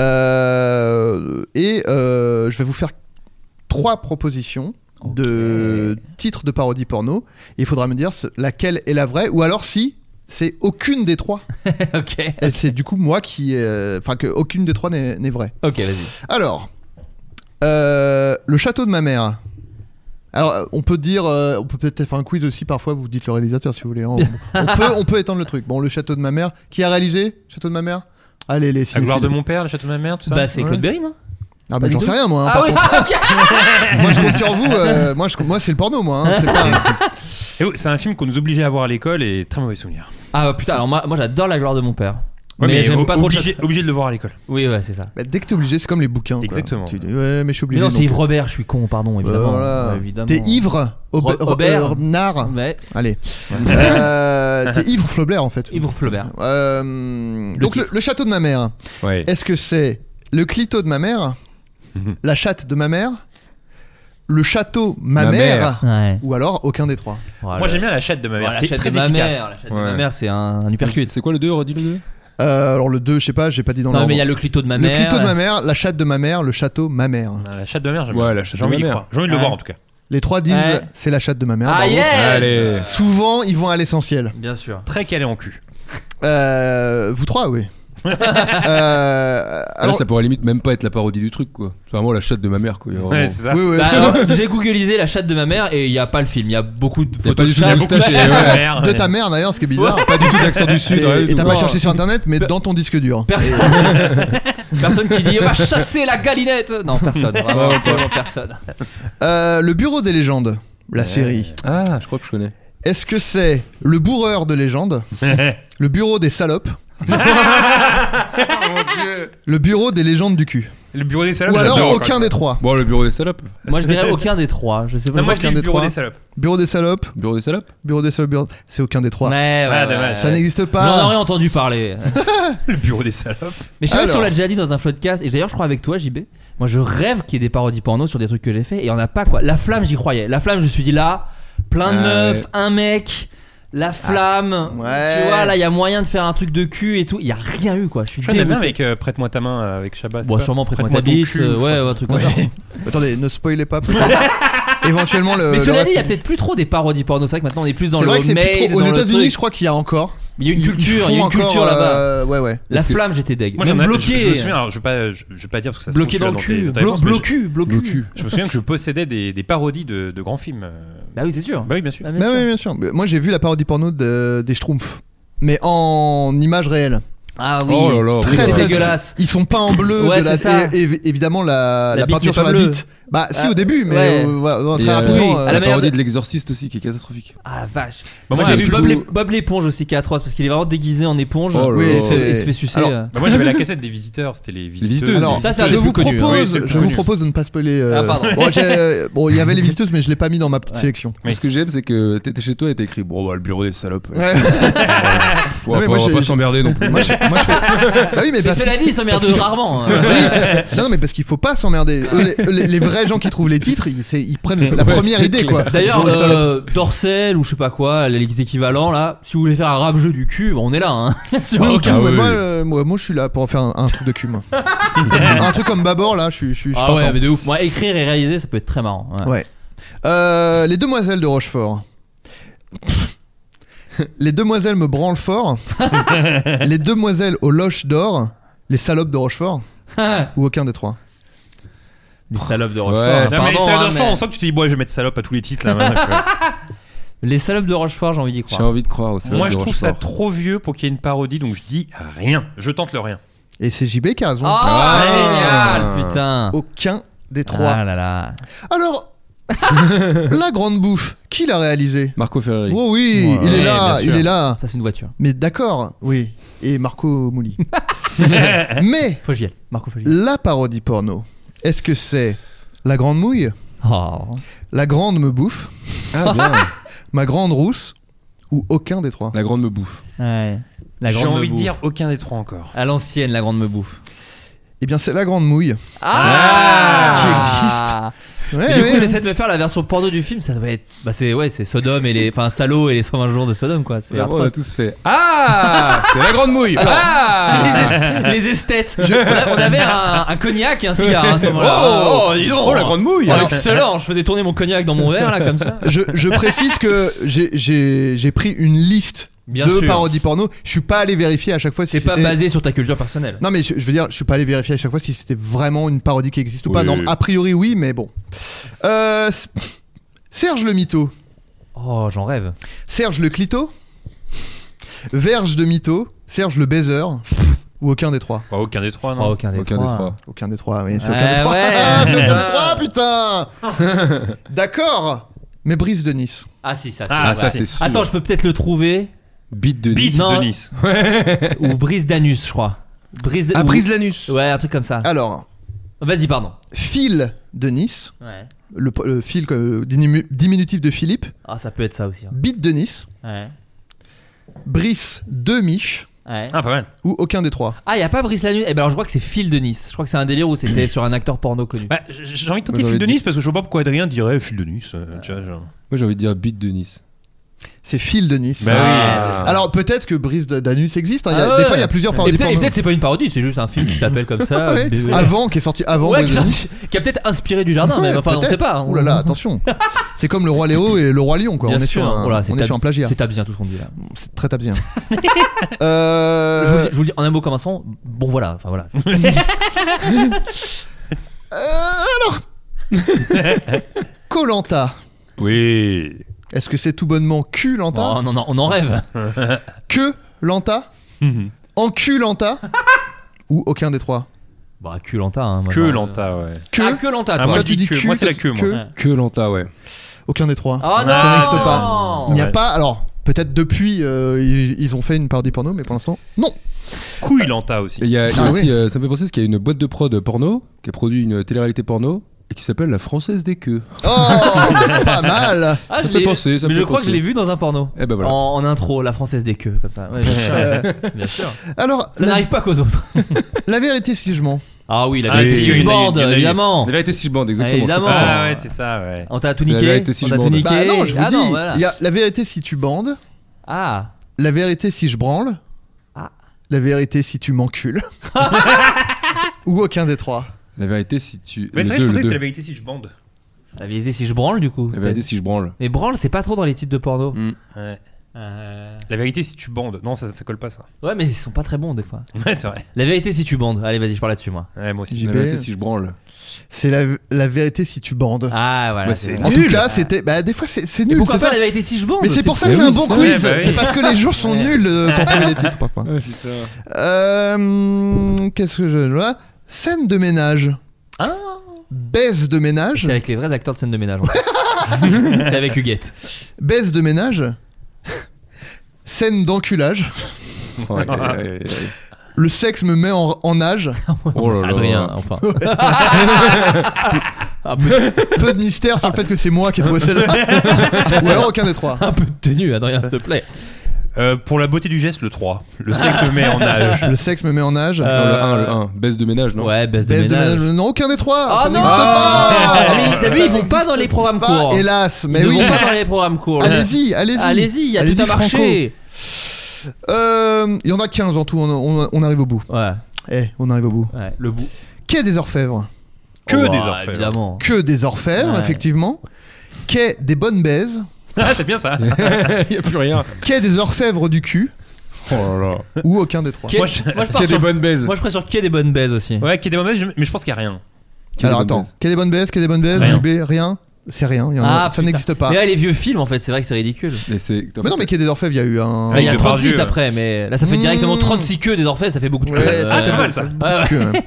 Euh, et euh, je vais vous faire trois propositions de titres de parodies porno. Et il faudra me dire ce- laquelle est la vraie, ou alors si c'est aucune des trois. Ok. Et c'est du coup moi qui, euh, enfin que aucune des trois n'est n'est vraie. Ok, vas-y. Alors, euh, le château de ma mère. Alors, euh, on peut dire, euh, on peut peut-être faire un quiz aussi parfois. Vous dites le réalisateur si vous voulez. hein. On, on peut, on peut étendre le truc. Bon, le château de ma mère. Qui a réalisé Château de ma mère? Allez, les La gloire cinéphiles. de mon père, le château de ma mère, tout ça. Bah, c'est Ouais. Claude Berry, non Ah Pas bah du j'en tout. sais rien moi. hein, Ah par oui, contre. ok. Moi je compte sur vous. euh, moi, je, moi c'est le porno moi. hein, c'est pas- Et oui, c'est un film qu'on nous obligeait à voir à l'école et très mauvais souvenir. Ah putain, alors moi, moi j'adore La gloire de mon père. Ouais, mais, mais, j'aime o- pas trop le obligé, château. obligé de le voir à l'école. Oui, ouais, c'est ça. Bah, dès que t'es obligé, c'est comme les bouquins. quoi. Exactement. Tu dis, ouais, mais je suis Mais obligé. non, c'est donc. Yves Robert, je suis con, pardon, évidemment. Voilà. Ouais, évidemment. T'es ivre, Ro- Aube- Robert. euh, Nard. Ouais, Allez. Euh, T'es ivre Flaubert en fait. Yves Flaubert. Euh, donc le, titre. le château de ma mère. Ouais. Est-ce que c'est le clito de ma mère, la chatte de ma mère, le château ma, Ma mère, Ouais. ou alors aucun des trois? Voilà. Moi j'aime bien la chatte de ma mère, Ouais, la c'est chatte très de ma efficace. mère, la chatte de Ouais. ma mère, c'est un, un uppercut. C'est quoi le deux? Redis le deux. Euh, alors le deux, je sais pas, j'ai pas dit dans Non, l'ordre. mais il y a le clito de ma Le mère. clito de ma mère, la chatte de ma mère, le château ma mère. Ah, La chatte de ma mère, j'aime Ouais, bien. la chatte J'ai de envie ma d'y mère. croire. J'ai envie de le Ouais. voir en tout cas. Les trois disent Ouais. c'est la chatte de ma mère. Ah bravo. yes. Allez. Souvent, ils vont à l'essentiel. Bien sûr. Très calé en cul. Euh, vous trois, oui. euh, Alors, alors, ça pourrait limite même pas être la parodie du truc, quoi. C'est vraiment la chatte de ma mère, quoi. Il y a vraiment- Ouais, c'est ça. oui, oui. Bah, alors, j'ai googlisé la chatte de ma mère et il y a pas le film. Il y a beaucoup de Y a photos pas de du tout chatte. de Beaucoup de moustache, chatte de ouais. ma mère. de ta mère d'ailleurs, ce qui est bizarre. Pas du tout d'accent du sud. Et- rien Et du t'as tout. pas Non. cherché sur internet, mais Pe- dans ton disque dur. Personne. Personne qui dit on va chasser la galinette. Non, personne. Vraiment, vraiment personne. Euh, le bureau des légendes, la série. Ah, je crois que je connais. Est-ce que c'est le bourreur de légende, le bureau des salopes, le bureau des légendes du cul, Le bureau des salopes. ou alors j'adore, aucun quoi. des trois? Bon, le bureau des salopes. Moi, je dirais aucun des trois. Je sais pas. Non, moi aucun je dis des le bureau trois. des salopes. Bureau des salopes, Bureau des salopes. bureau des salopes, bureau... c'est aucun des trois. Ouais, ouais, Ah, ouais, dommage. ouais. Ça n'existe J'en pas. aurais entendu parler. Le bureau des salopes. Mais je sais pas si Alors. on l'a déjà dit dans un floodcast. Et d'ailleurs, je crois avec toi, J B. Moi, je rêve qu'il y ait des parodies porno sur des trucs que j'ai fait. Et il y en a pas, quoi. La Flamme, j'y croyais. La Flamme, je me suis dit là, plein de Ah, meufs, ouais. un mec. La Flamme, Ouais. tu vois, là il y a moyen de faire un truc de cul et tout. Il y a rien eu quoi. Je suis Je suis bien dégoûté. avec euh, Prête-moi ta main euh, avec Chabat. Bon, sûrement prête-moi ta bite, cul, euh, je ouais, crois. ouais, un truc comme ça. Attendez, ne spoilez pas. parce que éventuellement, le. Mais le cela reste- dit, il y a peut-être plus trop des parodies porno. C'est vrai que maintenant on est plus dans C'est le vrai que c'est plus homemade, trop. Aux dans le États-Unis, truc. je crois qu'il y a encore. Il y a une Ils- ils culture, il y a font une culture encore, là-bas. euh, Ouais, ouais. La Parce que- Flamme, j'étais deg. Moi, Même j'en ai- bloqué. Je, je me souviens, alors, je vais pas, je, je vais pas dire parce que ça se bloqué trouve, dans le je suis cul. dans tes- dans ta Blo- réponse, mais Blocu, blocu. Blocu. Je, je me souviens que je possédais des, des parodies de, de grands films. euh. Bah oui, c'est sûr. Bah oui, bien sûr. Bah, bien Bah sûr. oui, bien sûr. Moi, j'ai vu la parodie porno de- des Schtroumpfs, mais en image réelle. Ah oui. Oh là là. Mais Très, c'est très dégueulasse. Ils sont pas en bleu. Ouais, de la, c'est ça. et- et- évidemment, la, La la bite peinture n'est sur pas la bleue. bite. Bah, si, Ah, au début, mais ouais. euh, voilà, Et, très euh, rapidement. oui, euh, à la la manière parodie de- de l'exorciste aussi qui est catastrophique. Ah la vache. Bah, Moi moi, j'ai j'ai vu plus Bob, le- l'ép- Bob l'éponge aussi qui est atroce parce qu'il est vraiment déguisé en éponge. Oh là Oui, là. c'est- Et il se fait sucer. Alors, euh. Bah, moi, j'avais la cassette des visiteurs. C'était les visiteuses. visiteuses. Alors, Ça, c'est un je des vous plus connus, hein. propose, Oui, c'est le plus je vous connu. propose de ne pas spoiler. euh, Ah, pardon. bon, j'ai- bon, il y avait les visiteuses, mais je l'ai pas mis dans ma petite Ouais. sélection. Oui. Ce que j'aime, c'est que t'étais chez toi et t'as écrit bon, bah, le bureau des salopes. Ouais. On Non, va mais pas, moi, on va j'ai- pas s'emmerder non plus. moi, je, moi, je fais. Bah oui, mais Mais parce cela dit, ils s'emmerdent parce qu'il- rarement. hein. Oui. Non, non, mais parce qu'il faut pas s'emmerder. Eux, les, eux, les- les vrais gens qui trouvent les titres, ils, c'est- ils prennent la Ouais, première c'est idée, clair. quoi. D'ailleurs, Bon, ça- euh, Dorsel ou je sais pas quoi, les équivalents là, si vous voulez faire un rap jeu du cul, bah, on est là. Hein. Sur Oui, aucun- ok, Ah mais oui, moi, oui. euh, moi, moi, je suis là pour faire un, un truc de cul, moi. Un truc comme Babor, là, je suis, je suis, je suis Ah partant. ouais, mais de ouf. Moi, écrire et réaliser, ça peut être très marrant. Ouais. Ouais. Euh, les demoiselles de Rochefort. Les demoiselles me branlent fort. Les demoiselles aux loches d'or. Les salopes de Rochefort. Ou aucun des trois. Les salopes de Rochefort. Ouais. hein, Non, mais pardon, ça, hein, dans le fond, mais- on sent que tu te dis, bon, je vais mettre salope à tous les titres là. maintenant, quoi. Les salopes de Rochefort, j'ai envie d'y J'ai croire. envie de croire au salopes Moi, de je trouve ça Rochefort. trop vieux pour qu'il y ait une parodie, donc je dis rien. Je tente le rien. Et c'est J B qui a raison. Oh, Ah. génial, putain. Aucun des trois. Ah là là. Alors, la grande bouffe, qui l'a réalisé? Marco Ferreri. Oh oui, Ouais, il est bien là, sûr. il est là. Ça, c'est une voiture. Mais d'accord, oui. Et Marco Mouli. Mais Fogiel. Marco Fogiel. la parodie porno, est-ce que c'est la grande mouille, Oh. la grande me bouffe, Ah bien. ma grande rousse ou aucun des trois? La grande me bouffe. Ouais. La J'ai grande me envie de bouffe. dire aucun des trois encore. À l'ancienne, la grande me bouffe. Eh bien, c'est la grande mouille. Ah Qui existe. Ouais, Et du coup, ouais. j'essaie de me faire la version porno du film. Ça doit être. Bah, c'est ouais, c'est Sodome et les. Enfin, Salaud et les cent vingt jours de Sodome, quoi. C'est Vraiment, on a atroce. tous fait ah c'est la grande mouille. Alors, Ah Les, es- les esthètes. On, a- on avait un, un cognac et un cigare hein, à ce moment-là. Oh, dis donc. oh, la grande mouille. Oh, Alors- excellent. Je faisais tourner mon cognac dans mon verre là comme ça. Je, je précise que j'ai- j'ai j'ai pris une liste Bien de sûr. parodies porno. Je suis pas allé vérifier à chaque fois si C'est pas c'était- basé sur ta culture personnelle. Non mais je, je veux dire, je suis pas allé vérifier à chaque fois si c'était vraiment une parodie qui existe ou pas. Oui. Non, a priori oui, mais bon. Euh, S- Serge le mytho, Oh, j'en rêve. Serge le clito, Verge de mytho, Serge le baiser ou aucun des trois. Bah, aucun des trois, Oh, non. aucun des Aucun trois. des trois. Aucun des trois, oui, c'est Ouais, aucun des trois. ouais. c'est aucun des trois, putain. D'accord. Mais Brise de Nice. Ah si, ça. Ah, c'est ça, vrai. c'est sûr. Attends, je peux peut-être le trouver. Bite de Beat Nice. Non. de Nice. Ou Brise d'anus, je crois. Brise. Ah, ou- brise l'anus. Ouais, un truc comme ça. Alors, Vas-y, pardon. Phil de Nice, Ouais. le, le fil euh, dimimu- diminutif de Philippe, Ah, ça peut être ça aussi. hein. Bite de Nice, Ouais. Brice de Mich Ouais. Ah, pas mal. ou aucun des trois. Ah, y a pas Brice Lanus. Eh ben alors je crois que c'est Phil de Nice. Je crois que c'est un délire où c'était sur un acteur porno connu. Bah, j- j'ai envie de tenter Moi, Phil de j'aurais Nice parce que je vois pas pourquoi Adrien dirait Phil de Nice. euh, tu vois, genre. Moi j'ai envie de dire bite de Nice. C'est Phil de Nice. Bah oui. Alors peut-être que Brise de- d'Anus existe. hein. Il y a- Ah Des ouais. fois, il y a plusieurs Et parodies peut-être et porno. peut-être c'est pas une parodie, c'est juste un film qui s'appelle comme ça. Ouais, Bébé. avant, qui est sorti avant Ouais, Brise qui, de a- Nice. qui a peut-être inspiré du jardin, Ouais, même. Enfin, on peut-être. sait pas. Ouh là là, attention. C'est comme le roi Léo et le roi Lion, quoi. Bien on est sûr. sur un, Oh là, c'est on est tab- sur un plagiat. C'est tape bien tout ce qu'on dit là. C'est très tabien. Je, vous euh... le dis, je vous le dis en un mot comme un son. Bon voilà. Enfin voilà. euh, alors. Koh-Lanta. Oui. Est-ce que c'est tout bonnement Q-Lanta? Oh, non non, on en rêve. Que Lanta? Enculanta? Ou aucun des trois? Bah que lenta. Hein, moi, Que genre, lenta, ouais. Que Ah, que lenta. Ah, Toi. moi, Toi, je tu dis dis que. Q, Moi, c'est la toi, queue, tu- moi. que Que lenta, ouais. Aucun des trois. Oh non. Ça n'existe pas. Il n'y a Ouais. pas. Alors, peut-être depuis, euh, ils, ils ont fait une parodie porno, mais pour l'instant, non. Couille lenta aussi. Et il y a, il y a Ah aussi, oui. euh, ça me fait penser parce qu'il y a une boîte de prod porno qui a produit une télé-réalité porno et qui s'appelle La Française des queues. Oh, pas mal. Ah, Ça je me fait l'ai- penser, ça me mais fait je crois que penser. je l'ai vu dans un porno. Eh ben voilà. En, en intro, la française des queues, comme ça. Ouais, bien sûr. Bien sûr. Alors, Ça la, n'arrive pas qu'aux autres. la vérité, si je mens. Ah oui, la Ah, vérité oui, si il y je en a eu, bande, il y en a eu. évidemment. La vérité si je bande, exactement. Évidemment. c'est ça. Ah ouais, c'est ça, ouais. On t'a tout C'est la niqué. vérité si On je t'a tout bande. niqué. Bah non, je vous Ah dis. non, voilà. Il y a la vérité si tu bandes. Ah. La vérité si je branle. Ah. La vérité si tu m'encules. Ou aucun des trois. La vérité si tu. Mais le c'est vrai, deux, je pensais le que c'était deux. la vérité si je bande. La vérité si je branle du coup. La vérité si je branle. Mais branle, c'est pas trop dans les titres de porno. Mm. Ouais. Euh... La vérité si tu bandes. Non, ça, ça colle pas ça. Ouais, mais ils sont pas très bons des fois. Ouais, c'est vrai. La vérité si tu bandes. Allez, vas-y, je parle là-dessus moi. Ouais, moi aussi. J B. La vérité si je branle. C'est la, la vérité si tu bandes. Ah voilà. Bah, c'est c'est En nul. tout cas, c'était. Bah, des fois, c'est, c'est Et nul. pourquoi c'est pas ça. la vérité si je bande? Mais c'est pour ça que c'est c'est un oui, bon c'est quiz. vrai, bah oui. C'est parce que les gens sont Ouais. nuls euh, pour trouver les titres parfois. Euh, qu'est-ce que je. Voilà. Scène de ménage. Ah. Baisse de ménage. C'est avec les vrais acteurs de scène de ménage. en fait. C'est avec Huguette. Baisse de ménage. Scène d'enculage. Ouais, ouais, ouais, ouais. Le sexe me met en, en âge. Oh là là. Adrien, enfin. un, peu, Peu de mystère sur le fait que c'est moi qui ai trouvé celle-là. Ou alors aucun des trois. un peu de tenue, Adrien, s'il te plaît. Euh, pour la beauté du geste, le trois. Le sexe me met en âge. Le sexe me met en âge. Non, Euh, le un, le un. Baisse de ménage, non? Ouais, baisse de Baisse de ménage. ménage. Non, aucun des trois. Ah ça non n'existe Ah, pas. mais t'as vu, ils vont pas dans les programmes Pas, courts. hélas, mais Ils oui. ne vont pas dans les programmes courts. là. Allez-y, allez-y. Allez-y, il y a Allez-y, tout à Franco. marcher. Euh, Il y en a quinze en tout, on, on- on arrive au bout. Ouais, Eh, on arrive au bout. ouais, le bout. Quai des Orfèvres. Que Oh, des bah, orfèvres. Évidemment. Que des Orfèvres, Ouais. effectivement. Quai des bonnes baises. Ah, c'est bien ça. Il y a plus rien. Quai des Orfèvres du cul. Oh là là. Ou aucun des trois. Quai- Moi, je- moi, je pars Qu'il y a sur- des bonnes baises. moi, je ferais sur Quai des bonnes baises aussi. Ouais, qui est des mauvaises, mais je pense qu'il y a rien. Qu'il y a Alors des bonnes attends, baises. quai des bonnes baises, quai des bonnes baises, Rien. U B, rien. C'est rien, il y en a- Ah, ça putain. n'existe pas. Mais là, les vieux films, en fait, c'est vrai que c'est ridicule. Mais c'est. Mais non, mais Quai des Orfèvres, il y a eu un. Là, il y a Avec trente-six Depardieu, après, mais là, ça fait Mmh. directement trente-six queues des Orfèvres, ça fait beaucoup de Ouais, queues. ça, Ah, c'est pas pas mal, ça. Ouais, ouais. que, hein.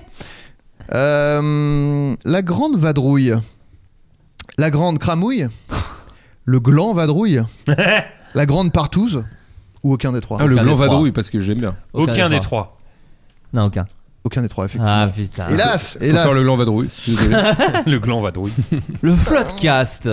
Euh, la grande vadrouille. La grande cramouille. Le gland vadrouille. La grande partouze. Ou aucun des trois. Ah, le Aucun gland des trois. vadrouille parce que j'aime bien. Aucun des trois. Non, aucun. Aucun des trois, effectivement. Ah putain. Hélas, Faut hélas. faire le gland vadrouille. Je suis désolé. Le gland vadrouille. Le Floodcast.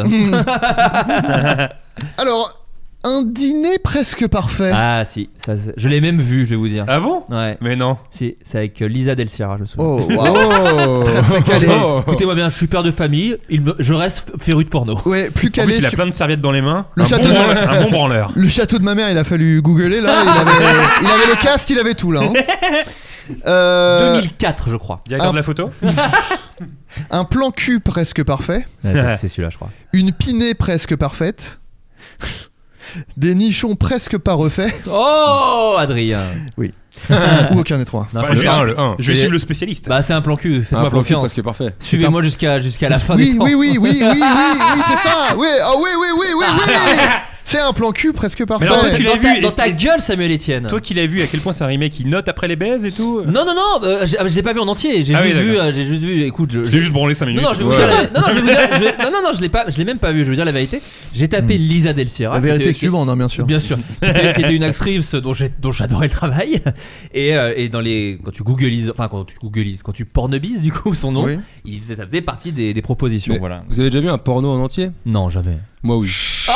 Alors, un dîner presque parfait. Ah si, ça, c'est- je l'ai même vu, je vais vous dire. Ah bon? Ouais. Mais non. Si, c'est avec euh, Lisa Del Sierra, je me souviens. Oh, waouh. Oh. Très, très calé. Oh. Écoutez-moi bien, je suis père de famille, il me- je reste féru de porno. Ouais, plus En calé. plus, il a sur- plein de serviettes dans les mains. Le un, château bon de- branleur, un bon branleur. Le château de ma mère, il a fallu googler là. Il avait, il avait le cast, il avait tout là. hein. Euh, deux mille quatre, je crois. Directeur un- de la photo. un plan cul presque parfait. Ouais, ça, c'est celui-là, je crois. Une pinée presque parfaite. Des nichons presque pas refaits. Oh, Adrien. Ou aucun des trois. Non, Bah, je je suis vais- sûr. le un. Je vais Et- suivre le spécialiste. Bah, c'est un plan cul, Un faites-moi plan cul confiance. parce que parfait. Suivez-moi jusqu'à jusqu'à la fin oui, des temps. oui, oui, oui, oui, oui, oui, c'est ça. Oui, ah oui, oui, oui, oui, oui. C'est un plan cul presque parfait. alors, toi, tu l'as Dans ta, vu, dans est-ce ta que- gueule, Samuel Etienne. Toi qui l'as vu, à quel point c'est un remake qui note après les baises et tout? Non, non, non, euh, j'ai- je l'ai pas vu en entier. J'ai Ah oui, juste vu, d'accord. euh, j'ai juste vu. Écoute, je, Je l'ai juste branlé cinq minutes. Non, non, je vais vous Ouais. dire la... non, non, je vais vous dire... je vais- non, non, non, je l'ai pas, je l'ai même pas vu. Je veux dire la vérité. J'ai tapé Lisa Del Sierra. La qui vérité était- que tu bandes, hein, bien sûr. Bien sûr, qui était, qui était une actrice dont j'ai- dont j'adorais le travail. Et, euh, et dans les, quand tu googlises, enfin quand tu googlises, quand tu pornobises du coup son nom, Oui. il faisait, ça faisait partie des, des propositions. Mais Voilà. Vous avez déjà vu un porno en entier? Non, jamais. Moi oui.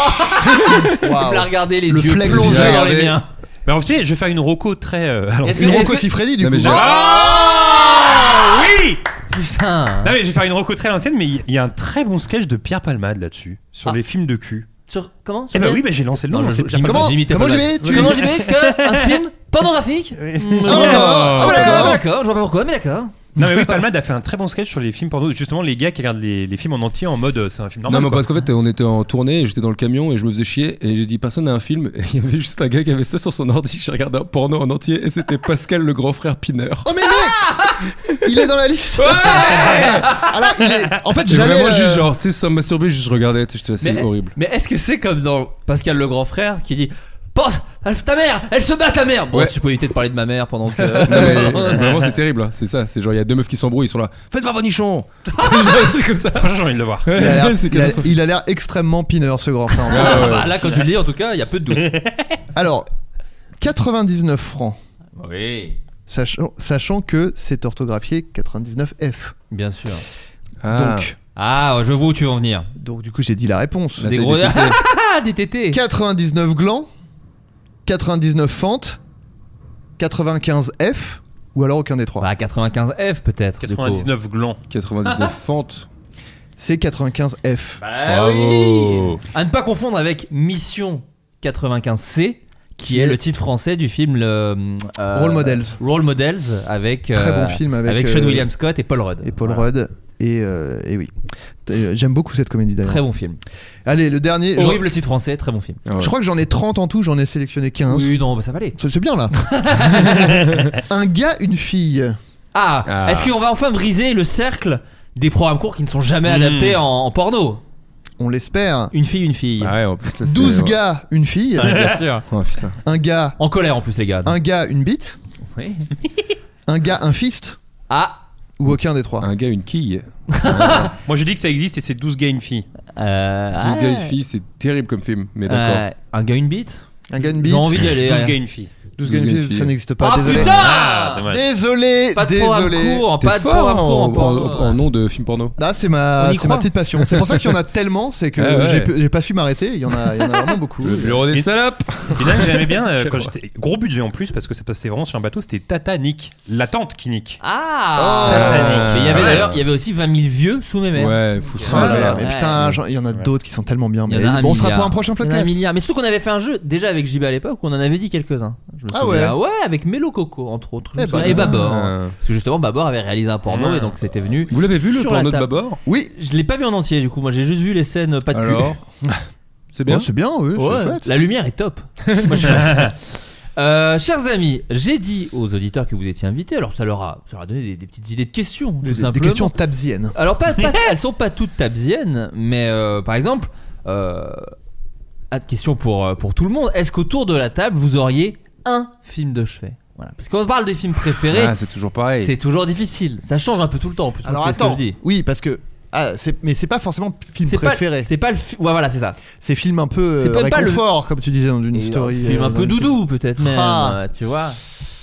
Il me l'a regardé les Le yeux flex plongés du dans regardé. les miens. Mais alors, tu sais, je vais faire une roco très. euh, alors- Est-ce Une que- Rocco est-ce que- Siffredi du Non, coup. mais j'ai- Ah oui. Putain. Non mais je vais faire une roco très à l'ancienne, mais il y a un très bon sketch de Pierre Palmade là-dessus sur Ah. les films de cul. Sur comment sur Eh bah quel- oui, bah j'ai lancé le nom. Non, c'est je- Pierre j'imite- Palmade. Comment j'imitais Comment pas j'y la- vais Tu- Comment j'y vais que un film pornographique Oui. Mm, Ah, voilà. ah, Ah, voilà, d'accord. d'accord, je vois pas pourquoi, mais d'accord. Non mais oui, Palmade a fait un très bon sketch sur les films porno. Justement, les gars qui regardent les, les films en entier en mode euh, c'est un film normal. Non, mais quoi. parce qu'en fait, on était en tournée et j'étais dans le camion et je me faisais chier et j'ai dit personne n'a un film et il y avait juste un gars qui avait ça sur son ordi. J'ai regardé un porno en entier et c'était Pascal le grand frère Pineur. Oh mais mec, il est dans la liste. Alors, il est. En fait, Et j'allais. vraiment euh, juste genre, tu sais, sans me masturber, juste je regardais, tu sais, j'étais assez Mais, horrible. mais est-ce que c'est comme dans Pascal le grand frère qui dit pense, ta mère, elle se bat ta mère. Bon, Ouais. si je pouvais éviter de parler de ma mère pendant que. Non, mais vraiment, c'est terrible, hein, c'est ça. C'est genre, il y a deux meufs qui s'embrouillent, ils sont là. Faites voir vos nichons. Un truc comme ça. Franchement, j'ai envie de le voir. Il a l'air- C'est il a- catastrophique. il a l'air extrêmement pineur ce grand frère. Ah, bah, là, quand tu le dis, en tout cas, il y a peu de doute. Alors, quatre-vingt-dix-neuf francs, Oui, sachant, sachant que c'est orthographié quatre-vingt-dix-neuf F. bien sûr. Ah. Donc, Ah, je vois où tu veux en venir. donc du coup, j'ai dit la réponse. La Des taille gros. des tétés. Ah, des tétés. quatre-vingt-dix-neuf glands, quatre-vingt-dix-neuf fentes, quatre-vingt-quinze F, ou alors aucun des trois. Bah, quatre-vingt-quinze F peut-être. du coup. quatre-vingt-dix-neuf glands. quatre-vingt-dix-neuf fentes. C'est quatre-vingt-quinze F. Bah Bravo. oui. À ne pas confondre avec Mission quatre-vingt-quinze C qui est le titre français du film le, euh, Role Models. Role Models avec euh, Très bon film avec, avec Sean euh, William Scott et Paul Rudd. Et Paul Voilà. Rudd. Et, euh, et oui. Euh, J'aime beaucoup cette comédie d'ailleurs. Très bon film. Allez, le dernier. Horrible titre français, très bon film. Ah ouais. Je crois que j'en ai trente en tout, j'en ai sélectionné quinze. Oui, non, bah ça va aller. C'est c'est bien là. Un gars, une fille. Ah, Ah. est-ce qu'on va enfin briser le cercle des programmes courts qui ne sont jamais Mmh. adaptés en, en porno? On l'espère. Une fille, une fille. Ah ouais, en plus, là, c'est- douze ouais. gars, une fille. Ouais, bien sûr. Oh, putain. Un gars, En colère en plus, les gars. un gars, une bite. Oui. Un gars, un fist. Ah, Ou aucun des trois. Un gars, une quille. Moi je dis que ça existe et c'est douze gars, une fille. euh, douze ah, gars, une fille, c'est terrible comme film, mais d'accord. euh, un gars, une bite. Un gars, une bite. J'ai envie d'y aller. douze ouais. gars, une fille. douze gars, une douze gars, fille, une fille. ça n'existe pas. Ah Désolé. putain Ah, dommage. Désolé, Pas de programme désolé. court, T'es pas de fort programme en, court en en- porno. en nom de film porno. Là, c'est On ma, y c'est ma croit. petite passion. C'est pour ça qu'il y en a tellement, c'est que Ah ouais. j'ai, j'ai pas su m'arrêter. Il y en a, il y en a vraiment beaucoup. Le bureau des Et- salopes. Et là, j'aimais bien euh, Quelle quand horreur. j'étais. Gros budget en plus parce que ça passait vraiment sur un bateau, c'était Tata Nick, la tante qui nique. Ah Titanic. Mais il y avait Ouais. d'ailleurs, il y avait aussi vingt mille vieux sous mes mers. Ouais, fou Oh là là, mais Ouais. putain, genre, il y en a d'autres qui sont tellement bien. Il y en Mais a un bon, on sera milliard. pour un prochain Il y en a un podcast. milliard. Mais surtout qu'on avait fait un jeu déjà avec J B à l'époque où on en avait dit quelques-uns. Je me Ah souviens. ouais. Ouais, avec Mélo Coco entre autres. Je me Eh souviens. ben, et Babor. ah. Parce que justement Babor avait réalisé un porno Ouais. et donc c'était venu. Vous l'avez vu le sur la porno de table. Babor? Oui. Je l'ai pas vu en entier du coup. Moi j'ai juste vu les scènes pas de cul. Alors C'est bien. Bon, c'est bien, oui, c'est Ouais, chouette. la lumière est top. Moi, je suis Euh, chers amis, j'ai dit aux auditeurs que vous étiez invités, alors ça leur a, ça leur a donné des, des petites idées de questions, tout Des, des simplement. questions tabziennes. Alors pas, pas- elles sont pas toutes tabziennes, mais euh, par exemple, euh, ah, question pour euh, pour tout le monde. Est-ce qu'autour de la table vous auriez un film de chevet? Voilà, parce qu'on parle des films préférés, Ah, c'est toujours pareil. c'est toujours difficile. Ça change un peu tout le temps. En plus, Alors c'est ce que attends, je dis. oui, parce que. Ah, c'est, mais c'est pas forcément film C'est pas, préféré. c'est pas le, fi- ouais, voilà, c'est ça. C'est film un peu C'est euh, peut-être pas le- réconfort, comme tu disais dans une Et story. un film euh, un peu dans une- doudou peut-être même, Ah. euh, tu vois.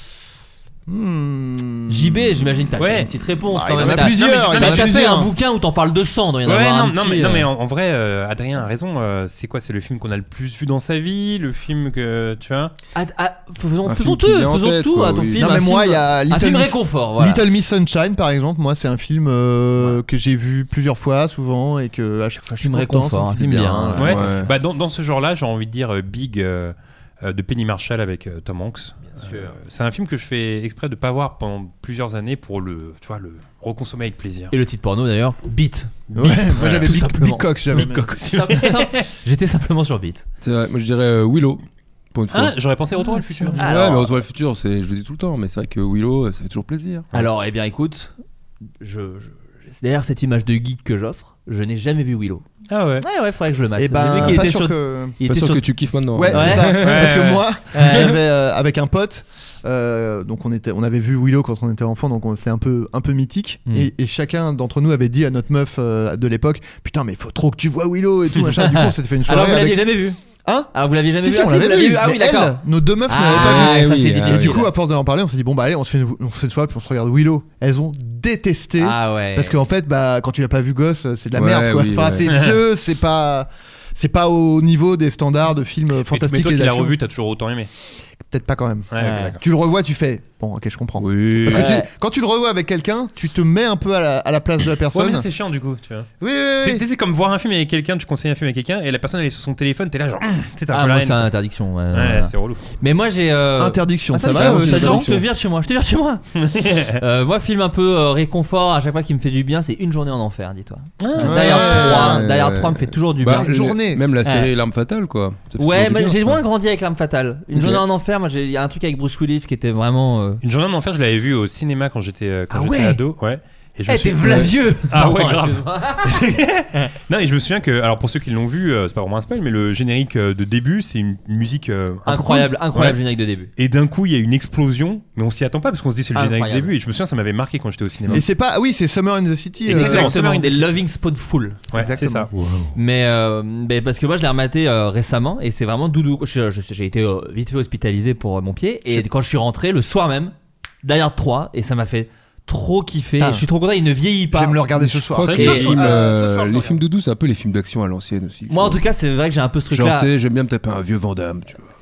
Hmm. J B, j'imagine t'as Ouais. une petite réponse Ah, quand il y même. en a T'as- plusieurs, non, mais il y en a t'as déjà fait plusieurs. un bouquin où t'en parles de sang, donc il y en a Ouais, avoir non, un non, petit, mais, non, euh, mais en, en vrai, euh, Adrien a raison. euh, c'est quoi? C'est le film qu'on a le plus vu dans sa vie, le film que tu vois. Ah, ah, faisons, Un faisons film qui tout, vient en faisons tête, tout quoi, à ton oui. film. Non, mais un moi, film- il y a un Little film Miss- réconfort. Voilà. Little Miss Sunshine, par exemple, moi, c'est un film euh, que j'ai vu plusieurs fois, souvent, et que à chaque fois je suis Film content. réconfort, ça me un fait film du bien, Ouais. Ouais. Bah dans, dans ce genre-là, j'ai envie de dire euh, Big euh, euh, de Penny Marshall avec euh, Tom Hanks. Euh, c'est un film que je fais exprès de pas voir pendant plusieurs années pour le, tu vois, le reconsommer avec plaisir. Et le titre porno d'ailleurs, Beat. Ouais, moi j'avais tout Big, simplement. Big Cock, j'avais Big même. Cock aussi. Simple- simple. J'étais simplement sur Beat. C'est vrai, moi je dirais euh, Willow. Pour une fois. Ah, j'aurais pensé Retour à le futur. tiens. Alors- Ouais, mais Retour à le futur, c'est, je le dis tout le temps, mais c'est vrai que Willow, ça fait toujours plaisir. Alors, eh bien, écoute, je, je, c'est derrière cette image de geek que j'offre, je n'ai jamais vu Willow. Ah ouais. Ouais, ouais, faudrait que je le mate. Et J'ai vu ben, qu'il pas était sûr sur. que. Il Pas était sûr sur. que tu kiffes maintenant. Ouais, Ouais. c'est ça. Parce que moi, Ouais. j'avais euh, avec un pote, euh, donc on était, on avait vu Willow quand on était enfant, donc on- c'est un peu, un peu mythique. Mm. Et, et chacun d'entre nous avait dit à notre meuf euh, de l'époque, putain, mais faut trop que tu vois Willow et tout machin. Du coup, on s'était fait une Alors, soirée vous l'aviez avec. jamais vu? Hein Ah, vous l'aviez jamais Si, vu? si, Ah, on si, vous l'avait l'aviez vu. Ah mais oui, d'accord. elles, nos deux meufs ne l'avaient Ah, pas vu. Ah, ça oui, c'est ah, Et difficile. du coup, à force d'en parler, on s'est dit bon bah allez, on se fait, une- on se fait une soirée puis on se regarde Willow. Elles ont détesté Ah ouais. parce qu'en fait, bah quand tu l'as pas vu gosse, c'est de la Ouais, merde quoi. oui, Enfin, ouais. c'est vieux, c'est pas, c'est pas au niveau des standards de films Mais, mais fantastiques toi et qui l'as d'action. revu, t'as toujours autant aimé. Peut-être pas quand même. Ouais, Ouais. ok, d'accord. Tu le revois, tu fais bon, ok, je comprends. Oui. Parce que Ouais. tu- quand tu le revois avec quelqu'un, tu te mets un peu à la, à la place de la Ouais, personne. mais ça, c'est chiant du coup, tu vois. oui, oui, C'est, oui. c'est comme voir un film avec quelqu'un, tu conseilles un film avec quelqu'un et la personne elle est sur son téléphone, t'es là genre, hum, tu sais, t'as un Ah, peu la moi, haine. c'est une interdiction. Ouais, Ouais, voilà. c'est relou. Mais moi, j'ai. euh, Interdiction, ça va Interdiction, euh, je ça te va sens, je te vire de chez moi. Je te vire de chez moi. euh, moi, film un peu euh, réconfort à chaque fois qui me fait du bien, c'est Une journée en enfer, dis-toi. Ah, Die ouais. Hard trois, Ouais. Die Hard trois me fait toujours du Bah, bien. une le- journée. Même la série Ouais. L'Arme Fatale, quoi. Ça fait Ouais, toujours du mais bien, j'ai ça. moins grandi avec L'Arme Fatale. Une Ok. journée en enfer, moi, j'ai- il y a un truc avec Bruce Willis qui était vraiment. euh, Une journée en enfer, je l'avais vu au cinéma quand j'étais euh, quand Ah j'étais ouais. ado, ouais. Et je me Eh, suis- t'es v'là vieux! Ah ouais, Pardon, grave. excuse-moi. Non, et je me souviens que, alors pour ceux qui l'ont vu, euh, c'est pas vraiment un spoil, mais le générique euh, de début, c'est une musique euh, un peu Incroyable, cool. incroyable Ouais. générique de début. Et d'un coup, il y a une explosion, mais on s'y attend pas parce qu'on se dit c'est le générique de Incroyable. début. Et je me souviens, ça m'avait marqué quand j'étais au cinéma. Et c'est pas, oui, c'est Summer in the City. euh, Exactement. Summer in the des City. Loving Spoonful. Ouais, c'est Exactement. ça. Mais, euh, mais parce que moi je l'ai rematé euh, récemment et c'est vraiment doudou. Je- je sais, J'ai été euh, vite fait hospitalisé pour euh, mon pied et quand je suis rentré le soir même, Die Hard trois, et ça m'a fait trop kiffer. Ah. Je suis trop content, il ne vieillit pas. J'aime le regarder ce Je soir. crois que Et- les ce films, soir, euh, euh, ce soir, je les le films de douce, c'est un peu les films d'action à l'ancienne aussi. Moi en tout cas, c'est vrai que j'ai un peu ce truc Genre, là. tu sais, j'aime bien me taper un vieux Van Damme, tu vois.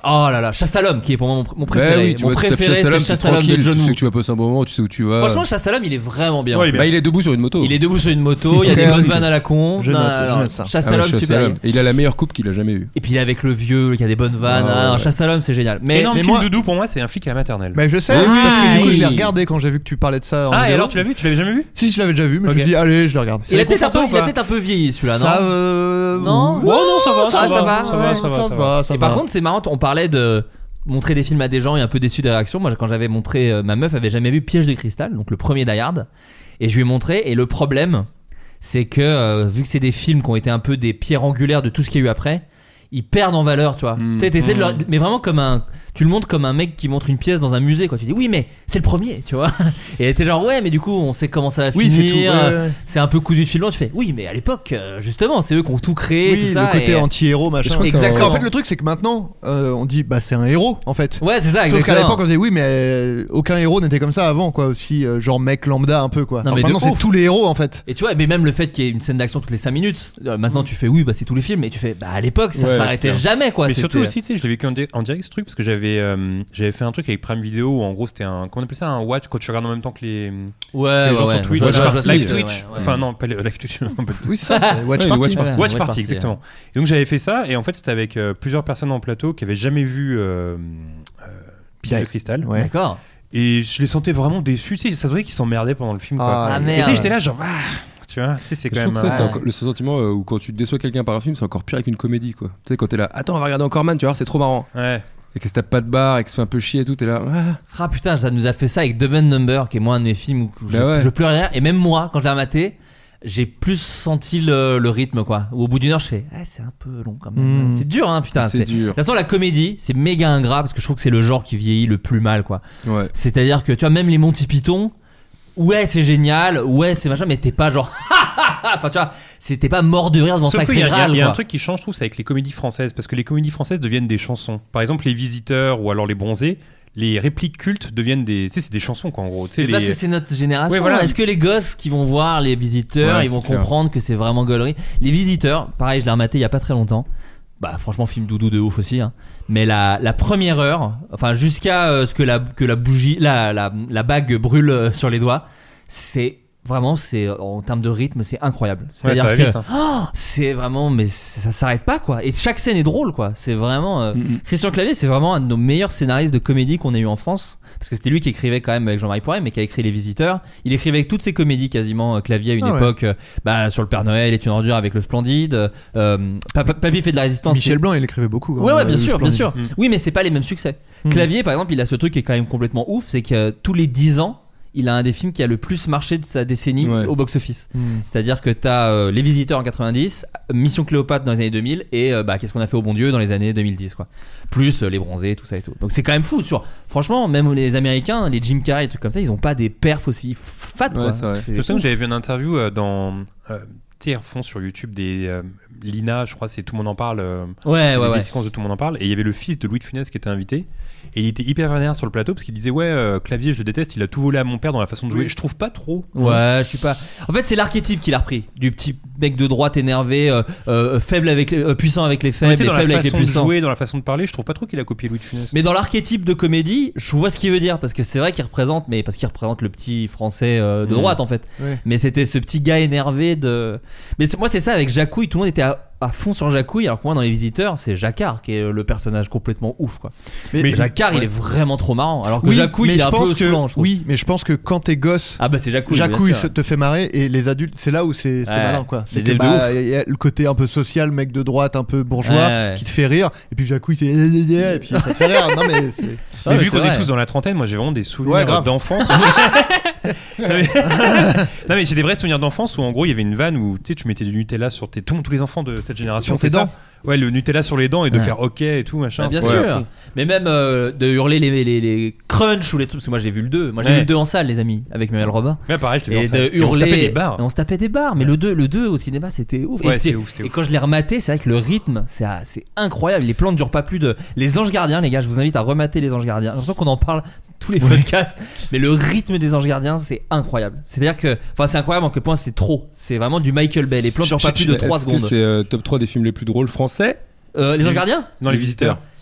Oh là là, Chasse à l'homme qui est pour moi mon, mon Bah préféré. oui, tu mon vois, tu tapes préféré Chasse à l'homme, c'est c'est Chasse à l'homme de tranquille, John tu sais Woo. que tu vas passer un bon moment, tu sais où tu vas. Franchement, Chasse à l'homme, il est vraiment bien. Ouais, il est Bah, il est debout sur une moto. Il est debout sur une moto, il y a Ok, des bonnes ok. vannes à la con. Je Non, note, non, je non. note ça. Chasse Ah à ouais, l'homme, Chasse à super. l'homme. Et il a la meilleure coupe qu'il a jamais eue. Et puis il est avec le vieux qui a des bonnes vannes. Ouais, Ah, non, ouais. Chasse à l'homme, c'est génial. Mais Énorme mais film moi- doudou pour moi, c'est un flic à la maternelle. Mais je sais, Oui. parce que du coup, je l'ai Ah, regardé quand j'ai vu que tu parlais de ça. En Ah, et vidéo. alors tu l'as vu Tu l'avais jamais vu Si, je l'avais déjà vu, mais Ok. je me suis dit, allez, je le regarde. il a peut-être un peu, réconfortant ou il a pas peut-être un peu vieilli celui-là, non Ça, euh, Non. ouais, Oh non, ça va, ça Ah, va, ça va, ça va, ouais, ça va, ça va, ça Et par va. contre, c'est marrant, on parlait de montrer des films à des gens et un peu déçu des réactions. Moi, quand j'avais montré, euh, ma meuf avait jamais vu Piège de cristal, donc le premier Die Hard, et je lui ai montré. Et le problème, c'est que euh, vu que c'est des films qui ont été un peu des pierres angulaires de tout ce qu'il y a eu après, ils perdent en valeur, tu vois. Mm. Tu sais, t'essaies de leur- Mm. mais vraiment comme un, tu le montres comme un mec qui montre une pièce dans un musée, quoi. Tu dis oui, mais c'est le premier, tu vois. Et elle était genre ouais, mais du coup, on sait comment ça va Oui, c'est tout. finir. ouais, ouais. C'est un peu cousu de fil blanc. Tu fais oui, mais à l'époque, euh, justement, c'est eux qui ont tout créé, Oui, tout ça. le côté et- anti-héros, machin. Je crois que ça Parce Exactement. qu'en fait, le truc, c'est que maintenant, euh, on dit, bah, c'est un héros, en fait. Ouais, c'est ça. Sauf qu'à exactement. l'époque, on disait oui, mais euh, aucun héros n'était comme ça avant, quoi. Aussi, euh, genre mec lambda un peu, quoi. Non, Alors mais de maintenant, c'est ouf. tous les héros, en fait. Et tu vois, mais même le fait qu'il y ait une scène d'action toutes les cinq minutes, euh, maintenant tu fais oui, bah c'est tous les films, et tu fais bah à l'époque ça Ouais, s'arrêtait c'est jamais quoi. Mais c'était- surtout aussi, tu sais, je l'ai vécu en, di- en direct ce truc parce que j'avais euh, j'avais fait un truc avec Prime Video où en gros c'était un. Comment on appelle ça Un watch quand tu regardes en même temps que les, Ouais, les ouais, gens ouais. sur Twitch. Je vois- je vois Watch ce que live tu veux dire, Twitch. ouais, ouais. Enfin, non, pas le live Twitch. non, pas le- Oui, ça, c'est Watch Ouais, Party. Watch Ouais, Party. Watch Watch Party, Party, exactement. Et donc j'avais fait ça, et en fait c'était avec euh, plusieurs personnes en plateau qui avaient jamais vu euh, euh, Piège de cristal. Ouais. D'accord. Et je les sentais vraiment déçus. Tu sais, ça se voyait qu'ils s'emmerdaient pendant le film. Quoi. Ah, Ah et- et tu merde. sais, j'étais là genre. Ah, tu vois, tu sais, c'est Je quand trouve même. que ça, c'est ouais. encore- le sentiment euh, où quand tu déçois quelqu'un par un film, c'est encore pire avec une comédie, quoi. Tu sais, quand t'es là, attends, on va regarder encore Man, tu vois, c'est trop marrant. Ouais. Et qu'elle se tape pas de barre et qu'elle se fait un peu chier et tout, t'es là. Ah. Ah putain, ça nous a fait ça avec Double Number, qui est moi un de mes films où je, Bah ouais. je pleurais. Et même moi, quand je l'ai rematé, j'ai plus senti le, le rythme quoi. Où au bout d'une heure, je fais, ah, c'est un peu long quand même. Mm. C'est dur, hein, putain. C'est dur. De toute façon, la comédie, c'est méga ingrat parce que je trouve que c'est le genre qui vieillit le plus mal quoi. Ouais. C'est-à-dire que tu vois, même les Monty Python, ouais, c'est génial, ouais, c'est machin, mais t'es pas genre, enfin, tu vois, c'était pas mort de rire devant Sauf Sacré qu'il y a, il y a- Graal. il y a un quoi. truc qui change, je trouve, c'est avec les comédies françaises. Parce que les comédies françaises deviennent des chansons. Par exemple, Les Visiteurs ou alors Les Bronzés, les répliques cultes deviennent des. Tu sais, c'est des chansons, quoi, en gros. Tu sais, Mais les... parce que c'est notre génération. Ouais, voilà. Est-ce que les gosses qui vont voir les visiteurs, Ouais, ils vont c'est clair. comprendre que c'est vraiment gaulerie? Les visiteurs, pareil, je l'ai rematé il y a pas très longtemps. Bah franchement film doudou de ouf aussi hein. Mais la, la première heure, enfin jusqu'à euh, ce que la, que la bougie, la, la, la bague brûle euh, sur les doigts, c'est vraiment, c'est en termes de rythme, c'est incroyable. Ouais, C'est-à-dire ça va que vite, hein. oh, c'est vraiment, mais c'est- ça s'arrête pas quoi. Et chaque scène est drôle quoi. C'est vraiment euh, Mm-hmm. Christian Clavier, c'est vraiment un de nos meilleurs scénaristes de comédie qu'on ait eu en France. Parce que c'était lui qui écrivait quand même avec Jean-Marie Poiret, mais qui a écrit Les Visiteurs. Il écrivait avec toutes ses comédies quasiment. euh, Clavier à une Ah ouais. époque, euh, bah, sur le Père Noël est une ordure avec Le Splendide. Euh, Papa- Papy fait de la résistance. Michel c'est- Blanc, il écrivait beaucoup. Ouais, hein, ouais, bien le sûr, bien Splendide. sûr. Oui, mais c'est pas les mêmes succès. Mm. Clavier, par exemple, il a ce truc qui est quand même complètement ouf, c'est que euh, tous les dix ans, il a un des films qui a le plus marché de sa décennie Ouais. au box-office. Mm. C'est-à-dire que t'as euh, Les Visiteurs en quatre-vingt-dix, Mission Cléopâtre dans les années deux mille et euh, bah, Qu'est-ce qu'on a fait au bon Dieu dans les années deux mille dix quoi. Plus euh, Les Bronzés, tout ça et tout. Donc c'est quand même fou. Sur... Franchement, même les Américains, les Jim Carrey et trucs comme ça, ils ont pas des perfs aussi fat quoi. Ouais, c'est vrai. C'est Je sais fou. que j'avais vu une interview euh, dans. Euh, tu sais, ils refont sur YouTube des. euh, Lina, je crois, c'est Tout le monde en parle. euh, Ouais, des ouais, ouais. séquences de Tout le monde en parle. Et il y avait le fils de Louis de Funès qui était invité. Et il était hyper vénère sur le plateau parce qu'il disait ouais, euh, Clavier, je le déteste, il a tout volé à mon père dans la façon de jouer. Oui. Je trouve pas trop. Ouais, je suis pas. En fait, c'est l'archétype qu'il a repris, du petit mec de droite énervé, euh, euh, faible avec les, euh, puissant avec les Mais faibles tu sais, et dans faible la avec les façon de puissants. jouer, dans la façon de parler, je trouve pas trop qu'il a copié Louis de Funès. Mais dans l'archétype de comédie, je vois ce qu'il veut dire parce que c'est vrai qu'il représente, mais parce qu'il représente le petit français euh, de Mmh. droite en fait. Ouais. Mais c'était ce petit gars énervé de. Mais c'est- moi, c'est ça avec Jacouille, tout le monde était à, à fond sur Jacouille, alors que moi, dans Les Visiteurs, c'est Jacquard qui est le personnage complètement ouf quoi. Mais, Mais Jacquard, il est vraiment trop marrant, alors que oui, Jacouille, mais il est je un peu pense que saoulant, je trouve. oui, mais je pense que quand t'es gosse, Ah bah c'est Jacouille. bien Jacouille sûr. te fait marrer et les adultes, c'est là où c'est c'est Ouais. malin quoi. C'est Les que devs de bah, ouf. y a le côté un peu social, mec de droite, un peu bourgeois, Ouais, ouais. qui te fait rire. Et puis Jacouille, c'est et puis ça te fait rire. Non mais c'est. Mais Ah, mais vu c'est qu'on est vrai. tous dans la trentaine, moi j'ai vraiment des Ouais, souvenirs grave. d'enfance. non mais, non, mais j'ai des vrais souvenirs d'enfance où en gros il y avait une vanne où tu sais tu mettais du Nutella sur tes tous tous les enfants de cette génération Sur tes fait ça. dents. Ouais, le Nutella sur les dents et de Ouais. faire OK et tout machin. Ah, bien Ouais, à sûr. fond. Mais même euh, de hurler les, les, les crunch ou les trucs, parce que moi j'ai vu le deux. Moi j'ai Ouais. vu le deux en salle, les amis, avec Muriel Robin. Mais pareil, je l'ai vu Et en salle. de Et on se hurler. tapait des barres. Et on se tapait des barres. Mais le deux, le deux au cinéma, c'était ouf. Ouais, et, c'était c'est- ouf, c'était et ouf. quand je l'ai rematé, c'est vrai que le rythme, c'est ah, c'est incroyable. Les plans ne durent pas plus de. Les Anges Gardiens, les gars, je vous invite à remater Les Anges Gardiens. J'ai l'impression qu'on en parle tous les podcasts. Mais le rythme des Anges Gardiens, c'est incroyable. C'est-à-dire que. Enfin, c'est incroyable en quel point c'est trop. C'est vraiment du Michael Bay. Les plans ne durent pas plus de trois Est-ce secondes. que c'est euh, top trois des films les plus drôles français? Euh, les Anges Gardiens Non, les visiteurs.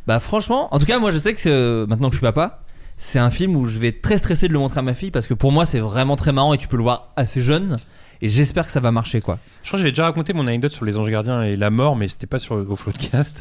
Bah franchement, en tout cas moi je sais que c'est, maintenant que je suis papa, c'est un film où je vais être très stressé de le montrer à ma fille parce que pour moi c'est vraiment très marrant et tu peux le voir assez jeune. Et j'espère que ça va marcher quoi. Je crois que j'avais déjà raconté mon anecdote sur les anges gardiens et la mort, mais c'était pas sur au Floodcast.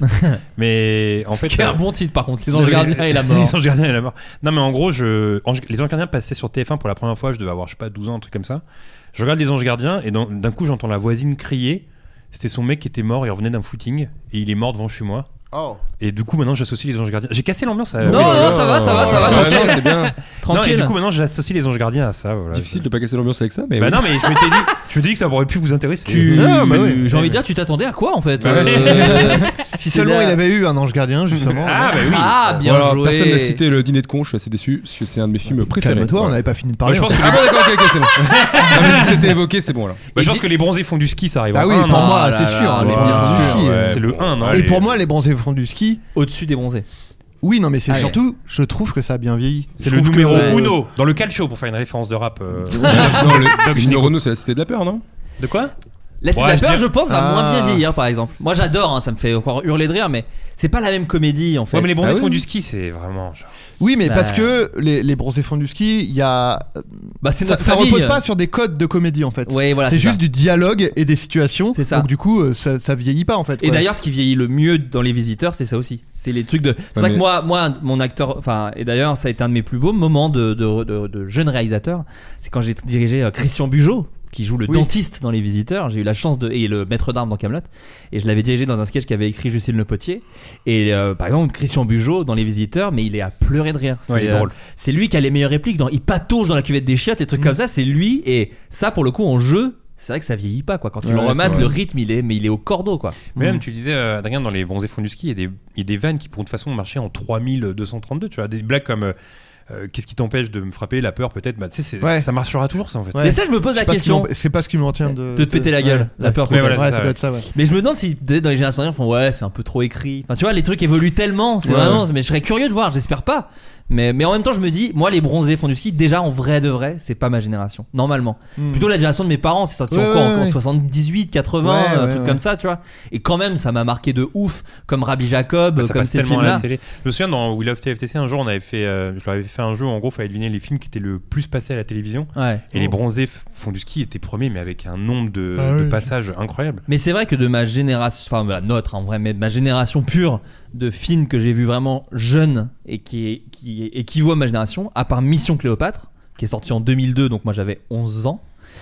Mais en fait, c'est euh, un bon titre par contre, les anges gardiens et la mort. Les anges gardiens et la mort. Non mais en gros, je Ange... les anges gardiens passaient sur T F un pour la première fois. Je devais avoir je sais pas douze ans, un truc comme ça. Je regarde les anges gardiens et dans... d'un coup j'entends la voisine crier. C'était son mec qui était mort, il revenait d'un footing et il est mort devant chez moi. Oh. Et du coup maintenant j'associe les anges gardiens. J'ai cassé l'ambiance. Non, non, non, ça va, ça va, ça va. Ouais, non, c'est bien. Tranquille. Non, et du coup maintenant j'associe les anges gardiens à ça. Voilà. Difficile de pas casser l'ambiance avec ça, mais. Bah oui. non, mais je m'étais dit, je me dis que ça aurait pu vous intéresser. Tu... Ah, bah oui. J'ai envie de dire, tu t'attendais à quoi en fait? Ouais, euh... Si seulement il avait eu un ange gardien justement. Ah bah oui. Ah bien Voilà, joué. personne n'a cité Le Dîner de con, je suis assez déçu parce que c'est un de mes films préférés. Calme-toi, on Voilà. n'avait pas fini de Bah, parler. je pense que Ah bon, d'accord, ok, ok, c'est bon. Non, mais si c'était évoqué, c'est bon alors. Bah, je pense que les bronzés font du ski, ça arrive. Ah en oui, un, pour non moi, Ah là c'est sûr. là, hein, les ouais, bronzés font du ouais, ski. ouais, euh. c'est le un, non Et les- pour moi, les bronzés font du ski. Au-dessus des bronzés. Oui, non, mais c'est Ah, surtout, je trouve que ça a bien vieilli. C'est Je le trouve numéro que- ouais. uno dans le calcio pour faire une référence de rap. euh, Non, le, Doc le Gynéco. Renault, c'est la cité de la peur, non? De quoi? La Cité Ouais, de la je peur, dirais- je pense, va Ah. moins bien vieillir par exemple. Moi j'adore, hein, ça me fait encore hurler de rire, mais c'est pas la même comédie en fait. Ouais, mais les bronzés Ah oui. font du ski, c'est vraiment. genre- Oui, mais Bah. parce que les, les bronzés font du ski, il y a. Bah c'est Ça, notre ça famille. repose pas sur des codes de comédie en fait. Ouais, voilà, c'est c'est juste ça. du dialogue et des situations. C'est ça. Donc du coup, euh, ça, ça vieillit pas en fait. Et quoi. d'ailleurs, ce qui vieillit le mieux dans Les Visiteurs, c'est ça aussi. C'est les trucs de. C'est Ouais, vrai mais- que moi, moi, mon acteur. Enfin, et d'ailleurs, ça a été un de mes plus beaux moments de, de, de, de jeune réalisateur. C'est quand j'ai dirigé euh, Christian Bugeaud, qui joue le Oui. dentiste dans Les Visiteurs. J'ai eu la chance de. Et le maître d'armes dans Kaamelott. Et je l'avais dirigé dans un sketch qu'avait écrit Justine Le Potier. Et euh, par exemple, Christian Bugeaud dans Les Visiteurs, mais il est à pleurer de rire. C'est, Ouais, il est euh, drôle. c'est lui qui a les meilleures répliques. Dans, il patauge dans la cuvette des chiottes, des trucs Mm. comme ça. C'est lui. Et ça, pour le coup, en jeu. C'est vrai que ça vieillit pas quoi. Quand tu Ouais, le c'est remates, vrai. le rythme il est, mais il est au cordeau quoi. Mais même, tu disais, euh, Adrien, dans les bronzés font du ski, il y, a des- il y a des vannes qui, pour une façon, marchaient en trois mille deux cent trente-deux. Tu vois, des blagues comme euh, euh, qu'est-ce qui t'empêche de me frapper, la peur peut-être. Bah, tu sais, c'est- Ouais. ça marchera toujours, ça en fait. Ouais. Mais ça, je me pose Je sais la pas ce qui question. m'en- C'est pas ce qui me retient de. De te péter la gueule, ouais. la peur. Ouais, Ouais, voilà, c'est ça ça, doit être ça, ouais. Mais je me demande si peut-être dans les générations dernières, ils font ouais, c'est un peu trop écrit. Enfin, tu vois, les trucs évoluent tellement. C'est Ouais. vraiment. Mais je serais curieux de voir. J'espère pas. Mais, mais en même temps, je me dis, moi, les bronzés font du ski. Déjà, en vrai de vrai, c'est pas ma génération. Normalement, Hmm. c'est plutôt la génération de mes parents. C'est sorti Ouais, en quoi ouais, en, en ouais. soixante-dix-huit, quatre-vingts, Ouais, un ouais, truc ouais. comme ça, tu vois. Et quand même, ça m'a marqué de ouf. Comme Rabbi Jacob, Bah, ça comme passe ces tellement à films-là. la télé. Je me souviens dans We Love T F T C un jour on avait fait, euh, je leur avais fait un jeu en gros fallait deviner les films qui étaient le plus passés à la télévision Ouais. et les Oh. bronzés f- font du ski étaient premiers mais avec un nombre de, Ah de oui. passages incroyables. Mais c'est vrai que de ma génération, enfin voilà, notre en vrai, mais de ma génération pure de films que j'ai vu vraiment jeune et qui, qui équivaut à ma génération, à part Mission Cléopâtre, qui est sorti en deux mille deux, donc moi j'avais onze ans.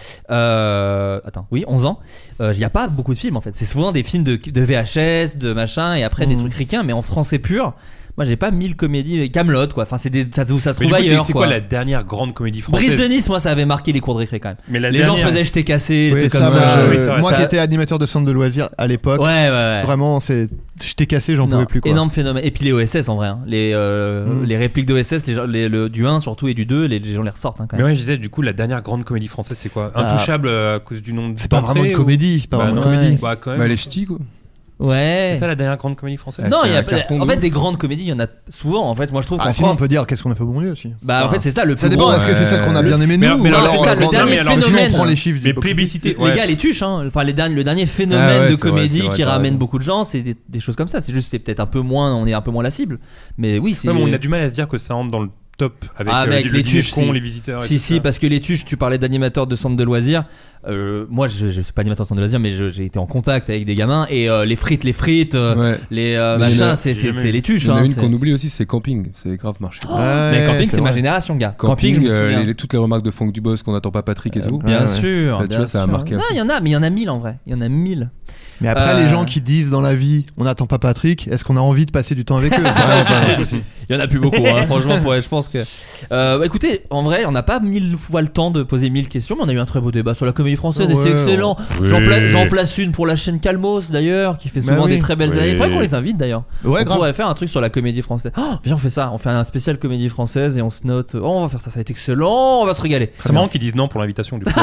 Euh, attends, oui, onze ans. Il n'y a pas beaucoup de films en fait. C'est souvent des films de, de V H S, de machin, et après des Mhm. trucs ricains, mais en français pur. Moi j'ai pas mille comédies, Kaamelott quoi. Enfin, c'est des, ça, où ça se Mais trouve du coup, c'est- ailleurs. c'est quoi la dernière grande comédie française? Brice de Nice, moi ça avait marqué les cours de récré quand même. Mais la Les gens dernière- faisaient jeter cassé, Oui, des trucs ça, comme moi, ça. je- oui, c'est vrai, moi ça- qui étais animateur de centre de loisirs à l'époque, Ouais, ouais, ouais. vraiment, c'est. Je t'ai cassé, j'en Non, pouvais plus quoi. énorme phénomène. Et puis les O S S en vrai, hein. les, euh, Mm. les répliques d'O S S, les, gens- les- le, du un surtout et du deux, les, les gens les ressortent hein, quand Mais même. ouais, je disais du coup la dernière grande comédie française c'est quoi? Ah. Intouchable euh, à cause du nom de C'est pas d'entrée, vraiment une ou- comédie, c'est pas Bah vraiment non. une comédie. Bah quand même. Bah, les ch'tis, quoi. Ouais. C'est ça la dernière grande comédie française? Non, c'est il y a un carton en de fait ouf. des grandes comédies, il y en a souvent. En fait, moi je trouve Ah, qu'en sinon, France, on peut dire qu'est-ce qu'on a fait au bon lieu aussi. bah en Enfin, fait c'est ça le Ça plus dépend, gros. est-ce que c'est celle qu'on a bien aimé Mais nous alors- ou mais alors, alors, c'est ça, euh, le bon, dernier non, mais alors, sinon, phénomène. on prend les chiffres du Mais box office. plébiscité. Les ouais. gars, les tuches, hein. Enfin, les derniers, le dernier phénomène Ah ouais, de c'est vrai, comédie c'est vrai, qui t'as ramène raison. beaucoup de gens, c'est des, des choses comme ça. C'est juste, c'est peut-être un peu moins, on est un peu moins la cible. Mais oui, c'est. Ouais, mais on a du mal à se dire que ça rentre dans le top avec, Ah, euh, mais avec le les dîner de tuches, cons, si. les visiteurs. et Si, tout si, ça. parce que les tuches, tu parlais d'animateurs de centre de loisirs. Euh, moi, je, je suis pas animateur de centre de loisirs, mais je- j'ai été en contact avec des gamins. Et euh, les frites, les frites, euh, Ouais. les euh, Mais il y en machins, a- c'est, j'ai c'est, jamais c'est vu. les tuches. Il y en a hein, une c'est- qu'on oublie aussi, c'est Camping. C'est grave marché. Mais Ouais, camping, c'est ma vrai. génération, gars. Camping, Camping, je me euh, souviens. les- les- toutes les remarques de Franck Dubos qu'on n'attend pas Patrick et tout. Bien Ouais, ouais. sûr. Là, tu bien vois, ça a sûr. marqué un Non, peu. il y en a, mais il y en a mille en vrai. Il y en a mille. Mais après, Euh, les gens qui disent dans la vie, on n'attend pas Patrick, est-ce qu'on a envie de passer du temps avec eux? C'est ça aussi le truc aussi. Il y en a plus beaucoup, hein, franchement. Pour, je pense que. Euh, bah, écoutez, en vrai, on n'a pas mille fois le temps de poser mille questions, mais on a eu un très beau débat sur la comédie française et Ouais, c'est excellent. ouais. J'en, pla- Oui. j'en place une pour la chaîne Calmos d'ailleurs, qui fait Bah souvent oui. des très belles Oui. années. Il faudrait qu'on les invite d'ailleurs. Ouais, on grave. pourrait faire un truc sur la comédie française. Oh, viens, on fait ça. On fait un spécial comédie française et on se note. Oh, on va faire ça, ça va être excellent. On va se régaler. C'est marrant qu'ils disent non pour l'invitation du coup.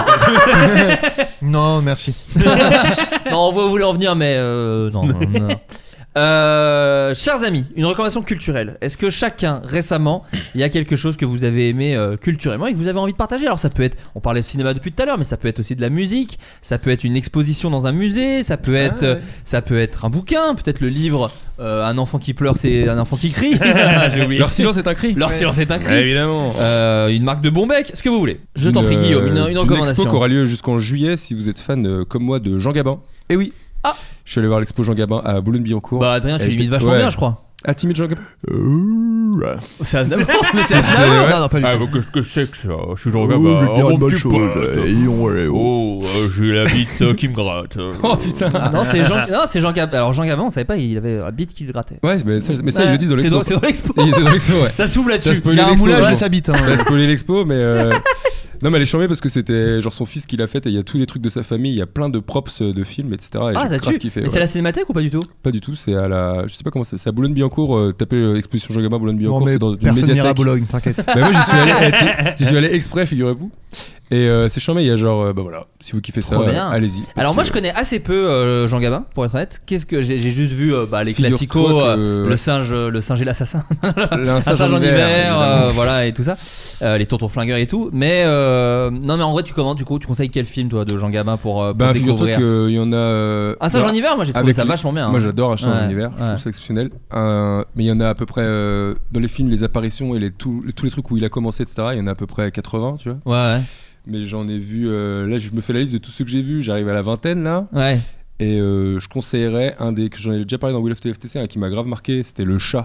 Non, merci. Non, on voit où vous voulez en venir, mais euh, non. non, non. Euh, chers amis, une recommandation culturelle. Est-ce que chacun récemment, il y a quelque chose que vous avez aimé euh, culturellement et que vous avez envie de partager? Alors ça peut être, on parlait de cinéma depuis tout à l'heure, mais ça peut être aussi de la musique, ça peut être une exposition dans un musée, ça peut être, Ah ouais. euh, ça peut être un bouquin, peut-être le livre Euh, un enfant qui pleure, c'est un enfant qui crie. J'ai oublié. Leur silence est un cri. Leur silence est un cri. Ouais, évidemment. Euh, une marque de bon bec, ce que vous voulez. Je t'en prie, Guillaume, une, une Une recommandation. expo qui aura lieu jusqu'en juillet si vous êtes fan euh, comme moi de Jean Gabin. Et oui. Ah. Je suis allé voir l'expo Jean Gabin à Boulogne-Billancourt. Bah, Adrien, tu Elle l'imites était- vachement ouais. bien, je crois. Ah, timide Jean Gabin. C'est Aznavour. Mais c'est C'était- Aznavour. ouais. Non, non, pas du Ah, tout. bah, que, que c'est que ça Je suis Jean Oh, Gabin. je vais te dire Oh, une mon bonne petit chose. pote. Et on- ouais, oh. Oh, euh, j'ai la bite euh, qui me gratte. Oh putain. Non, c'est Jean, non, c'est Jean Gabin. Alors, Jean Gabin, on savait pas, il avait la bite qui le grattait. Ouais, mais ça, mais ça Ouais, ils le disent dans c'est l'expo. dans- c'est dans l'expo. Et c'est dans l'expo, ouais. Ça s'ouvre T'as là-dessus. spoilé Il y a un l'expo, moulage ouais. de sa bite. Hein. T'as spoilé l'expo, mais. euh, Non, mais elle est charmée parce que c'était genre son fils qui l'a fait et il y a tous les trucs de sa famille, il y a plein de props de films, et cetera. Et Ah, j'ai ça grave tue. kiffé, Mais ouais. c'est à la Cinémathèque ou pas du tout? Pas du tout, c'est à la. Je sais pas comment c'est. C'est à Boulogne-Billancourt. Euh, tapez euh, exposition Jean Gabin Non, Boulogne-Billancourt, mais c'est dans une personne n'ira à médiathèque. Boulogne, t'inquiète. Bah, moi j'y suis allé, eh, tu- j'y suis allé exprès, figurez-vous. Et euh, c'est charmé, il y a genre, euh, bah voilà, si vous kiffez ça, Trop bien. euh, allez-y. parce Alors moi que- je connais assez peu euh, Jean Gabin pour être honnête. Qu'est-ce que j'ai, j'ai juste vu euh, bah, les Figure-toi classicos, que- euh, le singe, le singe et l'assassin, Un un singe singe en hiver, euh, évidemment. voilà et tout ça, euh, les tontons flingueurs et tout. Mais euh, non mais en vrai tu commandes du coup, tu conseilles quel film toi de Jean Gabin pour, euh, pour Bah figure-toi découvrir? qu'il y en a. euh, Un singe alors, en hiver, moi j'ai trouvé avec ça les- vachement bien. Moi hein. j'adore un singe en Ouais, hiver, je ouais. trouve ça exceptionnel. Euh, mais il y en a à peu près euh, dans les films, les apparitions et les, tous tous les trucs où il a commencé, et cetera. Il y en a à peu près quatre-vingts, tu vois. Ouais Mais j'en ai vu. euh, là, je me fais la liste de tous ceux que j'ai vus. J'arrive à la vingtaine là. ouais. Ouais. Et euh, je conseillerais un des que j'en ai déjà parlé dans Wheel of T F T C, un qui m'a grave marqué. C'était Le Chat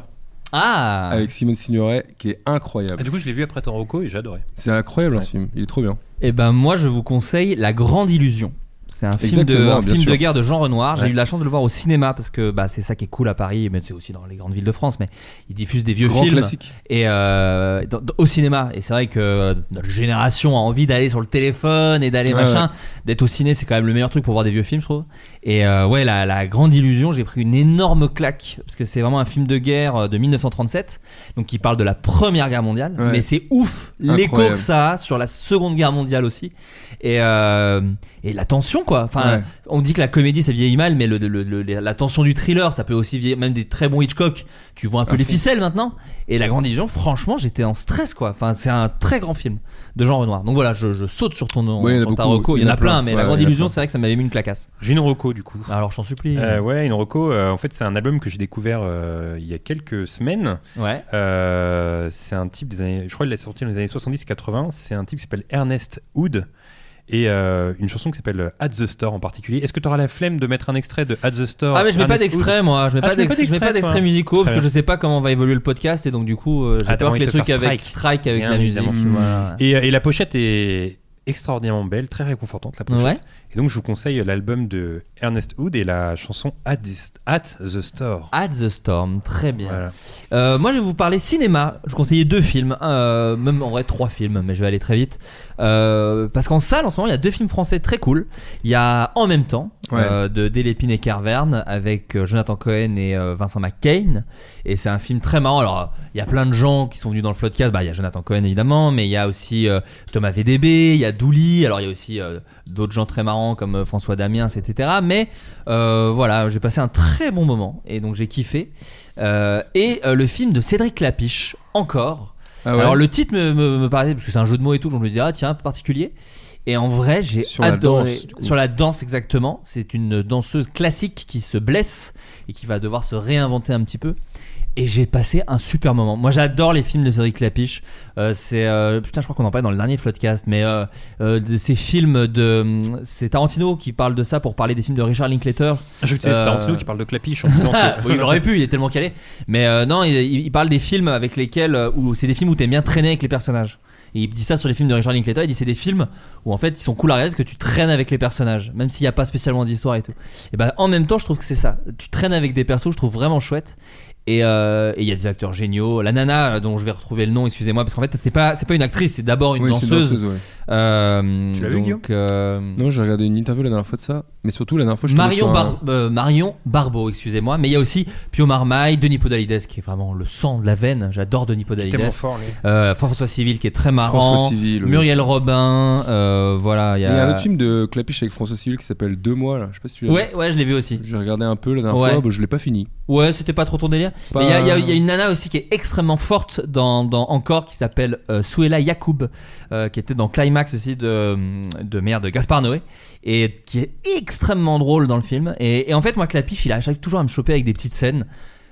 Ah. avec Simone Signoret, qui est incroyable. Ah, du coup, je l'ai vu après ton Rocco et j'ai adoré. C'est incroyable Ouais. ce film. Il est trop bien. Et ben moi je vous conseille La Grande Illusion. C'est un film, de, Exactement, un bien film de sûr. guerre de Jean Renoir. J'ai Ouais. eu la chance de le voir au cinéma parce que bah, c'est ça qui est cool à Paris, mais c'est aussi dans les grandes villes de France. Mais ils diffusent des vieux Grand films classique. et euh, dans- dans- au cinéma. Et c'est vrai que notre génération a envie d'aller sur le téléphone et d'aller Ouais, machin. ouais. D'être au ciné, c'est quand même le meilleur truc pour voir des vieux films, je trouve. Et euh, ouais, la, la Grande Illusion, j'ai pris une énorme claque parce que c'est vraiment un film de guerre de dix-neuf cent trente-sept, donc qui parle de la Première Guerre mondiale. Ouais. Mais c'est ouf l'écho Incroyable. que ça a sur la Seconde Guerre mondiale aussi. Et, euh, et la tension quoi. Enfin, Ouais. on dit que la comédie ça vieillit mal, mais le, le- le- la tension du thriller ça peut aussi vieillir. Même des très bons Hitchcock, tu vois un peu À les fond. ficelles maintenant. Et La Grande Illusion, franchement, j'étais en stress quoi. Enfin, c'est un très grand film de Jean Renoir. Donc voilà, je, je saute sur ton nom, Ouais, il y en a sur ta beaucoup. reco. Il y en a plein, mais Ouais, La Grande il y en a Illusion, plein. c'est vrai que ça m'avait mis une clacasse. J'ai une Rocco du coup. Alors, je t'en supplie. Euh, ouais, une Rocco. euh, en fait, c'est un album que j'ai découvert euh, il y a quelques semaines. Ouais. Euh, c'est un type des années. Je crois qu'il est sorti dans les années soixante-dix quatre-vingts. C'est un type qui s'appelle Ernest Wood. Et euh, une chanson qui s'appelle At the Store en particulier. Est-ce que tu auras la flemme de mettre un extrait de At the Store? Ah mais je mets pas Ernest d'extrait Wood moi, je mets Ah, pas tu mets pas d'ex- je mets pas d'extrait, d'extrait toi musicaux parce Très que je bien. sais pas comment va évoluer le podcast et donc du coup euh, j'ai Ah, t'as peur que envie les de te trucs faire avec strike. strike avec Bien la musique. évidemment. Voilà. Et, et la pochette est extraordinairement belle, très réconfortante la pochette. Ouais. Et donc je vous conseille l'album de Ernest Wood et la chanson At, this- At the Store. At the Storm, très bien. Voilà. Euh, moi je vais vous parler cinéma. Je conseillais deux films, euh, même en vrai trois films, mais je vais aller très vite. Euh, parce qu'en salle en ce moment il y a deux films français très cool. Il y a En même temps Ouais. euh, de Delépine et Carverne avec euh, Jonathan Cohen et euh, Vincent McCain. Et c'est un film très marrant. Alors il y a plein de gens qui sont venus dans le Floodcast. Bah il y a Jonathan Cohen évidemment, mais il y a aussi euh, Thomas V D B, il y a Douli. Alors il y a aussi euh, d'autres gens très marrants comme euh, François Damiens, et cetera. Mais euh, voilà, j'ai passé un très bon moment et donc j'ai kiffé. Euh, et euh, le film de Cédric Clapiche, Encore. Ah ouais. Alors le titre me, me, me paraissait, parce que c'est un jeu de mots et tout, donc je me disais, ah tiens, un peu particulier. Et en vrai, j'ai Sur la adoré. danse, du coup. Sur la danse, exactement. C'est une danseuse classique qui se blesse et qui va devoir se réinventer un petit peu. Et j'ai passé un super moment. Moi, j'adore les films de Cédric Clapiche. Euh, c'est euh, putain, je crois qu'on en parlait dans le dernier Floodcast, mais euh, euh, de ces films de, c'est Tarantino qui parle de ça pour parler des films de Richard Linklater. Je sais que c'est Euh, Tarantino qui parle de Clapiche en disant que... Oui, il aurait pu, il est tellement calé. Mais euh, non, il, il parle des films avec lesquels, euh, où c'est des films où t'aimes bien traîner avec les personnages. Et il dit ça sur les films de Richard Linklater. Il dit c'est des films où en fait ils sont cool à regarder parce que tu traînes avec les personnages, même s'il n'y a pas spécialement d'histoire et tout. Et ben en même temps, je trouve que c'est ça. Tu traînes avec des persos, je trouve vraiment chouette. Et il euh, y a des acteurs géniaux. La nana dont je vais retrouver le nom, excusez-moi, parce qu'en fait c'est pas c'est pas une actrice, c'est d'abord une Oui, c'est danseuse. une danseuse, ouais. Euh, Tu l'as vu, Guillaume donc euh, Non, j'ai regardé une interview la dernière fois de ça, mais surtout la dernière fois je suis tombé Marion, sur un- Bar- euh, Marion Barbeau, excusez-moi. Mais il y a aussi Pio Marmaille, Denis Podalides qui est vraiment le sang de la veine. J'adore Denis Podalides. tellement fort, lui. Euh, François Civil qui est très marrant. François Civil, oui. Muriel Robin. Euh, voilà, il y Il y a un a. autre film de Clapiche avec François Civil qui s'appelle Deux mois là. Je sais pas si tu l'as Ouais, ouais, je l'ai vu aussi. vu. J'ai regardé un peu la dernière Ouais. fois, bah, je l'ai pas fini. Ouais, c'était pas trop ton délire. Pas- Mais il y, a- il y a- il y a une nana aussi qui est extrêmement forte dans, dans Encore qui s'appelle euh, Souela Yacoub, euh, qui était dans Climax aussi de, de merde de Gaspard Noé et qui est extrêmement drôle dans le film. Et, et en fait, moi, Clapiche, il arrive toujours à me choper avec des petites scènes.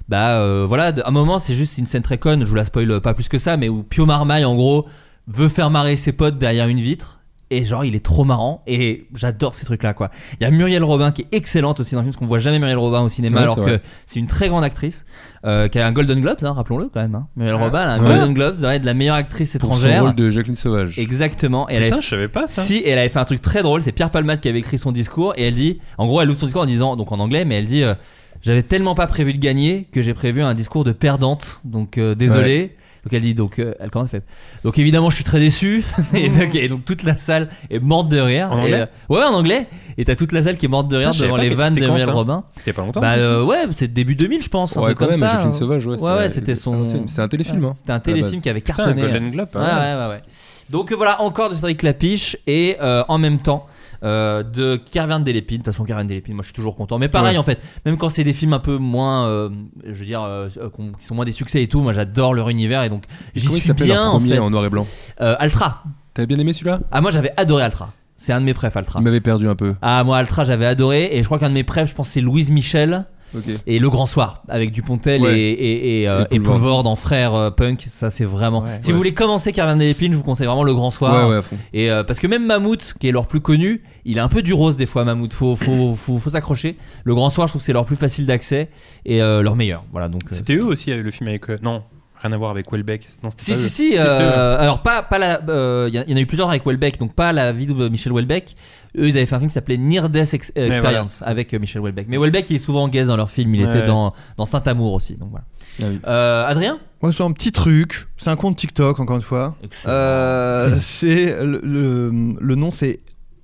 bah euh, voilà, à un moment c'est juste une scène très conne, je vous la spoil pas plus que ça, mais où Pio Marmaille en gros veut faire marrer ses potes derrière une vitre. Et genre il est trop marrant et j'adore ces trucs là quoi. Il y a Muriel Robin qui est excellente aussi dans le film parce qu'on voit jamais Muriel Robin au cinéma, ouais, alors c'est que vrai. c'est une très grande actrice euh, qui a un Golden Globes hein, rappelons-le quand même hein. Muriel Ah. Robin elle a un Ouais. Golden Globes de la meilleure actrice Pour étrangère. son rôle de Jacqueline Sauvage. Exactement. Et elle Putain, avait... je savais pas ça. Si, et elle avait fait un truc très drôle, c'est Pierre Palmade qui avait écrit son discours et elle dit, en gros elle ouvre son discours en disant, donc en anglais, mais elle dit euh, j'avais tellement pas prévu de gagner que j'ai prévu un discours de perdante, donc euh, désolé. Ouais. Donc elle dit, donc euh, elle commence à faire. Donc évidemment je suis très déçu et, donc, et donc toute la salle est morte de rire. En Et, anglais euh, ouais en anglais. Et t'as toute la salle qui est morte de rire Putain, je savais devant pas les que vannes c'était de quand, Muriel ça Robin. C'était pas longtemps. Bah en plus. euh, ouais, c'est début deux mille je pense, un Ouais, truc quand comme même, ça. Jacqueline Sauvage, ouais. Ouais ouais, c'était son. à l'ancienne. C'est un téléfilm, hein. C'était un à la téléfilm base. qui avait Putain, un cartonné. Golden Globe. Ouais, hein. ouais, ouais, ouais. Donc euh, voilà, encore de Cédric Lapiche et euh, en même temps euh, de Kervin Delépine. De toute façon, Kervin Delépine, moi je suis toujours content. Mais pareil, Ouais. en fait, même quand c'est des films un peu moins, euh, je veux dire, euh, qu'on- qui sont moins des succès et tout, moi j'adore leur univers et donc j'y Comment il suis s'appelait bien leur en premier fait. en noir et blanc? Euh, Altra. T'avais bien aimé celui-là? Ah, moi j'avais adoré Altra. C'est un de mes préfs, Altra. Il m'avait perdu un peu. Ah, moi Altra, j'avais adoré et je crois qu'un de mes préfs, je pense, c'est Louise Michel. Ok. Et Le Grand Soir avec Dupontel Ouais. et, et, et, euh, Et et Poulvord. Poulvord en frère euh, punk, ça c'est vraiment. Ouais. Si Ouais. vous voulez commencer Kervin Delépine, je vous conseille vraiment Le Grand Soir. Ouais, ouais, à fond. Et euh, parce que même Mammouth, qui est leur plus connu, il est un peu du rose des fois. Mammouth, faut faut faut, faut s'accrocher. Le Grand Soir, je trouve que c'est leur plus facile d'accès et euh, leur meilleur. Voilà donc. euh, C'était eux aussi euh, le film avec. euh, Non, rien à voir avec Welbeck. Non, c'était Si pas si eux. si. c'était euh, alors pas pas la. Il euh, y, y en a eu plusieurs avec Welbeck, donc pas la vie de Michel Welbeck. Eux, ils avaient fait un film qui s'appelait Near Death Ex- euh, Mais Experience voilà. avec euh, Michel Welbeck. Mais Welbeck, il est souvent en guest dans leur film. Il Ouais. était dans dans Saint-Amour aussi. Donc voilà. Ah oui. Euh, Adrien. Moi, c'est un petit truc. C'est un compte TikTok, encore une fois. Excellent. Euh, c'est le, le, le nom, c'est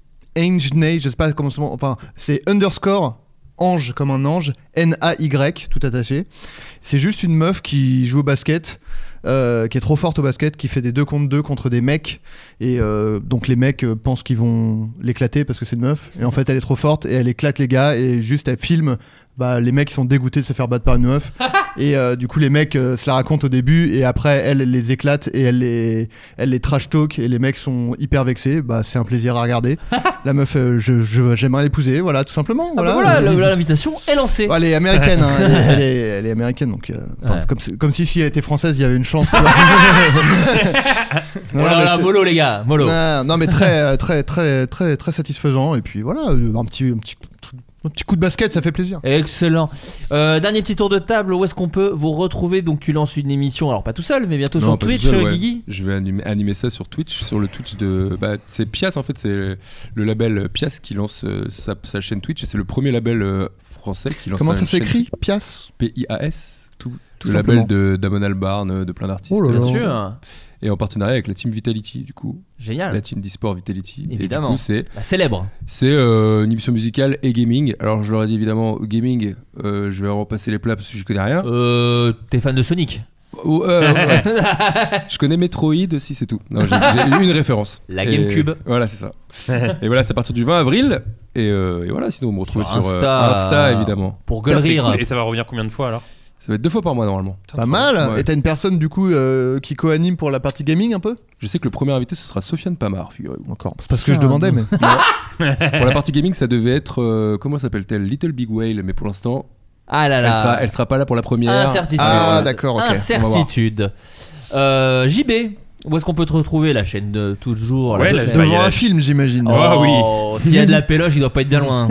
Ange Nay. Je sais pas comment c'est. Enfin, c'est underscore ange comme un ange. N A Y tout attaché. C'est juste une meuf qui joue au basket. Euh, qui est trop forte au basket, qui fait des deux contre deux contre des mecs, et euh, donc les mecs euh, pensent qu'ils vont l'éclater parce que c'est une meuf, et en fait elle est trop forte et elle éclate les gars, et juste elle filme bah, les mecs qui sont dégoûtés de se faire battre par une meuf, et euh, du coup les mecs euh, se la racontent au début, et après elle, elle les éclate et elle les, elle les trash talk, et les mecs sont hyper vexés. Bah, c'est un plaisir à regarder. La meuf, euh, je, je, j'aimerais l'épouser, voilà, tout simplement. Ah bah Voilà, voilà, la- l'invitation est lancée. Ouais, elle est américaine, hein, elle, est, elle, est, elle est américaine, donc euh, enfin, Ouais. comme, si- comme si si elle était française, il y avait une chance. tu vois. Oh Non, là mais là, c'est- mollo les gars, mollo. non, non, mais très, très, très, très, très satisfaisant. Et puis voilà, euh, un petit, un petit, un petit coup de basket, ça fait plaisir. Excellent. Euh, dernier petit tour de table. Où est-ce qu'on peut vous retrouver? Donc tu lances une émission, alors pas tout seul, mais bientôt Non, sur pas tout Twitch, seul, euh, ouais. Guigui. Je vais animer, animer ça sur Twitch, sur le Twitch de. Bah, c'est Pias en fait, c'est le, le label Pias qui lance euh, sa, sa chaîne Twitch, et c'est le premier label euh, français qui lance. Comment sa ça chaîne s'écrit, Pias? P I A S. Tout, Tout le simplement. label de d'Amon Albarn, de plein d'artistes. Oh là là. Bien sûr. Et en partenariat avec la team Vitality, du coup. Génial. La team d'e-sport Vitality. Évidemment. Et du coup, c'est. La célèbre. C'est euh, une émission musicale et gaming. Alors je leur ai dit évidemment gaming, euh, je vais repasser les plats parce que je connais rien. Euh, T'es fan de Sonic? Oh, euh, ouais. Je connais Metroid aussi, c'est tout. Non, j'ai, j'ai eu une référence. La Et GameCube. Voilà, c'est ça. Et voilà, c'est à partir du vingt avril. Et, euh, et voilà, sinon on me retrouve Sur sur, euh, Insta, Insta, évidemment. Pour Ça, c'est gueulerie. cool. Et ça va revenir combien de fois alors? Ça va être deux fois par mois normalement. Pas mal. Ouais. Et t'as une personne du coup euh, qui co-anime pour la partie gaming un peu? Je sais que le premier invité ce sera Sofiane Pamar, figurez-vous. Encore. C'est parce que je demandais, mais. Pour la partie gaming, ça devait être euh, comment s'appelle-t-elle, Little Big Whale, mais pour l'instant, Ah là elle là. sera, elle sera pas là pour la première. Incertitude. Ah, d'accord, ok. Incertitude. Euh, J B, où est-ce qu'on peut te retrouver? La chaîne de toujours. Ouais, la la- chaîne- bah, y Devant a- un film, j'imagine. Ah oui. Oh, s'il y a de la péloche, il doit pas être bien loin.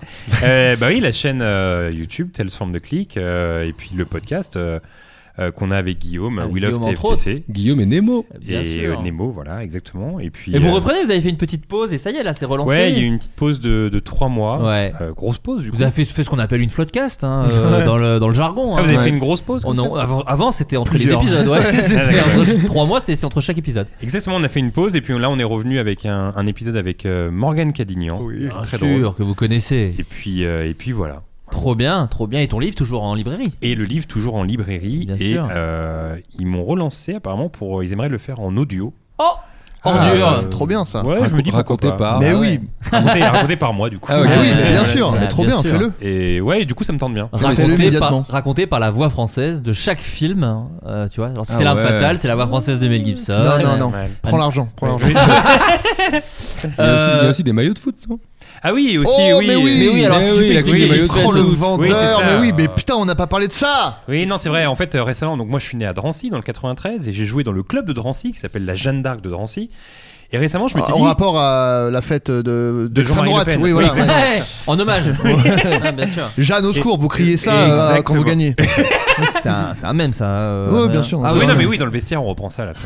Euh, bah oui, la chaîne euh, YouTube, Telle forme de clic, euh, et puis le podcast euh, euh, qu'on a avec Guillaume, Avec We Love Guillaume, entre T F T C. Guillaume et Nemo. Bien Et sûr. euh, Nemo, voilà, exactement. Et puis. Et vous euh, reprenez, vous avez fait une petite pause et ça y est, là, c'est relancé. Ouais, il y a eu une petite pause de, de trois mois. Ouais. Euh, grosse pause, du coup. Vous avez fait, fait ce qu'on appelle une floodcast hein, euh, dans, le, dans le jargon. Ah, hein. vous avez Ouais. fait une grosse pause Oh comme non, ça avant, avant, c'était entre Plusieurs. les épisodes. Ouais. C'était d'accord. entre trois mois, c'est c'est entre chaque épisode. Exactement, on a fait une pause et puis là on est revenu avec un, un épisode avec euh, Morgane Cadignan. qui est Bien très sûr drôle. que vous connaissez. Et puis, euh, et puis voilà. Trop bien, trop bien. Et ton livre toujours en librairie. Et le livre toujours en librairie. Bien et sûr. euh, ils m'ont relancé apparemment pour. Ils aimeraient le faire en audio. Oh, Ah, ordure. ça, c'est trop bien ça. Ouais, je me dis raconté pourquoi pas. par. Mais Ah oui, Raconté, raconté par moi du coup. Ah, ok. mais oui, mais bien Ouais, sûr, ça, mais trop bien bien, sûr. fais-le. Et ouais, du coup ça me tente bien. Fais-le Raconté par, immédiatement. raconté par la voix française de chaque film. euh, tu vois, alors, si Ah c'est l'arme ouais. fatale, c'est la voix française de Mel Gibson. Non, non, Ouais, non. ouais. Prends l'argent, prends l'argent. Il y, a aussi, il y a Euh, aussi des maillots de foot, non? Ah oui, aussi, Oh, oui. mais oui. Mais oui, alors Mais est-ce que tu oui, peux la expliquer coupe de maillot Oh, de le foot. vendeur, Oui, c'est ça. mais oui, mais putain, on n'a pas parlé de ça. Oui, non, c'est vrai. En fait, euh, récemment, donc moi, je suis né à Drancy dans le quatre-vingt-treize et j'ai joué dans le club de Drancy qui s'appelle la Jeanne d'Arc de Drancy. Et récemment, je m'étais En dit. rapport à la fête de, De d'extrême Jean-Marie droite. Le Pen. Oui, voilà. Oui, ouais. Ouais, en hommage. Ah, bien sûr. Jeanne au secours, vous criez ça Et- euh, quand vous exactement. gagnez. C'est un, c'est un mème ça. euh, Ouais, Adrien. bien sûr. Ah oui, oui, non, non, mais oui, dans le vestiaire, on reprend ça là.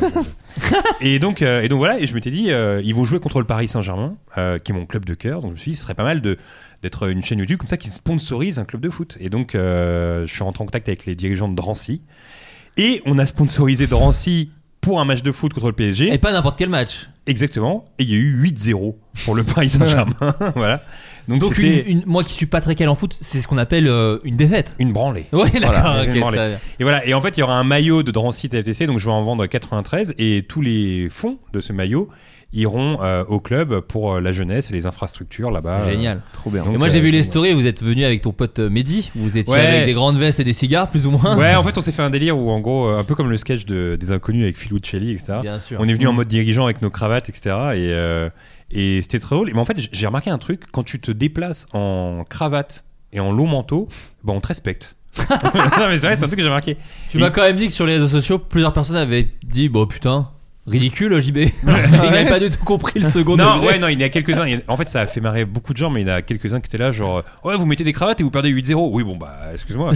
et donc, euh, et donc voilà. Et je m'étais dit, euh, ils vont jouer contre le Paris Saint-Germain, euh, qui est mon club de cœur. Donc je me suis dit, ce serait pas mal de d'être une chaîne YouTube comme ça qui sponsorise un club de foot. Et donc, euh, je suis rentré en contact avec les dirigeants de Drancy et on a sponsorisé Drancy pour un match de foot contre le P S G. Et pas n'importe quel match. Exactement. Et il y a eu huit zéro pour le Paris Saint-Germain. Voilà. Donc, Donc c'était une, une- moi qui suis pas très calé en foot, c'est ce qu'on appelle euh, une défaite. une branlée. Oui, d'accord. Voilà, ok, une branlée. très bien. Et voilà. Et en fait, il y aura un maillot de Drancy T F T C, donc je vais en vendre quatre-vingt-treize et tous les fonds de ce maillot iront euh, au club pour euh, la jeunesse et les infrastructures là-bas. Génial. Trop bien. Donc, Et moi j'ai euh, vu les donc, stories, vous êtes venu avec ton pote euh, Mehdi, vous étiez Ouais. avec des grandes vestes et des cigares plus ou moins. Ouais, en fait, on s'est fait un délire où, en gros, euh, un peu comme le sketch de, des Inconnus avec Phil Uccelli, et cetera. Bien sûr. On est venu en Mm. mode dirigeant avec nos cravates, et cetera. Et, euh, et c'était très drôle. Mais en fait, j- j'ai remarqué un truc, quand tu te déplaces en cravate et en long manteau, bah, on te respecte. Non, mais c'est vrai, c'est un truc que j'ai remarqué. Tu Et- m'as quand même dit que sur les réseaux sociaux, plusieurs personnes avaient dit bon putain, ridicule J B. Ils n'avaient pas du tout compris le second Non, degré. ouais, non, il y en a quelques-uns. il y a- En fait, ça a fait marrer beaucoup de gens, mais il y en a quelques-uns qui étaient là, genre, euh, ouais, vous mettez des cravates et vous perdez huit zéro. Oui, bon, bah, excuse-moi.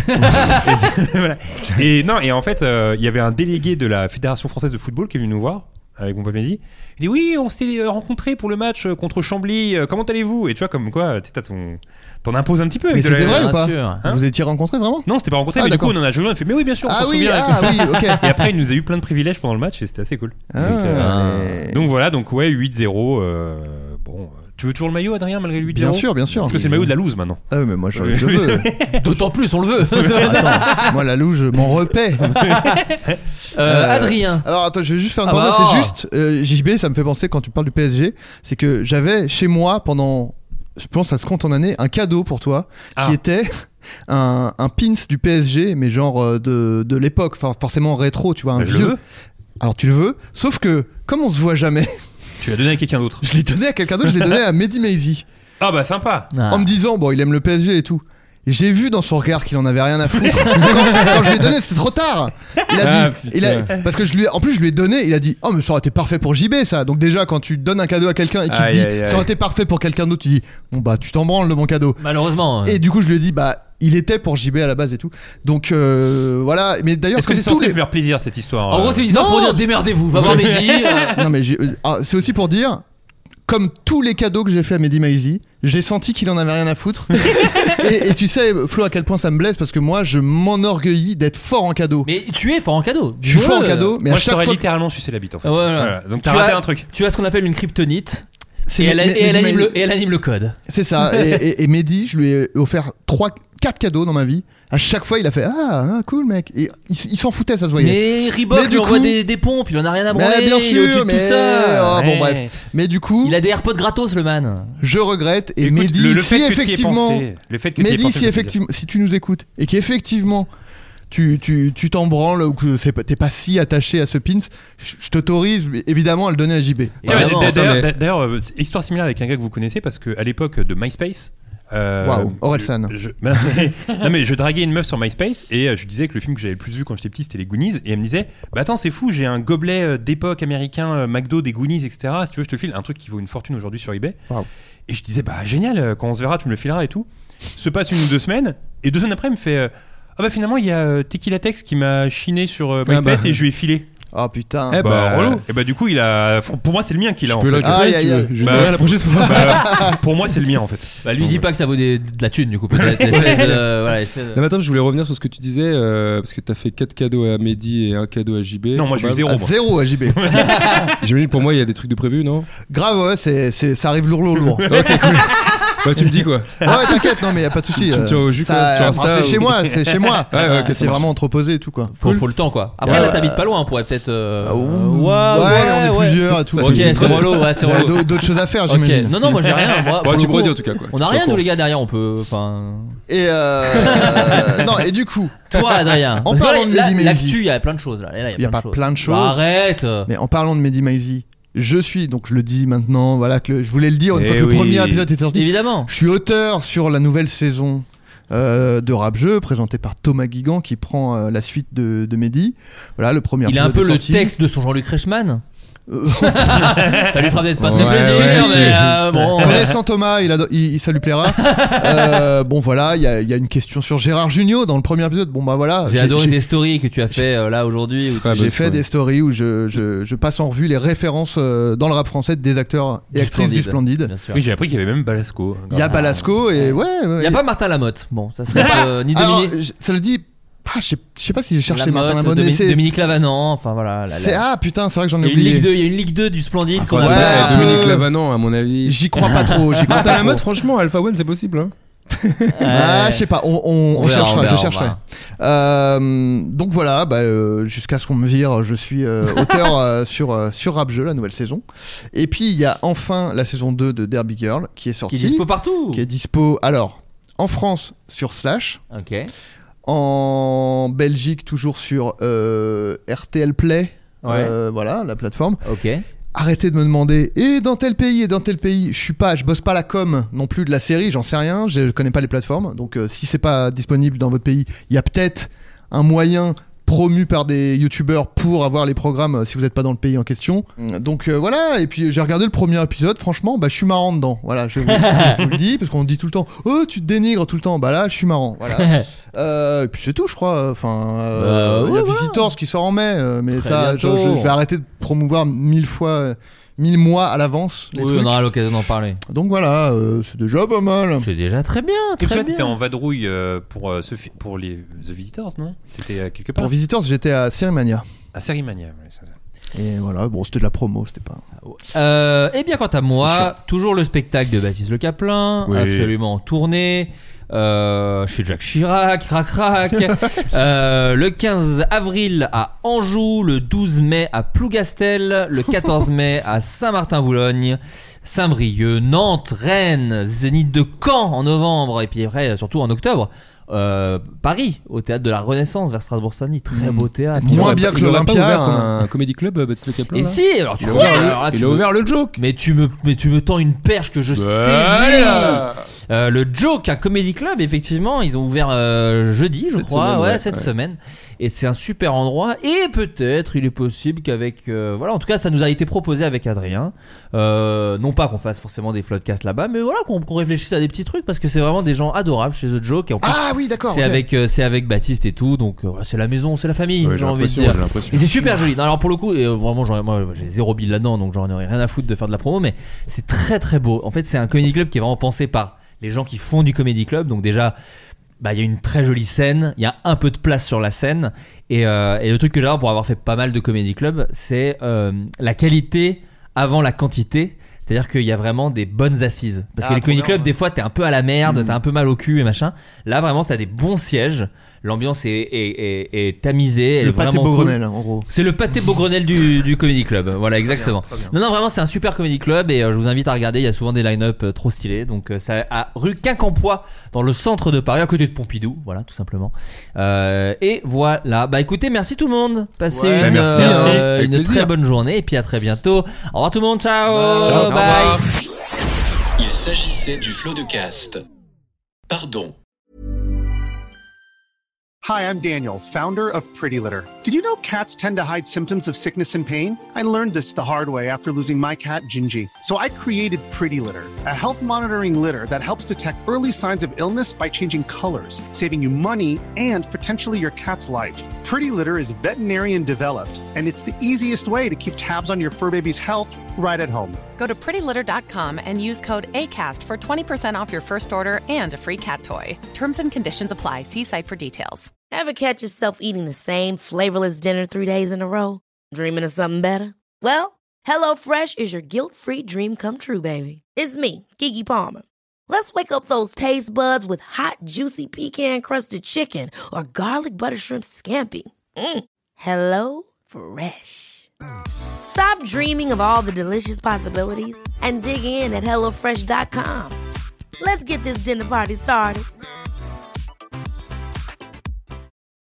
et, voilà. Et non, et en fait, euh, il y avait un délégué de la Fédération française de football qui est venu nous voir avec mon pote Mehdi. Il dit oui, on s'était rencontrés pour le match euh, contre Chambly. euh, Comment allez-vous? Et tu vois, comme quoi, tu sais, t'as ton, t'en imposes un petit peu. Mais Avec de c'était la- vrai ou Bien pas sûr. Hein Vous étiez rencontrés vraiment? Non, c'était pas rencontré, Ah, mais du coup, d'accord. on en a joué. On a fait, mais oui, bien sûr, on Ah s'en oui, souvient. ah oui, ok. Et après, il nous a eu plein de privilèges pendant le match et c'était assez cool. Ah, donc, euh, les- donc voilà, donc ouais, huit zéro. euh, bon, tu veux toujours le maillot, Adrien, malgré le huit zéro? Bien sûr, bien sûr. Parce que c'est le maillot de la loose maintenant. Ah oui, mais moi je, je le veux. D'autant plus on le veut. Attends, moi la louche, je m'en repais. Euh, Euh, Adrien. Alors attends, je vais juste faire une Ah parenthèse. bah. C'est juste, euh, J B, ça me fait penser quand tu parles du P S G, c'est que j'avais chez moi pendant, je pense ça se compte en années, un cadeau pour toi Ah. qui était un, un pins du P S G, mais genre euh, de, de l'époque, enfin forcément rétro, tu vois, un Bah, je le vieux. veux. Alors tu le veux, sauf que comme on se voit jamais, Tu l'as donné à quelqu'un d'autre. je l'ai donné à quelqu'un d'autre, je l'ai donné à Mehdi Maizy, Ah bah sympa. Ah. en me disant bon il aime le P S G et tout. J'ai vu dans son regard qu'il en avait rien à foutre. quand, quand je lui ai donné, c'était trop tard. Il a dit, Ah, il a, putain. parce que je lui, ai- en plus je lui ai donné, il a dit, oh mais ça aurait été parfait pour J B ça. Donc déjà quand tu donnes un cadeau à quelqu'un et qu'il te Aïe, dit, aïe, aïe. ça aurait été parfait pour quelqu'un d'autre, tu dis, bon bah tu t'en branles de mon cadeau. Malheureusement. Et du coup je lui ai dit, bah il était pour J B à la base et tout. Donc euh, voilà. Mais d'ailleurs Est-ce que comme c'est tous censé les- te faire plaisir cette histoire? En euh gros, c'est une histoire Non. pour dire démerdez-vous, va voir Mehdi. euh, non mais j'ai- euh, ah, c'est aussi pour dire. Comme tous les cadeaux que j'ai fait à Mehdi Maizy, j'ai senti qu'il en avait rien à foutre. et, et tu sais, Flo, à quel point ça me blesse parce que moi, je m'enorgueillis d'être fort en cadeau. Mais tu es fort en cadeau. Je suis fort en Ouais. cadeau, mais Moi, à je chaque t'aurais fois. littéralement sucé la bite en fait. Voilà. Voilà. Donc t'as Tu raté as- un truc. Tu as ce qu'on appelle une kryptonite. C'est Et elle, Mé- a- Mé- et elle Mehdi anime Maizy. le, et elle anime le code. C'est ça. et, et, et Mehdi, je lui ai offert trois, quatre cadeaux dans ma vie. À chaque fois, il a fait ah, ah, cool mec. Et il, s- il s'en foutait, ça se voyait. Mais Reebok Mais lui du envoie coup- des, des pompes, il en a rien à Mais branler. bien il est au-dessus sûr, de mais tout ça. oh, bon Ouais. bref. Mais du coup, Il a des AirPods gratos, le man. je regrette. Et Écoute, Mehdi, le, le si fait que tu y aies effectivement, pensé, le fait que tu y aies Mehdi, pensé, si ça fait effectivement, si tu nous écoutes et qu'effectivement tu tu tu t'en branles ou que c'est pas- t'es pas si attaché à ce pins, je je t'autorise évidemment à le donner à J B. Tiens, Évidemment, mais D'ailleurs, attends, mais- d'ailleurs, euh, c'est histoire similaire avec un gars que vous connaissez parce qu'à l'époque de MySpace. Euh, Waouh, Orelsan. je- je- non mais je draguais une meuf sur MySpace et euh, je lui disais que le film que j'avais le plus vu quand j'étais petit c'était les Goonies et elle me disait bah attends c'est fou j'ai un gobelet euh, d'époque américain euh, McDo des Goonies etc si tu veux je te le file un truc qui vaut une fortune aujourd'hui sur eBay. Waouh. Et je disais bah génial euh, quand on se verra tu me le fileras et tout. Se passe une ou deux semaines et deux semaines après elle me fait euh, ah bah finalement il y a euh, Tequila Tex qui m'a chiné sur euh, Ah MySpace bah. et je lui ai filé. Oh putain. Eh Bah, bah, relou. Et bah du coup il a pour moi c'est le mien qu'il a Je en peux fait. la Aïe, si aïe, tu veux. aïe. Je Bah, donnerai la prochaine fois. Bah, pour moi c'est le mien en fait. Bah, lui, dis pas que ça vaut des- de la thune, du coup, peut-être. Essaie de- voilà, essaie de- Non, mais attends, je voulais revenir sur ce que tu disais euh, parce que t'as fait quatre cadeaux à Mehdi et un cadeau à J B. Non moi j'ai eu zéro. À moi. zéro à J B. J'imagine pour moi il y a des trucs de prévu, non? Grave, ouais, c'est, c'est, ça arrive lourd, lourd, lourd. Ok, cool. Bah, tu me dis quoi? Ouais, t'inquiète, non, mais y a pas de souci. Tu me euh, tiens au jus, ça- quoi, sur enfin, Insta c'est ou- chez moi, c'est chez moi. Ouais, ouais, ok, ça c'est marche. vraiment entreposé et tout, quoi. Faut, faut le temps, quoi. Après, Ouais. là, t'habites pas loin, on pourrait peut-être. euh, Ah, ouh. ouais, ouais, ouais, on est ouais. plusieurs et tout. Ça Ok, fait une c'est relou, ouais, c'est Vous avez relou. d'autres- d'autres choses à faire, Ok. j'imagine. Non, non, moi j'ai rien. Moi, pour Ouais, le tu me coup, redis en tout cas, quoi. On a rien, nous, les gars, derrière, on peut. Enfin. Et euh, non, et du coup, Toi, Adrien. En Parce que parlant là, de là, Mehdi Maizy. L'actu, il y a plein de choses là. Là, Il y a pas de plein de choses. Bah, arrête. mais en parlant de Mehdi Maizy, Je suis, donc je le dis maintenant, voilà, que le- je voulais le dire une Eh fois que oui. le premier épisode était sorti. Évidemment. Je suis auteur sur la nouvelle saison euh, de Rap Jeu, présentée par Thomas Guigan, qui prend euh, la suite de, de Mehdi. Voilà, le premier Il a un épisode peu est le sorti. texte de son Jean-Luc Reichmann. Euh, Ça lui fera peut-être pas très Ouais, plaisir, ouais, si, mais si. euh, bon. Connaissant Thomas, il ado- il- ça lui plaira. Euh, bon voilà, il y, a- il y a une question sur Gérard Jugnot dans le premier épisode. Bon bah voilà, J'ai adoré j'ai- tes stories que tu as fait euh, là aujourd'hui. où- Très J'ai bonne fait story. des stories où je, je, je passe en revue les références euh, dans le rap français des acteurs et Du actrices du Splendide. Bien sûr. Oui, j'ai appris qu'il y avait même Balasco. Il y a Balasco et ouais. Il ouais n'y a pas Martin Lamotte. Bon, ça c'est Ah, euh, ni alors, Dominique. je- ça le dit. Ah, je sais je sais pas si j'ai cherché Martin Lamotte, Lamotte, mais Domi- c'est. Dominique Lavanant. Enfin voilà. la- la- c'est- Ah putain, c'est vrai que j'en Il ai y a une oublié. Ligue deux, il y a une Ligue deux du Splendide qu'on Ouais, a un pas. peu. Dominique Lavanant, à mon avis. J'y crois pas trop. J'y crois Martin pas Lamotte, trop. franchement, Alpha One, c'est possible. Hein. Ah, je sais pas, on, on, On on verra, cherchera, on verra, je on chercherai. verra. Euh, donc voilà, bah, euh, jusqu'à ce qu'on me vire, je suis euh, auteur euh, sur, euh, sur Rap Jeu, la nouvelle saison. Et puis il y a enfin la saison deux de Derby Girl qui est Qui sortie. est dispo partout. Qui est dispo, alors, en France sur Slash, Ok. en Belgique toujours sur euh, R T L Play, Ouais. euh, voilà, la plateforme. Ok. Arrêtez de me demander et dans tel pays et dans tel pays. Je suis pas, je bosse pas la com non plus de la série, j'en sais rien, je connais pas les plateformes. Donc euh, si c'est pas disponible dans votre pays, il y a peut-être un moyen promu par des youtubeurs pour avoir les programmes euh, si vous n'êtes pas dans le pays en question. Donc euh, voilà, et puis j'ai regardé le premier épisode, franchement, bah je suis marrant dedans. Voilà, je, vous- je vous le dis parce qu'on dit tout le temps "Oh, tu te dénigres tout le temps." Bah là, je suis marrant, voilà. Euh, et puis c'est tout, je crois. Enfin, euh, Bah, il y a ouais, Visitors qui sort en mai, euh, mais Très ça, je, bientôt. je- je vais arrêter de promouvoir mille fois, euh, mille mois à l'avance les Oui, trucs. on aura l'occasion d'en parler. Donc voilà, euh, c'est déjà pas mal. C'est déjà très bien, Et très toi, t'étais bien. en vadrouille euh, pour, euh, ce fi- pour les The Visitors, non? T'étais euh, quelque part Pour Visitors, j'étais à Sérimania. À Sérimania, ouais, ça, ça. Et voilà, bon, c'était de la promo, c'était pas. Euh, et bien quant à C'est moi, toujours le spectacle de Baptiste Le Caplin, Oui. absolument en tournée. Euh, je suis Jacques Chirac, crac crac. Euh, le quinze avril à Anjou, le douze mai à Plougastel, le quatorze mai à Saint-Martin-Boulogne, Saint-Brieuc, Nantes, Rennes, Zénith de Caen en novembre, et puis après surtout en octobre. Euh, Paris, au théâtre de la Renaissance vers Strasbourg-Saint-Denis, très beau théâtre. Moins aurait bien pas- que il aurait pas l'Olympia, ouvert qu'on a- un comédie club, Baptiste Le Caplin. Et là si, alors tu Il a vois, ouvert le- alors là, il tu a me- ouvert le joke. Mais tu me, mais tu me tends une perche que je Voilà. saisis. Euh, le Joke à Comedy Club, effectivement, ils ont ouvert euh, jeudi, je Cette crois, semaine, ouais, ouais, cette ouais. semaine. Et c'est un super endroit. Et peut-être, il est possible qu'avec, euh, voilà, en tout cas, ça nous a été proposé avec Adrien. Euh, non pas qu'on fasse forcément des floodcasts là-bas, mais voilà, qu'on, qu'on réfléchisse à des petits trucs parce que c'est vraiment des gens adorables chez The Joke. Et en plus, Ah oui, d'accord. c'est ok. avec, euh, c'est avec Baptiste et tout, donc euh, voilà, c'est la maison, c'est la famille. Ouais, j'ai j'ai envie de l'impression, dire. j'ai l'impression. Et c'est super joli. Non, alors pour le coup, et, euh, vraiment, j'aurais- moi j'ai zéro bille là-dedans, donc j'en aurais rien à foutre de faire de la promo, mais c'est très très beau. En fait, c'est un comedy club qui est vraiment pensé par les gens qui font du comedy club. Donc déjà, bah, il y a une très jolie scène, il y a un peu de place sur la scène, et, euh, et le truc que j'adore pour avoir fait pas mal de comedy club, c'est euh, la qualité avant la quantité. C'est-à-dire qu'il y a vraiment des bonnes assises. Parce Ah, que les trop comedy bien, clubs, ouais. des fois, t'es un peu à la merde, Mm. t'as un peu mal au cul et machin. Là, vraiment, t'as des bons sièges. L'ambiance est, est, est, est tamisée. Elle Le est pâté vraiment cool. Beaugrenelle, en gros. C'est le pâté Beaugrenelle du, du comedy club. Voilà, exactement. Non, non, vraiment, c'est un super comedy club et euh, je vous invite à regarder. Il y a souvent des line-up euh, trop stylés. Donc, euh, ça à rue Quincampoix, dans le centre de Paris, à côté de Pompidou. Voilà, tout simplement. Euh, et voilà. Bah, écoutez, merci tout le monde. Passez Ouais, une, merci, euh, avec une plaisir. très bonne journée et puis à très bientôt. Au revoir tout le monde. Ciao. Ciao. Au Bye. revoir. Il s'agissait du flot de cast. Pardon. Hi, I'm Daniel, founder of Pretty Litter. Did you know cats tend to hide symptoms of sickness and pain? I learned this the hard way after losing my cat, Gingy. So I created Pretty Litter, a health monitoring litter that helps detect early signs of illness by changing colors, saving you money and potentially your cat's life. Pretty Litter is veterinarian developed, and it's the easiest way to keep tabs on your fur baby's health right at home. Go to pretty litter dot com and use code ACAST for twenty percent off your first order and a free cat toy. Terms and conditions apply. See site for details. Ever catch yourself eating the same flavorless dinner three days in a row? Dreaming of something better? Well, HelloFresh is your guilt-free dream come true, baby. It's me, Keke Palmer. Let's wake up those taste buds with hot, juicy pecan-crusted chicken or garlic butter shrimp scampi. Mm. Hello Fresh. Stop dreaming of all the delicious possibilities and dig in at hello fresh dot com. Let's get this dinner party started.